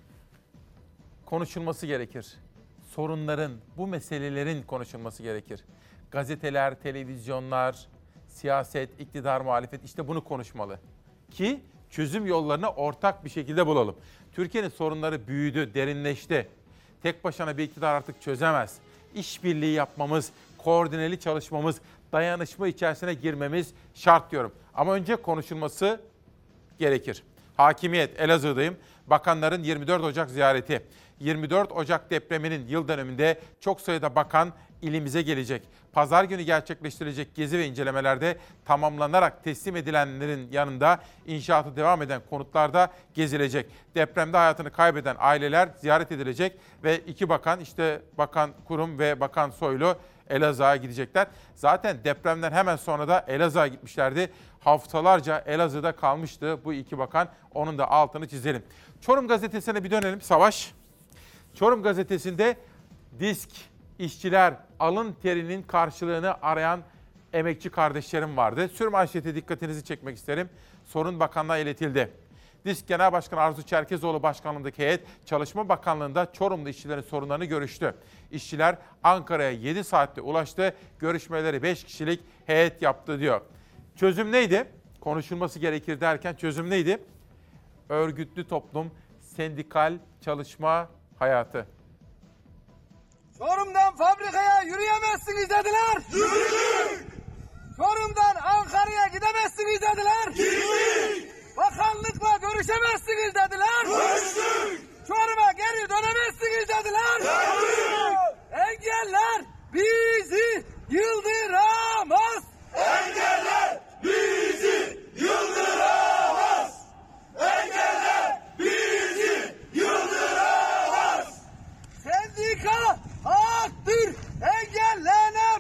Konuşulması gerekir. Sorunların, bu meselelerin konuşulması gerekir. Gazeteler, televizyonlar, siyaset, iktidar, muhalefet işte bunu konuşmalı. Ki çözüm yollarını ortak bir şekilde bulalım. Türkiye'nin sorunları büyüdü, derinleşti. Tek başına bir iktidar artık çözemez. İşbirliği yapmamız, koordineli çalışmamız, dayanışma içerisine girmemiz şart diyorum. Ama önce konuşulması gerekir. Hakimiyet, Elazığ'dayım. Bakanların 24 Ocak ziyareti. 24 Ocak depreminin yıl dönümünde çok sayıda bakan ilimize gelecek. Pazar günü gerçekleştirilecek gezi ve incelemelerde tamamlanarak teslim edilenlerin yanında inşaatı devam eden konutlarda gezilecek. Depremde hayatını kaybeden aileler ziyaret edilecek ve 2 bakan, işte Bakan Kurum ve Bakan Soylu Elazığ'a gidecekler. Zaten depremden hemen sonra da Elazığ'a gitmişlerdi. Haftalarca Elazığ'da kalmıştı bu 2 bakan. Onun da altını çizelim. Çorum Gazetesi'ne bir dönelim. Savaş. Çorum Gazetesi'nde disk, işçiler, alın terinin karşılığını arayan emekçi kardeşlerim vardı. Sürmanşete dikkatinizi çekmek isterim. Sorun bakanlığa iletildi. Disk Genel Başkanı Arzu Çerkezoğlu başkanlığındaki heyet Çalışma Bakanlığı'nda Çorumlu işçilerin sorunlarını görüştü. İşçiler Ankara'ya 7 saatte ulaştı. Görüşmeleri 5 kişilik heyet yaptı diyor. Çözüm neydi? Konuşulması gerekir derken çözüm neydi? Örgütlü toplum, sendikal çalışma hayatı. Çorum'dan fabrikaya yürüyemezsiniz dediler. Yürüdük. Çorum'dan Ankara'ya gidemezsiniz dediler. Gittik. Bakanlıkla görüşemezsiniz dediler. Görüştük. Çorum'a geri dönemezsiniz dediler. Geldik. Engeller bizi yıldıramaz. Engeller bizi yıldıramaz. Engeller bizi yıldıramaz. Sendika haktır, engellenemez.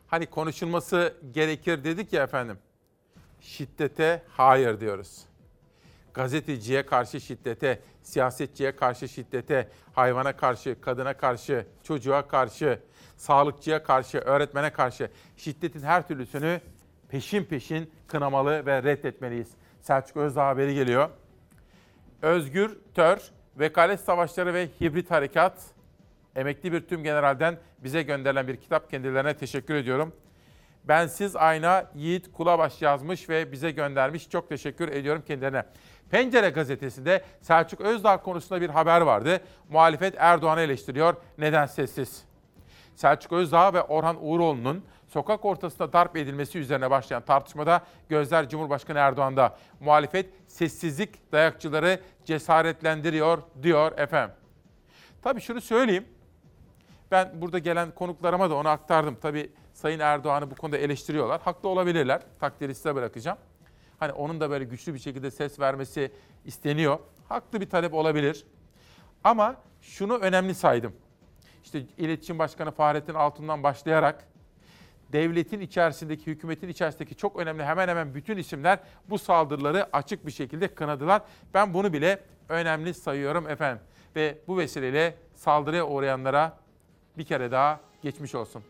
Hani konuşulması gerekir dedik ya efendim. Şiddete hayır diyoruz. Gazeteciye karşı şiddete, siyasetçiye karşı şiddete, hayvana karşı, kadına karşı, çocuğa karşı, sağlıkçıya karşı, öğretmene karşı şiddetin her türlüsünü peşin peşin kınamalı ve reddetmeliyiz. Selçuk Özdağ haberi geliyor. Özgür Tör, Vekalet Savaşları ve Hibrit Harekat, emekli bir tümgeneralden bize gönderilen bir kitap. Kendilerine teşekkür ediyorum. Bensiz Ayna Yiğit Kulabaş yazmış ve bize göndermiş. Çok teşekkür ediyorum kendilerine. Pencere gazetesinde Selçuk Özdağ konusunda bir haber vardı. Muhalefet Erdoğan'ı eleştiriyor. Neden sessiz? Selçuk Özdağ ve Orhan Uğuroğlu'nun sokak ortasında darp edilmesi üzerine başlayan tartışmada gözler Cumhurbaşkanı Erdoğan'da. Muhalefet sessizlik dayakçıları cesaretlendiriyor diyor efendim. Tabii şunu söyleyeyim. Ben burada gelen konuklarıma da onu aktardım. Tabii Sayın Erdoğan'ı bu konuda eleştiriyorlar. Haklı olabilirler. Takdiri size bırakacağım. Hani onun da böyle güçlü bir şekilde ses vermesi isteniyor. Haklı bir talep olabilir. Ama şunu önemli saydım. İşte İletişim Başkanı Fahrettin Altun'dan başlayarak devletin içerisindeki, hükümetin içerisindeki çok önemli hemen hemen bütün isimler bu saldırıları açık bir şekilde kınadılar. Ben bunu bile önemli sayıyorum efendim. Ve bu vesileyle saldırıya uğrayanlara bir kere daha geçmiş olsun.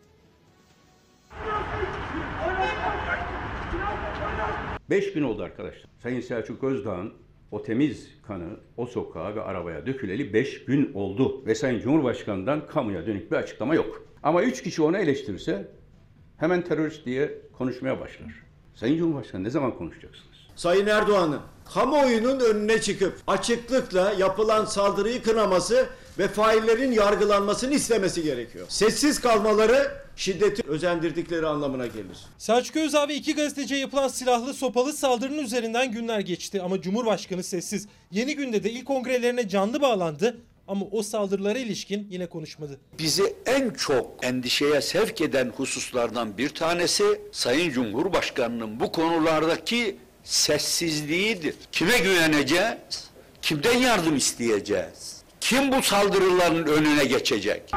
5 gün oldu arkadaşlar. Sayın Selçuk Özdağ'ın o temiz kanı o sokağa ve arabaya döküleli 5 gün oldu. Ve Sayın Cumhurbaşkanı'ndan kamuya dönük bir açıklama yok. Ama 3 kişi onu eleştirirse hemen terörist diye konuşmaya başlar. Sayın Cumhurbaşkanı ne zaman konuşacaksınız? Sayın Erdoğan'ın kamuoyunun önüne çıkıp açıklıkla yapılan saldırıyı kınaması ve faillerin yargılanmasını istemesi gerekiyor. Sessiz kalmaları şiddeti özendirdikleri anlamına gelir. Selçuk Özdağ ve 2 gazeteciye yapılan silahlı sopalı saldırının üzerinden günler geçti ama Cumhurbaşkanı sessiz. Yeni Günde de il kongrelerine canlı bağlandı ama o saldırılara ilişkin yine konuşmadı. Bizi en çok endişeye sevk eden hususlardan bir tanesi Sayın Cumhurbaşkanı'nın bu konulardaki sessizliğidir. Kime güveneceğiz? Kimden yardım isteyeceğiz? Kim bu saldırıların önüne geçecek?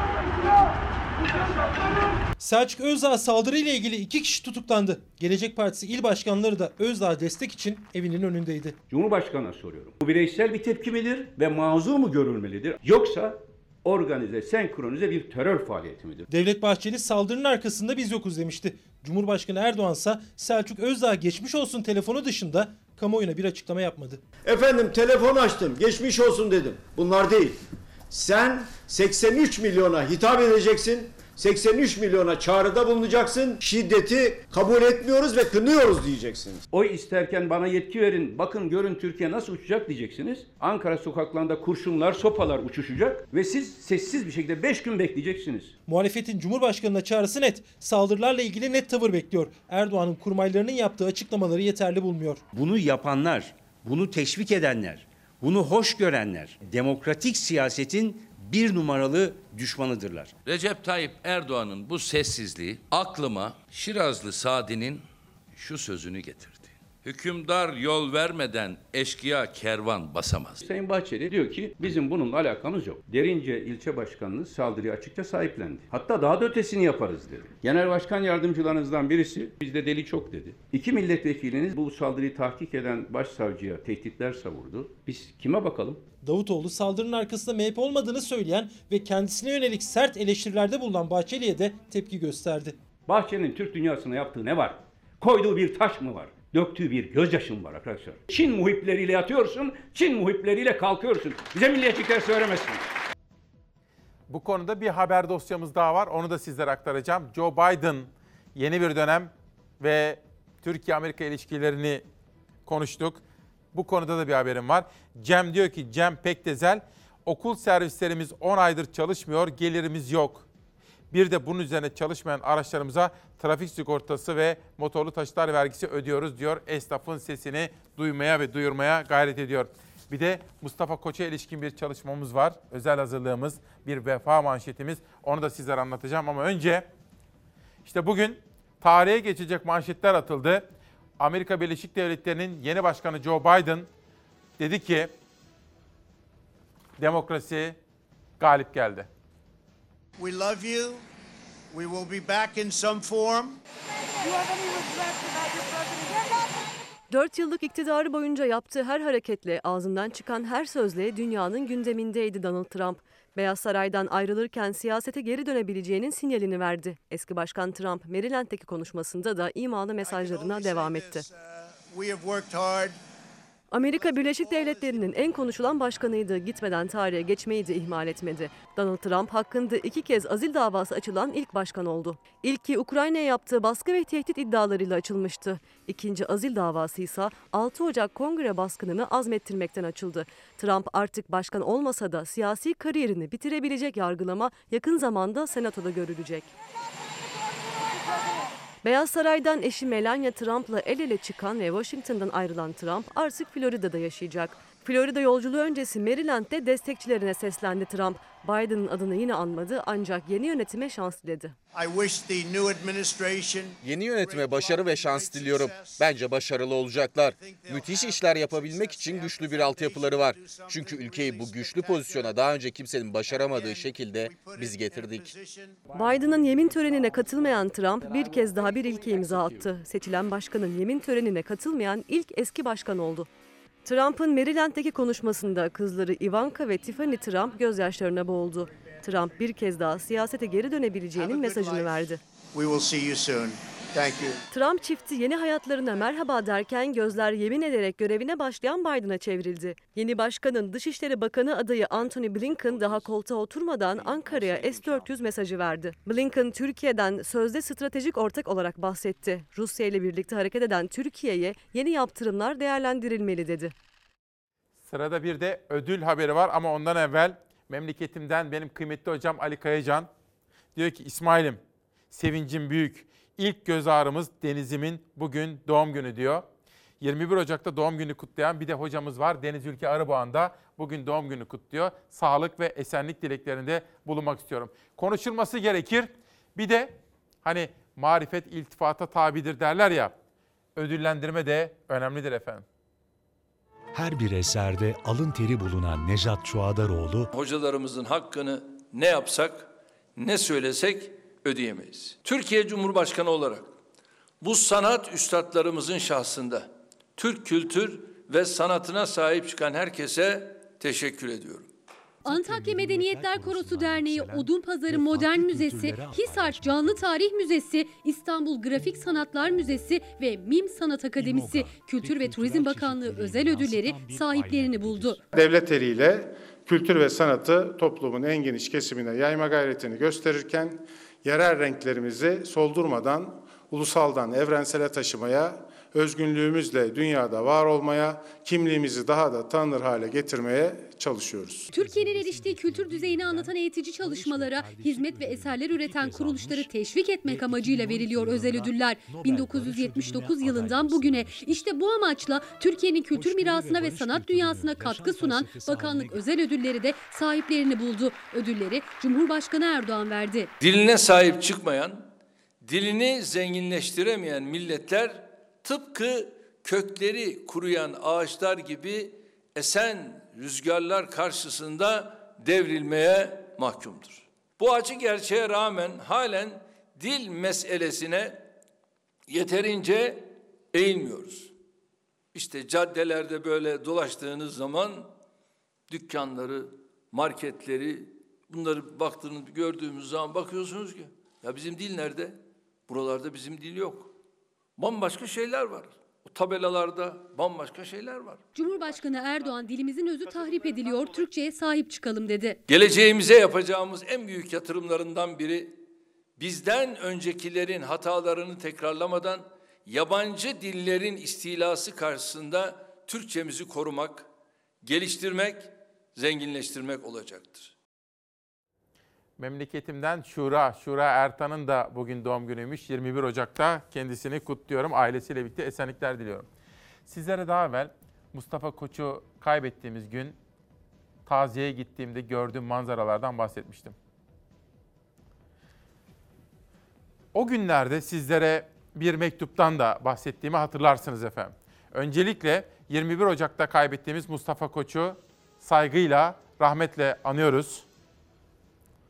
Selçuk Özdağ saldırıyla ilgili 2 kişi tutuklandı. Gelecek Partisi il başkanları da Özdağ destek için evinin önündeydi. Cumhurbaşkanı'na soruyorum. Bu bireysel bir tepki midir ve mazur mu görülmelidir? Yoksa organize, senkronize bir terör faaliyeti midir? Devlet Bahçeli saldırının arkasında biz yokuz demişti. Cumhurbaşkanı Erdoğan ise Selçuk Özdağ geçmiş olsun telefonu dışında kamuoyuna bir açıklama yapmadı. Efendim telefon açtım, geçmiş olsun dedim. Bunlar değil. Sen 83 milyona hitap edeceksin. 83 milyona çağrıda bulunacaksın. Şiddeti kabul etmiyoruz ve kınıyoruz diyeceksiniz. Oy isterken bana yetki verin. Bakın görün Türkiye nasıl uçacak diyeceksiniz. Ankara sokaklarında kurşunlar, sopalar uçuşacak ve siz sessiz bir şekilde 5 gün bekleyeceksiniz. Muhalefetin Cumhurbaşkanı'na çağrısı net. Saldırılarla ilgili net tavır bekliyor. Erdoğan'ın kurmaylarının yaptığı açıklamaları yeterli bulmuyor. Bunu yapanlar, bunu teşvik edenler, bunu hoş görenler demokratik siyasetin bir numaralı düşmanıdırlar. Recep Tayyip Erdoğan'ın bu sessizliği aklıma Şirazlı Sadi'nin şu sözünü getirdi. Hükümdar yol vermeden eşkıya kervan basamaz. Sayın Bahçeli diyor ki bizim bununla alakamız yok. Derince ilçe başkanınız saldırıya açıkça sahiplendi. Hatta daha da ötesini yaparız dedi. Genel başkan yardımcılarınızdan birisi bizde deli çok dedi. 2 milletvekiliniz bu saldırıyı tahkik eden başsavcıya tehditler savurdu. Biz kime bakalım? Davutoğlu saldırının arkasında MHP olmadığını söyleyen ve kendisine yönelik sert eleştirilerde bulunan Bahçeli'ye de tepki gösterdi. Bahçeli'nin Türk dünyasına yaptığı ne var? Koyduğu bir taş mı var? Döktüğü bir gözyaşı mı var arkadaşlar? Çin muhipleriyle yatıyorsun, Çin muhipleriyle kalkıyorsun. Bize milliyetçilikler söylemesin. Bu konuda bir haber dosyamız daha var. Onu da sizlere aktaracağım. Joe Biden yeni bir dönem ve Türkiye-Amerika ilişkilerini konuştuk. Bu konuda da bir haberim var. Cem diyor ki, Cem Pektezel, okul servislerimiz 10 aydır çalışmıyor, gelirimiz yok. Bir de bunun üzerine çalışmayan araçlarımıza trafik sigortası ve motorlu taşıtlar vergisi ödüyoruz diyor. Esnafın sesini duymaya ve duyurmaya gayret ediyor. Bir de Mustafa Koç'a ilişkin bir çalışmamız var. Özel hazırlığımız, bir vefa manşetimiz. Onu da sizlere anlatacağım ama önce işte bugün tarihe geçecek manşetler atıldı. Amerika Birleşik Devletleri'nin yeni başkanı Joe Biden dedi ki demokrasi galip geldi. We love you. We will be back in some form. 4 yıllık iktidarı boyunca yaptığı her hareketle, ağzından çıkan her sözle dünyanın gündemindeydi Donald Trump. Beyaz Saray'dan ayrılırken siyasete geri dönebileceğinin sinyalini verdi. Eski Başkan Trump, Maryland'deki konuşmasında da imalı mesajlarına devam etti. We have worked hard. Amerika Birleşik Devletleri'nin en konuşulan başkanıydı. Gitmeden tarihe geçmeyi de ihmal etmedi. Donald Trump hakkında 2 kez azil davası açılan ilk başkan oldu. İlki Ukrayna'ya yaptığı baskı ve tehdit iddialarıyla açılmıştı. İkinci azil davası ise 6 Ocak Kongre baskınını azmettirmekten açıldı. Trump artık başkan olmasa da siyasi kariyerini bitirebilecek yargılama yakın zamanda Senato'da görülecek. Beyaz Saray'dan eşi Melania Trump'la el ele çıkan ve Washington'dan ayrılan Trump artık Florida'da yaşayacak. Florida yolculuğu öncesi Maryland'de destekçilerine seslendi Trump. Biden'ın adını yine anmadı ancak yeni yönetime şans diledi. Yeni yönetime başarı ve şans diliyorum. Bence başarılı olacaklar. Müthiş işler yapabilmek için güçlü bir altyapıları var. Çünkü ülkeyi bu güçlü pozisyona daha önce kimsenin başaramadığı şekilde biz getirdik. Biden'ın yemin törenine katılmayan Trump bir kez daha bir ilke imza attı. Seçilen başkanın yemin törenine katılmayan ilk eski başkan oldu. Trump'ın Maryland'deki konuşmasında kızları Ivanka ve Tiffany Trump gözyaşlarına boğuldu. Trump bir kez daha siyasete geri dönebileceğinin mesajını verdi. Trump çifti yeni hayatlarına merhaba derken gözler yemin ederek görevine başlayan Biden'a çevrildi. Yeni başkanın Dışişleri Bakanı adayı Antony Blinken daha koltuğa oturmadan Ankara'ya S-400 mesajı verdi. Blinken Türkiye'den sözde stratejik ortak olarak bahsetti. Rusya ile birlikte hareket eden Türkiye'ye yeni yaptırımlar değerlendirilmeli dedi. Sırada bir de ödül haberi var ama ondan evvel memleketimden benim kıymetli hocam Ali Kayacan diyor ki İsmail'im sevincim büyük. İlk göz ağrımız Deniz'imin bugün doğum günü diyor. 21 Ocak'ta doğum günü kutlayan bir de hocamız var. Deniz Ülke Arıboğan'da bugün doğum günü kutluyor. Sağlık ve esenlik dileklerinde bulunmak istiyorum. Konuşulması gerekir. Bir de hani marifet iltifata tabidir derler ya. Ödüllendirme de önemlidir efendim. Her bir eserde alın teri bulunan Nejat Çuadaroğlu, Hocalarımızın hakkını ne yapsak, ne söylesek ödeyemeyiz. Türkiye Cumhurbaşkanı olarak bu sanat üstadlarımızın şahsında Türk kültür ve sanatına sahip çıkan herkese teşekkür ediyorum. Antakya Medeniyetler Korosu Derneği, Odunpazarı Modern Müzesi, Hisar Canlı Tarih Müzesi, İstanbul Grafik Sanatlar Müzesi ve MİM Sanat Akademisi Kültür ve Turizm Bakanlığı özel ödülleri sahiplerini buldu. Devlet eliyle kültür ve sanatı toplumun en geniş kesimine yayma gayretini gösterirken yerel renklerimizi soldurmadan ulusaldan evrensele taşımaya, özgünlüğümüzle dünyada var olmaya, kimliğimizi daha da tanınır hale getirmeye çalışıyoruz. Türkiye'nin eriştiği kültür düzeyini anlatan eğitici çalışmalara, hizmet ve eserler üreten kuruluşları teşvik etmek amacıyla veriliyor özel ödüller. 1979 yılından bugüne işte bu amaçla Türkiye'nin kültür mirasına ve sanat dünyasına katkı sunan bakanlık özel ödülleri de sahiplerini buldu. Ödülleri Cumhurbaşkanı Erdoğan verdi. Diline sahip çıkmayan, dilini zenginleştiremeyen milletler tıpkı kökleri kuruyan ağaçlar gibi esen rüzgarlar karşısında devrilmeye mahkumdur. Bu acı gerçeğe rağmen halen dil meselesine yeterince eğilmiyoruz. İşte caddelerde böyle dolaştığınız zaman dükkanları, marketleri, bunları baktığınız, gördüğümüz zaman bakıyorsunuz ki ya bizim dil nerede? Buralarda bizim dil yok. Bambaşka şeyler var. O tabelalarda bambaşka şeyler var. Cumhurbaşkanı Erdoğan dilimizin özü tahrip ediliyor, Türkçe'ye sahip çıkalım dedi. Geleceğimize yapacağımız en büyük yatırımlarından biri bizden öncekilerin hatalarını tekrarlamadan yabancı dillerin istilası karşısında Türkçemizi korumak, geliştirmek, zenginleştirmek olacaktır. Memleketimden Şura Ertan'ın da bugün doğum günüymüş. 21 Ocak'ta kendisini kutluyorum. Ailesiyle birlikte esenlikler diliyorum. Sizlere daha evvel Mustafa Koç'u kaybettiğimiz gün taziyeye gittiğimde gördüğüm manzaralardan bahsetmiştim. O günlerde sizlere bir mektuptan da bahsettiğimi hatırlarsınız efendim. Öncelikle 21 Ocak'ta kaybettiğimiz Mustafa Koç'u saygıyla, rahmetle anıyoruz.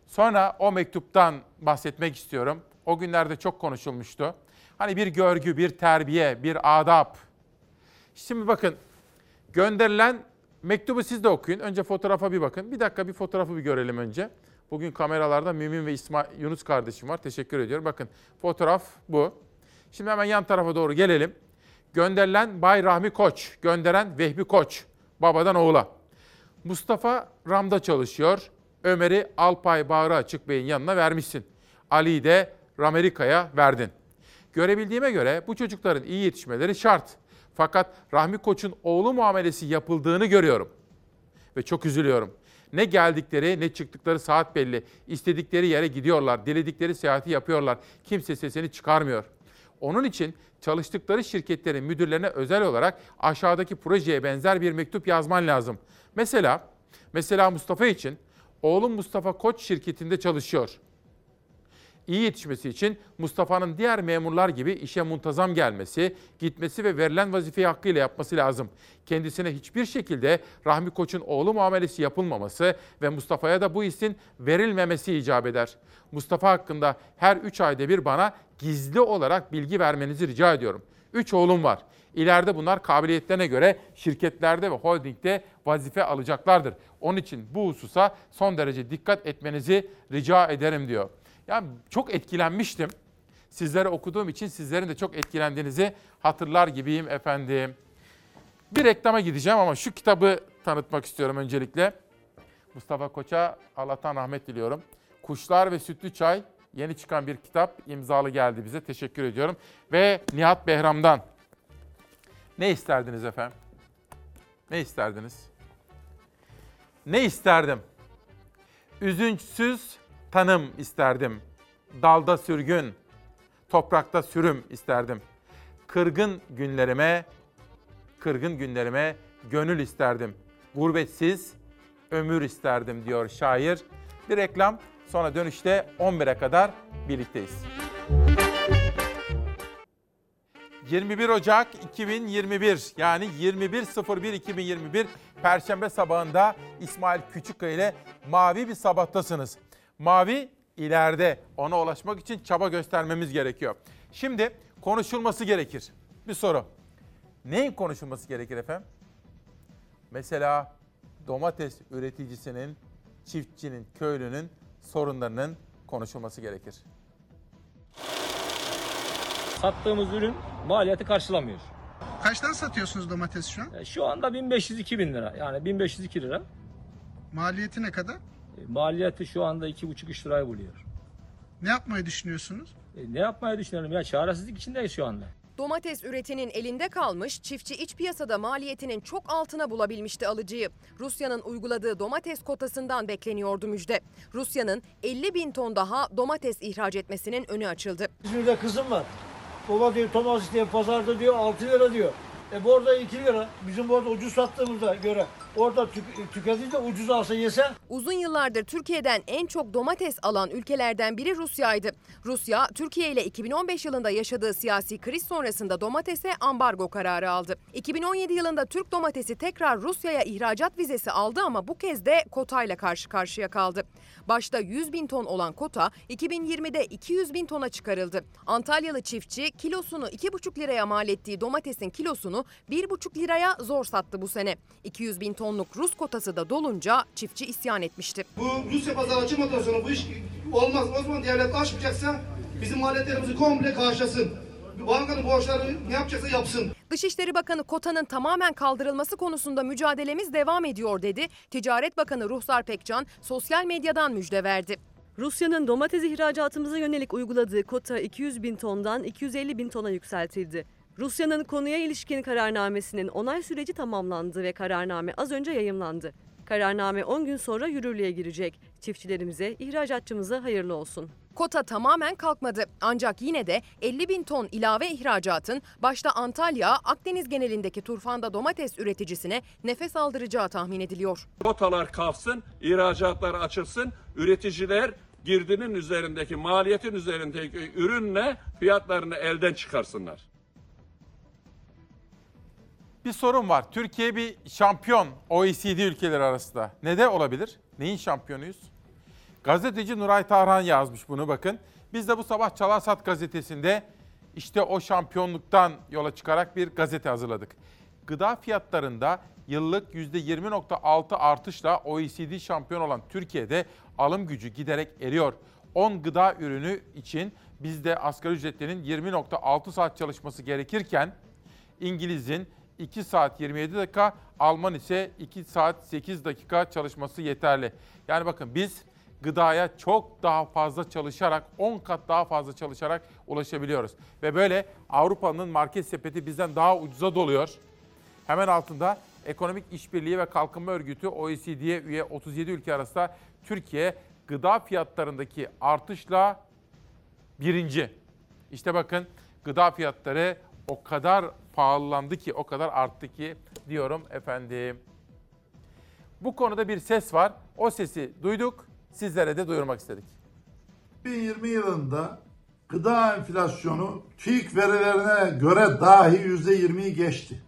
Sonra o mektuptan bahsetmek istiyorum. O günlerde çok konuşulmuştu. Hani bir görgü, bir terbiye, bir adab. Şimdi bakın, gönderilen mektubu siz de okuyun. Önce fotoğrafa bir bakın. Bir dakika bir fotoğrafı bir görelim önce. Bugün kameralarda Mümin ve Yunus kardeşim var. Teşekkür ediyorum. Bakın fotoğraf bu. Şimdi hemen yan tarafa doğru gelelim. Gönderilen Bay Rahmi Koç, gönderen Vehbi Koç, babadan oğula. Mustafa Ram'da çalışıyor. Ömer'i Alpay Bağrı Açık Bey'in yanına vermişsin. Ali'yi de Ramerika'ya verdin. Görebildiğime göre bu çocukların iyi yetişmeleri şart. Fakat Rahmi Koç'un oğlu muamelesi yapıldığını görüyorum. Ve çok üzülüyorum. Ne geldikleri ne çıktıkları saat belli. İstedikleri yere gidiyorlar. Diledikleri seyahati yapıyorlar. Kimse sesini çıkarmıyor. Onun için çalıştıkları şirketlerin müdürlerine özel olarak aşağıdaki projeye benzer bir mektup yazman lazım. Mesela Mustafa için, oğlum Mustafa Koç şirketinde çalışıyor. İyi yetişmesi için Mustafa'nın diğer memurlar gibi işe muntazam gelmesi, gitmesi ve verilen vazifeyi hakkıyla yapması lazım. Kendisine hiçbir şekilde Rahmi Koç'un oğlu muamelesi yapılmaması ve Mustafa'ya da bu isin verilmemesi icap eder. Mustafa hakkında her 3 ayda bir bana gizli olarak bilgi vermenizi rica ediyorum. 3 oğlum var. İleride bunlar kabiliyetlerine göre şirketlerde ve holdingde vazife alacaklardır. Onun için bu hususa son derece dikkat etmenizi rica ederim diyor. Yani çok etkilenmiştim. Sizlere okuduğum için sizlerin de çok etkilendiğinizi hatırlar gibiyim efendim. Bir reklama gideceğim ama şu kitabı tanıtmak istiyorum öncelikle. Mustafa Koç'a Allah'tan rahmet diliyorum. Kuşlar ve Sütlü Çay, yeni çıkan bir kitap, imzalı geldi bize. Teşekkür ediyorum. Ve Nihat Behram'dan. Ne isterdiniz efendim? Ne isterdiniz? Ne isterdim? Üzünçsüz tanım isterdim. Dalda sürgün, toprakta sürüm isterdim. Kırgın günlerime gönül isterdim. Gurbetsiz ömür isterdim diyor şair. Bir reklam, sonra dönüşte 11'e kadar birlikteyiz. 21 Ocak 2021 yani 21.01.2021 Perşembe sabahında İsmail Küçükkaya ile mavi bir sabahtasınız. Mavi ileride, ona ulaşmak için çaba göstermemiz gerekiyor. Şimdi konuşulması gerekir. Bir soru. Neyin konuşulması gerekir efendim? Mesela domates üreticisinin, çiftçinin, köylünün sorunlarının konuşulması gerekir. Sattığımız ürün maliyeti karşılamıyor. Kaçtan satıyorsunuz domates şu an? Şu anda 1500-2000 lira. Yani 1502 lira. Maliyeti ne kadar? Maliyeti şu anda 2,5-3 lirayı buluyor. Ne yapmayı düşünüyorsunuz? Ne yapmayı düşünüyorum ya? Çaresizlik içindeyiz şu anda. Domates üretinin elinde kalmış, çiftçi iç piyasada maliyetinin çok altına bulabilmişti alıcıyı. Rusya'nın uyguladığı domates kotasından bekleniyordu müjde. Rusya'nın 50 bin ton daha domates ihraç etmesinin önü açıldı. İzmir'de kızım var. Baba diyor domates diye pazarda diyor 6 lira diyor. Bu orada 2 lira. Bizim orada ucuz sattığımıza göre orada tüketici de ucuz alsa yese. Uzun yıllardır Türkiye'den en çok domates alan ülkelerden biri Rusya'ydı. Rusya, Türkiye ile 2015 yılında yaşadığı siyasi kriz sonrasında domatese ambargo kararı aldı. 2017 yılında Türk domatesi tekrar Rusya'ya ihracat vizesi aldı ama bu kez de kotayla karşı karşıya kaldı. Başta 100 bin ton olan kota 2020'de 200 bin tona çıkarıldı. Antalyalı çiftçi kilosunu 2,5 liraya mal ettiği domatesin kilosunu 1,5 liraya zor sattı bu sene. 200 bin tonluk Rus kotası da dolunca çiftçi isyan etmişti. Bu Rusya pazarı açılmadan sonra bu iş olmaz. O zaman devlet açmayacaksa bizim maliyetlerimizi komple karşılasın. Bankanın borçları ne yapacaksa yapsın. Dışişleri Bakanı kotanın tamamen kaldırılması konusunda mücadelemiz devam ediyor dedi. Ticaret Bakanı Ruhsar Pekcan sosyal medyadan müjde verdi. Rusya'nın domates ihracatımıza yönelik uyguladığı kota 200 bin tondan 250 bin tona yükseltildi. Rusya'nın konuya ilişkin kararnamesinin onay süreci tamamlandı ve kararname az önce yayımlandı. Kararname 10 gün sonra yürürlüğe girecek. Çiftçilerimize, ihracatçımıza hayırlı olsun. Kota tamamen kalkmadı. Ancak yine de 50 bin ton ilave ihracatın başta Antalya, Akdeniz genelindeki turfanda domates üreticisine nefes aldıracağı tahmin ediliyor. Kotalar kalksın, ihracatlar açılsın, üreticiler girdinin üzerindeki, maliyetin üzerindeki ürünle fiyatlarını elden çıkarsınlar. Bir sorun var. Türkiye bir şampiyon OECD ülkeleri arasında. Ne de olabilir? Neyin şampiyonuyuz? Gazeteci Nuray Tarhan yazmış bunu bakın. Biz de bu sabah Çalarsat gazetesinde işte o şampiyonluktan yola çıkarak bir gazete hazırladık. Gıda fiyatlarında yıllık %20.6 artışla OECD şampiyon olan Türkiye'de alım gücü giderek eriyor. 10 gıda ürünü için bizde asgari ücretlinin 20.6 saat çalışması gerekirken İngiliz'in 2 saat 27 dakika, Alman ise 2 saat 8 dakika çalışması yeterli. Yani bakın biz gıdaya çok daha fazla çalışarak, 10 kat daha fazla çalışarak ulaşabiliyoruz. Ve böyle Avrupa'nın market sepeti bizden daha ucuza doluyor. Hemen altında Ekonomik İşbirliği ve Kalkınma Örgütü OECD'ye üye 37 ülke arasında Türkiye gıda fiyatlarındaki artışla birinci. İşte bakın gıda fiyatları o kadar pahalandı ki, o kadar arttı ki diyorum efendim. Bu konuda bir ses var. O sesi duyduk, sizlere de duyurmak istedik. 2020 yılında gıda enflasyonu TÜİK verilerine göre dahi %20'yi geçti.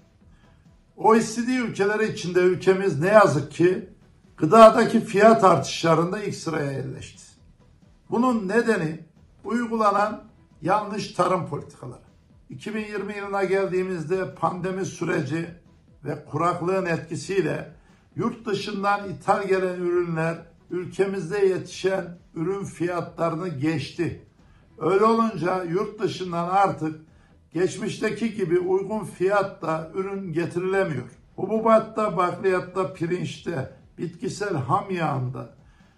OECD ülkeleri içinde ülkemiz ne yazık ki gıdadaki fiyat artışlarında ilk sıraya yerleşti. Bunun nedeni uygulanan yanlış tarım politikaları. 2020 yılına geldiğimizde pandemi süreci ve kuraklığın etkisiyle yurt dışından ithal gelen ürünler ülkemizde yetişen ürün fiyatlarını geçti. Öyle olunca yurt dışından artık geçmişteki gibi uygun fiyatla ürün getirilemiyor. Hububatta, bakliyatta, pirinçte, bitkisel ham yağında,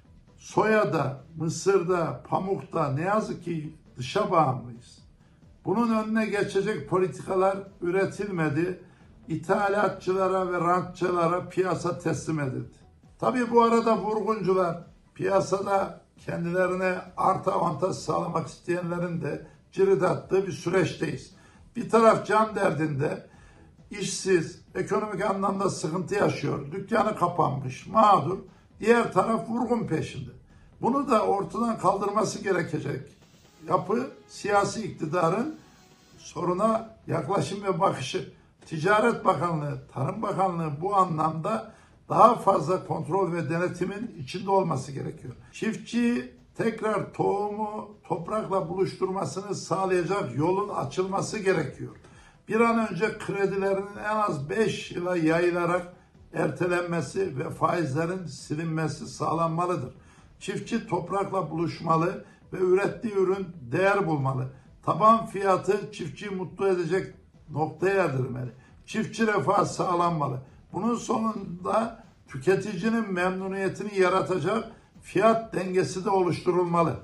soyada, mısırda, pamukta ne yazık ki dışa bağımlıyız. Bunun önüne geçecek politikalar üretilmedi. İthalatçılara ve rantçılara piyasa teslim edildi. Tabii bu arada vurguncular piyasada kendilerine artı avantaj sağlamak isteyenlerin de cirit attığı bir süreçteyiz. Bir taraf can derdinde, işsiz, ekonomik anlamda sıkıntı yaşıyor, dükkanı kapanmış, mağdur. Diğer taraf vurgun peşinde. Bunu da ortadan kaldırması gerekecek yapı siyasi iktidarın soruna yaklaşım ve bakışı. Ticaret Bakanlığı, Tarım Bakanlığı bu anlamda daha fazla kontrol ve denetimin içinde olması gerekiyor. Çiftçi tekrar tohumu toprakla buluşturmasını sağlayacak yolun açılması gerekiyor. Bir an önce kredilerinin en az 5 yıla yayılarak ertelenmesi ve faizlerin silinmesi sağlanmalıdır. Çiftçi toprakla buluşmalı ve ürettiği ürün değer bulmalı. Taban fiyatı çiftçiyi mutlu edecek noktaya erdirmeli. Çiftçi refahı sağlanmalı. Bunun sonunda tüketicinin memnuniyetini yaratacak fiyat dengesi de oluşturulmalı.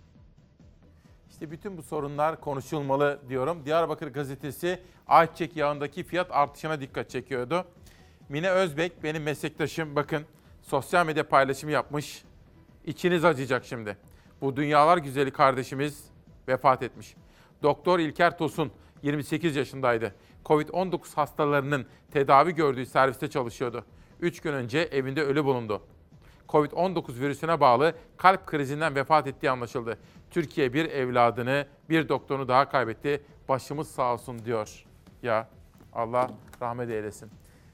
İşte bütün bu sorunlar konuşulmalı diyorum. Diyarbakır gazetesi ayçiçek yağındaki fiyat artışına dikkat çekiyordu. Mine Özbek benim meslektaşım, bakın sosyal medya paylaşımı yapmış. İçiniz acıyacak şimdi. Bu dünyalar güzeli kardeşimiz vefat etmiş. Doktor İlker Tosun 28 yaşındaydı. Covid-19 hastalarının tedavi gördüğü serviste çalışıyordu. 3 gün önce evinde ölü bulundu. Covid-19 virüsüne bağlı kalp krizinden vefat ettiği anlaşıldı. Türkiye bir evladını, bir doktorunu daha kaybetti. Başımız sağ olsun diyor. Ya Allah rahmet eylesin.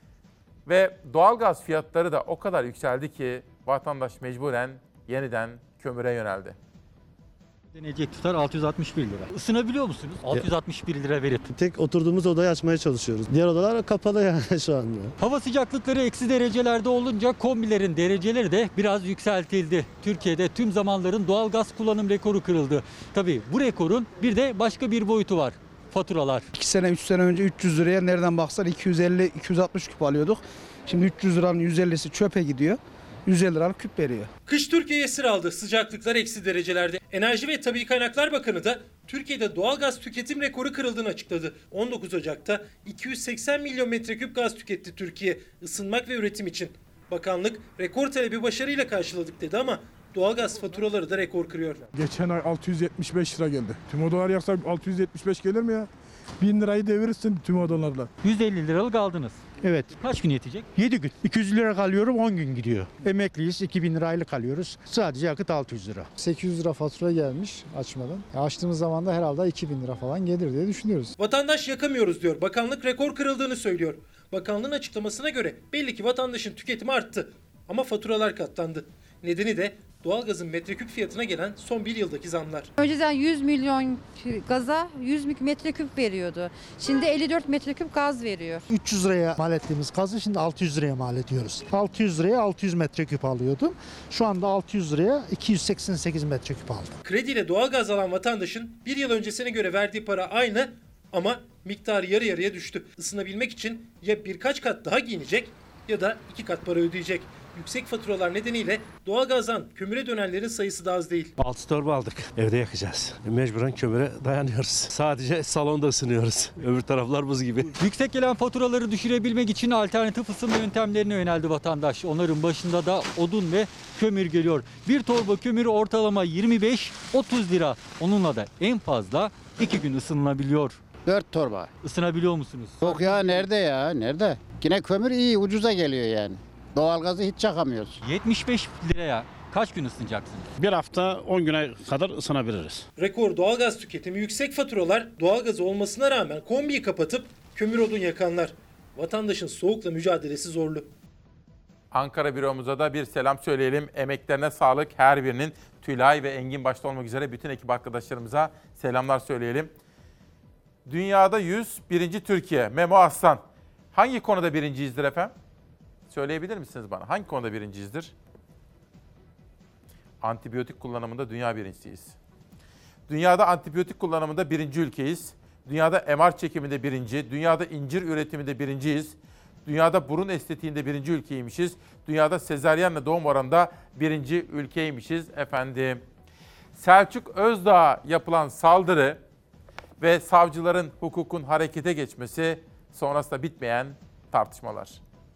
Ve doğalgaz fiyatları da o kadar yükseldi ki vatandaş mecburen yeniden kömüre yöneldi. Deneyecek tutar 661 lira. Isınabiliyor musunuz? 661 lira verip. Tek oturduğumuz odayı açmaya çalışıyoruz. Diğer odalar kapalı yani şu anda. Hava sıcaklıkları eksi derecelerde olunca kombilerin dereceleri de biraz yükseltildi. Türkiye'de tüm zamanların doğalgaz kullanım rekoru kırıldı. Tabii bu rekorun bir de başka bir boyutu var. Faturalar. 2 sene 3 sene önce 300 liraya nereden baksan 250-260 küp alıyorduk. Şimdi 300 liranın 150'si çöpe gidiyor. 150 liralık küp veriyor. Kış Türkiye'ye esir aldı. Sıcaklıklar eksi derecelerde. Enerji ve Tabii Kaynaklar Bakanı da Türkiye'de doğalgaz tüketim rekoru kırıldığını açıkladı. 19 Ocak'ta 280 milyon metreküp gaz tüketti Türkiye ısınmak ve üretim için. Bakanlık rekor talebi başarıyla karşıladık dedi ama doğalgaz faturaları da rekor kırıyor. Geçen ay 675 lira geldi. Tüm odalar yaksa 675 gelir mi ya? 1000 lirayı devirirsin tüm odalarla. 150 liralık aldınız. Evet. Kaç gün yetecek? 7 gün. 200 lira kalıyorum 10 gün gidiyor. Emekliyiz 2000 lira aylık alıyoruz. Sadece yakıt 600 lira. 800 lira fatura gelmiş açmadan. Açtığımız zaman da herhalde 2000 lira falan gelir diye düşünüyoruz. Vatandaş yakamıyoruz diyor. Bakanlık rekor kırıldığını söylüyor. Bakanlığın açıklamasına göre belli ki vatandaşın tüketimi arttı. Ama faturalar katlandı. Nedeni de doğalgazın metreküp fiyatına gelen son bir yıldaki zamlar. Önceden 100 milyon gaza 100 metreküp veriyordu. Şimdi 54 metreküp gaz veriyor. 300 liraya mal ettiğimiz gazı şimdi 600 liraya mal ediyoruz. 600 liraya 600 metreküp alıyordum. Şu anda 600 liraya 288 metreküp aldım. Krediyle doğalgaz alan vatandaşın bir yıl öncesine göre verdiği para aynı ama miktarı yarı yarıya düştü. Isınabilmek için ya birkaç kat daha giyinecek ya da 2 kat para ödeyecek. Yüksek faturalar nedeniyle doğalgazdan kömüre dönenlerin sayısı da az değil. 6 torba aldık. Evde yakacağız. Mecburen kömüre dayanıyoruz. Sadece salonda ısınıyoruz. Öbür taraflar buz gibi. Yüksek gelen faturaları düşürebilmek için alternatif ısınma yöntemlerine yöneldi vatandaş. Onların başında da odun ve kömür geliyor. Bir torba kömür ortalama 25-30 lira. Onunla da en fazla 2 gün ısınılabiliyor. 4 torba. Isınabiliyor musunuz? Yok ya, nerede ya? Nerede? Yine kömür iyi, ucuza geliyor yani. Doğalgazı hiç çakamıyoruz. 75 liraya kaç gün ısınacaksınız? Bir hafta 10 güne kadar ısınabiliriz. Rekor doğalgaz tüketimi, yüksek faturalar, doğalgaz olmasına rağmen kombiyi kapatıp kömür odun yakanlar. Vatandaşın soğukla mücadelesi zorlu. Ankara büromuza da bir selam söyleyelim. Emeklerine sağlık her birinin. Tülay ve Engin başta olmak üzere bütün ekip arkadaşlarımıza selamlar söyleyelim. Dünyada 100, birinci Türkiye. Memo Aslan. Hangi konuda birinciyizdir efendim? Söyleyebilir misiniz bana? Hangi konuda birinciyizdir? Antibiyotik kullanımında dünya birincisiyiz. Dünyada antibiyotik kullanımında birinci ülkeyiz. Dünyada MR çekiminde birinci. Dünyada incir üretiminde birinciyiz. Dünyada burun estetiğinde birinci ülkeymişiz. Dünyada sezaryenle doğum oranında birinci ülkeymişiz efendim. Selçuk Özdağ'a yapılan saldırı ve savcıların hukukun harekete geçmesi sonrasında bitmeyen tartışmalar.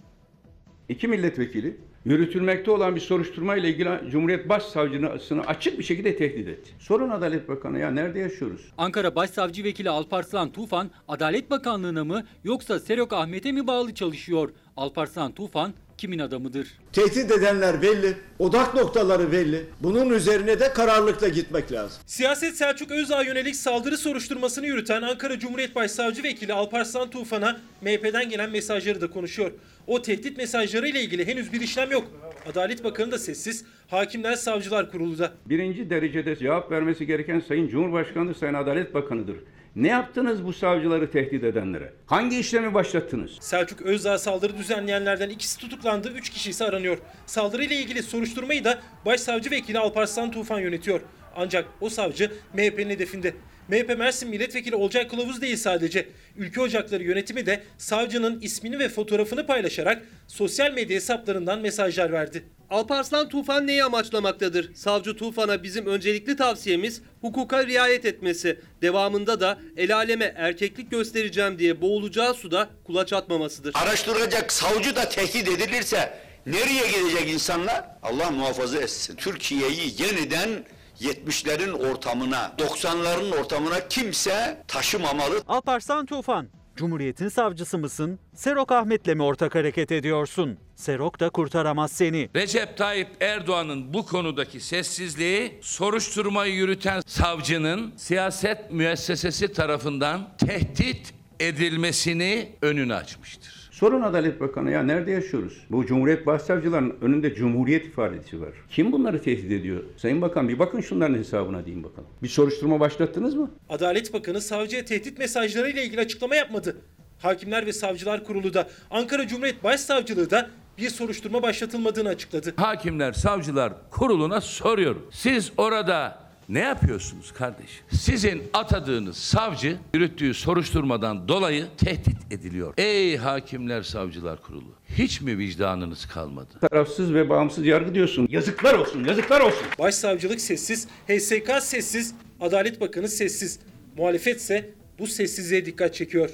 2 milletvekili yürütülmekte olan bir soruşturma ile ilgili Cumhuriyet Başsavcısını açık bir şekilde tehdit etti. Sorun Adalet Bakanı, ya nerede yaşıyoruz? Ankara Başsavcı Vekili Alparslan Tufan, Adalet Bakanlığı'na mı yoksa Serok Ahmet'e mi bağlı çalışıyor? Alparslan Tufan kimin adamıdır? Tehdit edenler belli, odak noktaları belli. Bunun üzerine de kararlılıkla gitmek lazım. Siyaset Selçuk Özdağ'a yönelik saldırı soruşturmasını yürüten Ankara Cumhuriyet Başsavcı Vekili Alparslan Tufan'a MHP'den gelen mesajları da konuşuyor. O tehdit mesajları ile ilgili henüz bir işlem yok. Adalet Bakanı da sessiz, Hakimler Savcılar Kurulu da. Birinci derecede cevap vermesi gereken Sayın Cumhurbaşkanı'dır, Sayın Adalet Bakanı'dır. Ne yaptınız bu savcıları tehdit edenlere? Hangi işlemi başlattınız? Selçuk Özdağ'a saldırı düzenleyenlerden ikisi tutuklandı, 3 kişi ise aranıyor. Saldırıyla ilgili soruşturmayı da Başsavcı Vekili Alparslan Tufan yönetiyor. Ancak o savcı MHP'nin hedefinde. MHP Mersin Milletvekili Olcay Kılavuz değil sadece. Ülke Ocakları yönetimi de savcının ismini ve fotoğrafını paylaşarak sosyal medya hesaplarından mesajlar verdi. Alparslan Tufan neyi amaçlamaktadır? Savcı Tufan'a bizim öncelikli tavsiyemiz hukuka riayet etmesi. Devamında da el aleme erkeklik göstereceğim diye boğulacağı suda kulaç atmamasıdır. Araştıracak savcı da tehdit edilirse nereye gidecek insanlar? Allah muhafaza etsin. Türkiye'yi yeniden 70'lerin ortamına, 90'ların ortamına kimse taşımamalı. Alparslan Tufan, Cumhuriyet'in savcısı mısın? Serok Ahmet'le mi ortak hareket ediyorsun? Serok da kurtaramaz seni. Recep Tayyip Erdoğan'ın bu konudaki sessizliği soruşturmayı yürüten savcının siyaset müessesesi tarafından tehdit edilmesini önünü açmıştır. Sorun Adalet Bakanı, ya nerede yaşıyoruz? Bu Cumhuriyet Başsavcılarının önünde Cumhuriyet ifadesi var. Kim bunları tehdit ediyor? Sayın Bakan, bir bakın şunların hesabına diyeyim bakalım. Bir soruşturma başlattınız mı? Adalet Bakanı savcıya tehdit mesajlarıyla ilgili açıklama yapmadı. Hakimler ve Savcılar Kurulu da Ankara Cumhuriyet Başsavcılığı da bir soruşturma başlatılmadığını açıkladı. Hakimler Savcılar Kurulu'na soruyorum. Siz orada ne yapıyorsunuz kardeşim? Sizin atadığınız savcı yürüttüğü soruşturmadan dolayı tehdit ediliyor. Ey Hakimler Savcılar Kurulu, hiç mi vicdanınız kalmadı? Tarafsız ve bağımsız yargı diyorsun. Yazıklar olsun, yazıklar olsun. Başsavcılık sessiz, HSK sessiz, Adalet Bakanı sessiz. Muhalefetse bu sessizliğe dikkat çekiyor.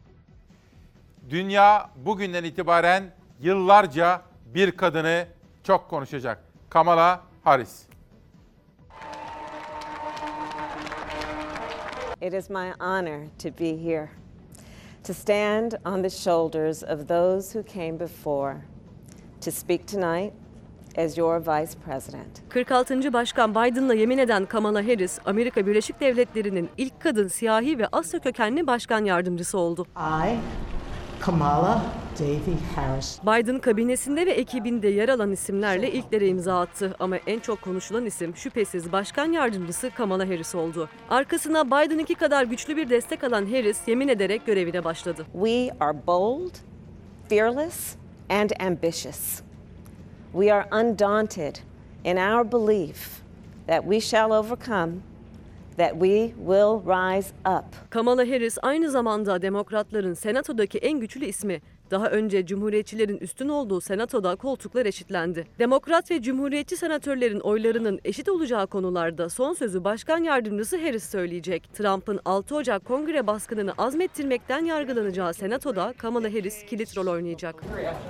Dünya bugünden itibaren yıllarca bir kadını çok konuşacak. Kamala Harris. It is my honor to be here, to stand on the shoulders of those who came before, to speak tonight as your Vice President. 46. Başkan Biden'la yemin eden Kamala Harris, Amerika Birleşik Devletleri'nin ilk kadın siyahi ve Asya kökenli başkan yardımcısı oldu. I, Kamala Devi Harris. Biden kabinesinde ve ekibinde yer alan isimlerle ilklere imza attı. Ama en çok konuşulan isim şüphesiz Başkan Yardımcısı Kamala Harris oldu. Arkasına Biden'ınki kadar güçlü bir destek alan Harris yemin ederek görevine başladı. We are bold, fearless, and ambitious. We are undaunted in our belief that we shall overcome, that we will rise up. Kamala Harris aynı zamanda Demokratların Senato'daki en güçlü ismi. Daha önce Cumhuriyetçilerin üstün olduğu Senato'da koltuklar eşitlendi. Demokrat ve Cumhuriyetçi senatörlerin oylarının eşit olacağı konularda son sözü Başkan Yardımcısı Harris söyleyecek. Trump'ın 6 Ocak Kongre baskınını azmettirmekten yargılanacağı Senato'da Kamala Harris kilit rol oynayacak.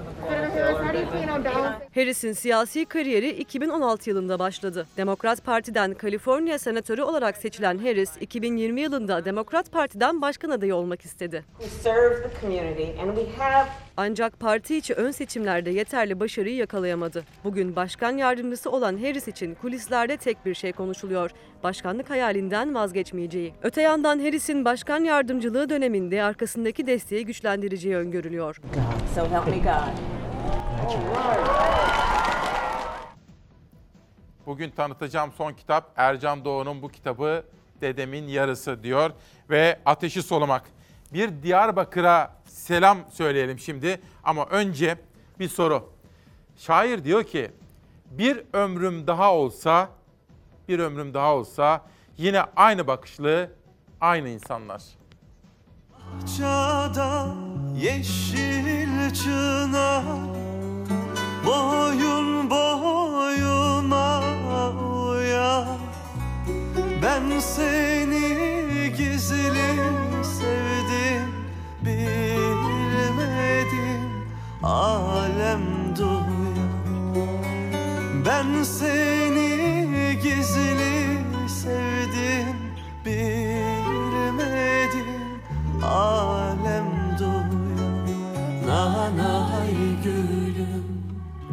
Harris'in siyasi kariyeri 2016 yılında başladı. Demokrat Parti'den Kaliforniya senatörü olarak seçilen Harris, 2020 yılında Demokrat Parti'den başkan adayı olmak istedi. Ancak parti içi ön seçimlerde yeterli başarıyı yakalayamadı. Bugün başkan yardımcısı olan Harris için kulislerde tek bir şey konuşuluyor: başkanlık hayalinden vazgeçmeyeceği. Öte yandan Harris'in başkan yardımcılığı döneminde arkasındaki desteği güçlendireceği öngörülüyor. So help me God. Bugün tanıtacağım son kitap Ercan Doğu'nun bu kitabı Dedemin Yarısı diyor ve ateşi solumak. Bir Diyarbakır'a selam söyleyelim şimdi ama önce bir soru. Şair diyor ki bir ömrüm daha olsa yine aynı bakışlı, aynı insanlar. Bahçada yeşil çınar, boyun boyuma uyar. Ben seni gizli sevdim, bilmedim alem duyar. Ben seni gizli sevdim, bilmedim alem duyar. Nanay gülüm,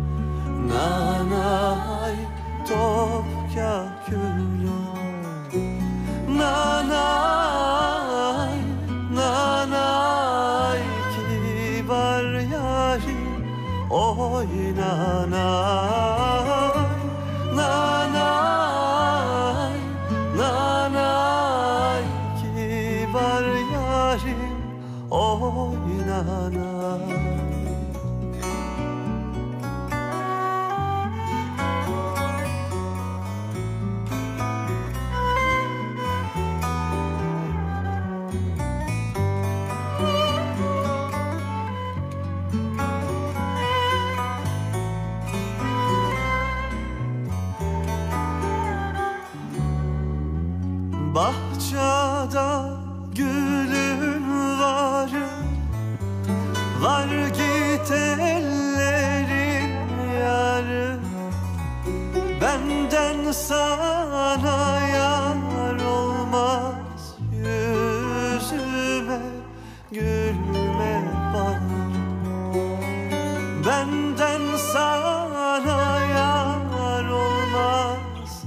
nanay topya gülüm. Nanay, nanay kibar yarim, oy nanay. Nanay, nanay kibar yarim, oy nanay. Bahçada gülüm var, var git ellerin yarı. Benden sana yar olmaz, yüzüme gülme bak. Benden sana yar olmaz,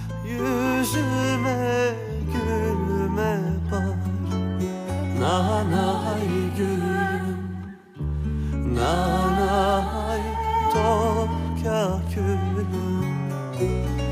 yüzüme gülme bak. Nanay gülüm, nanay topya gülüm.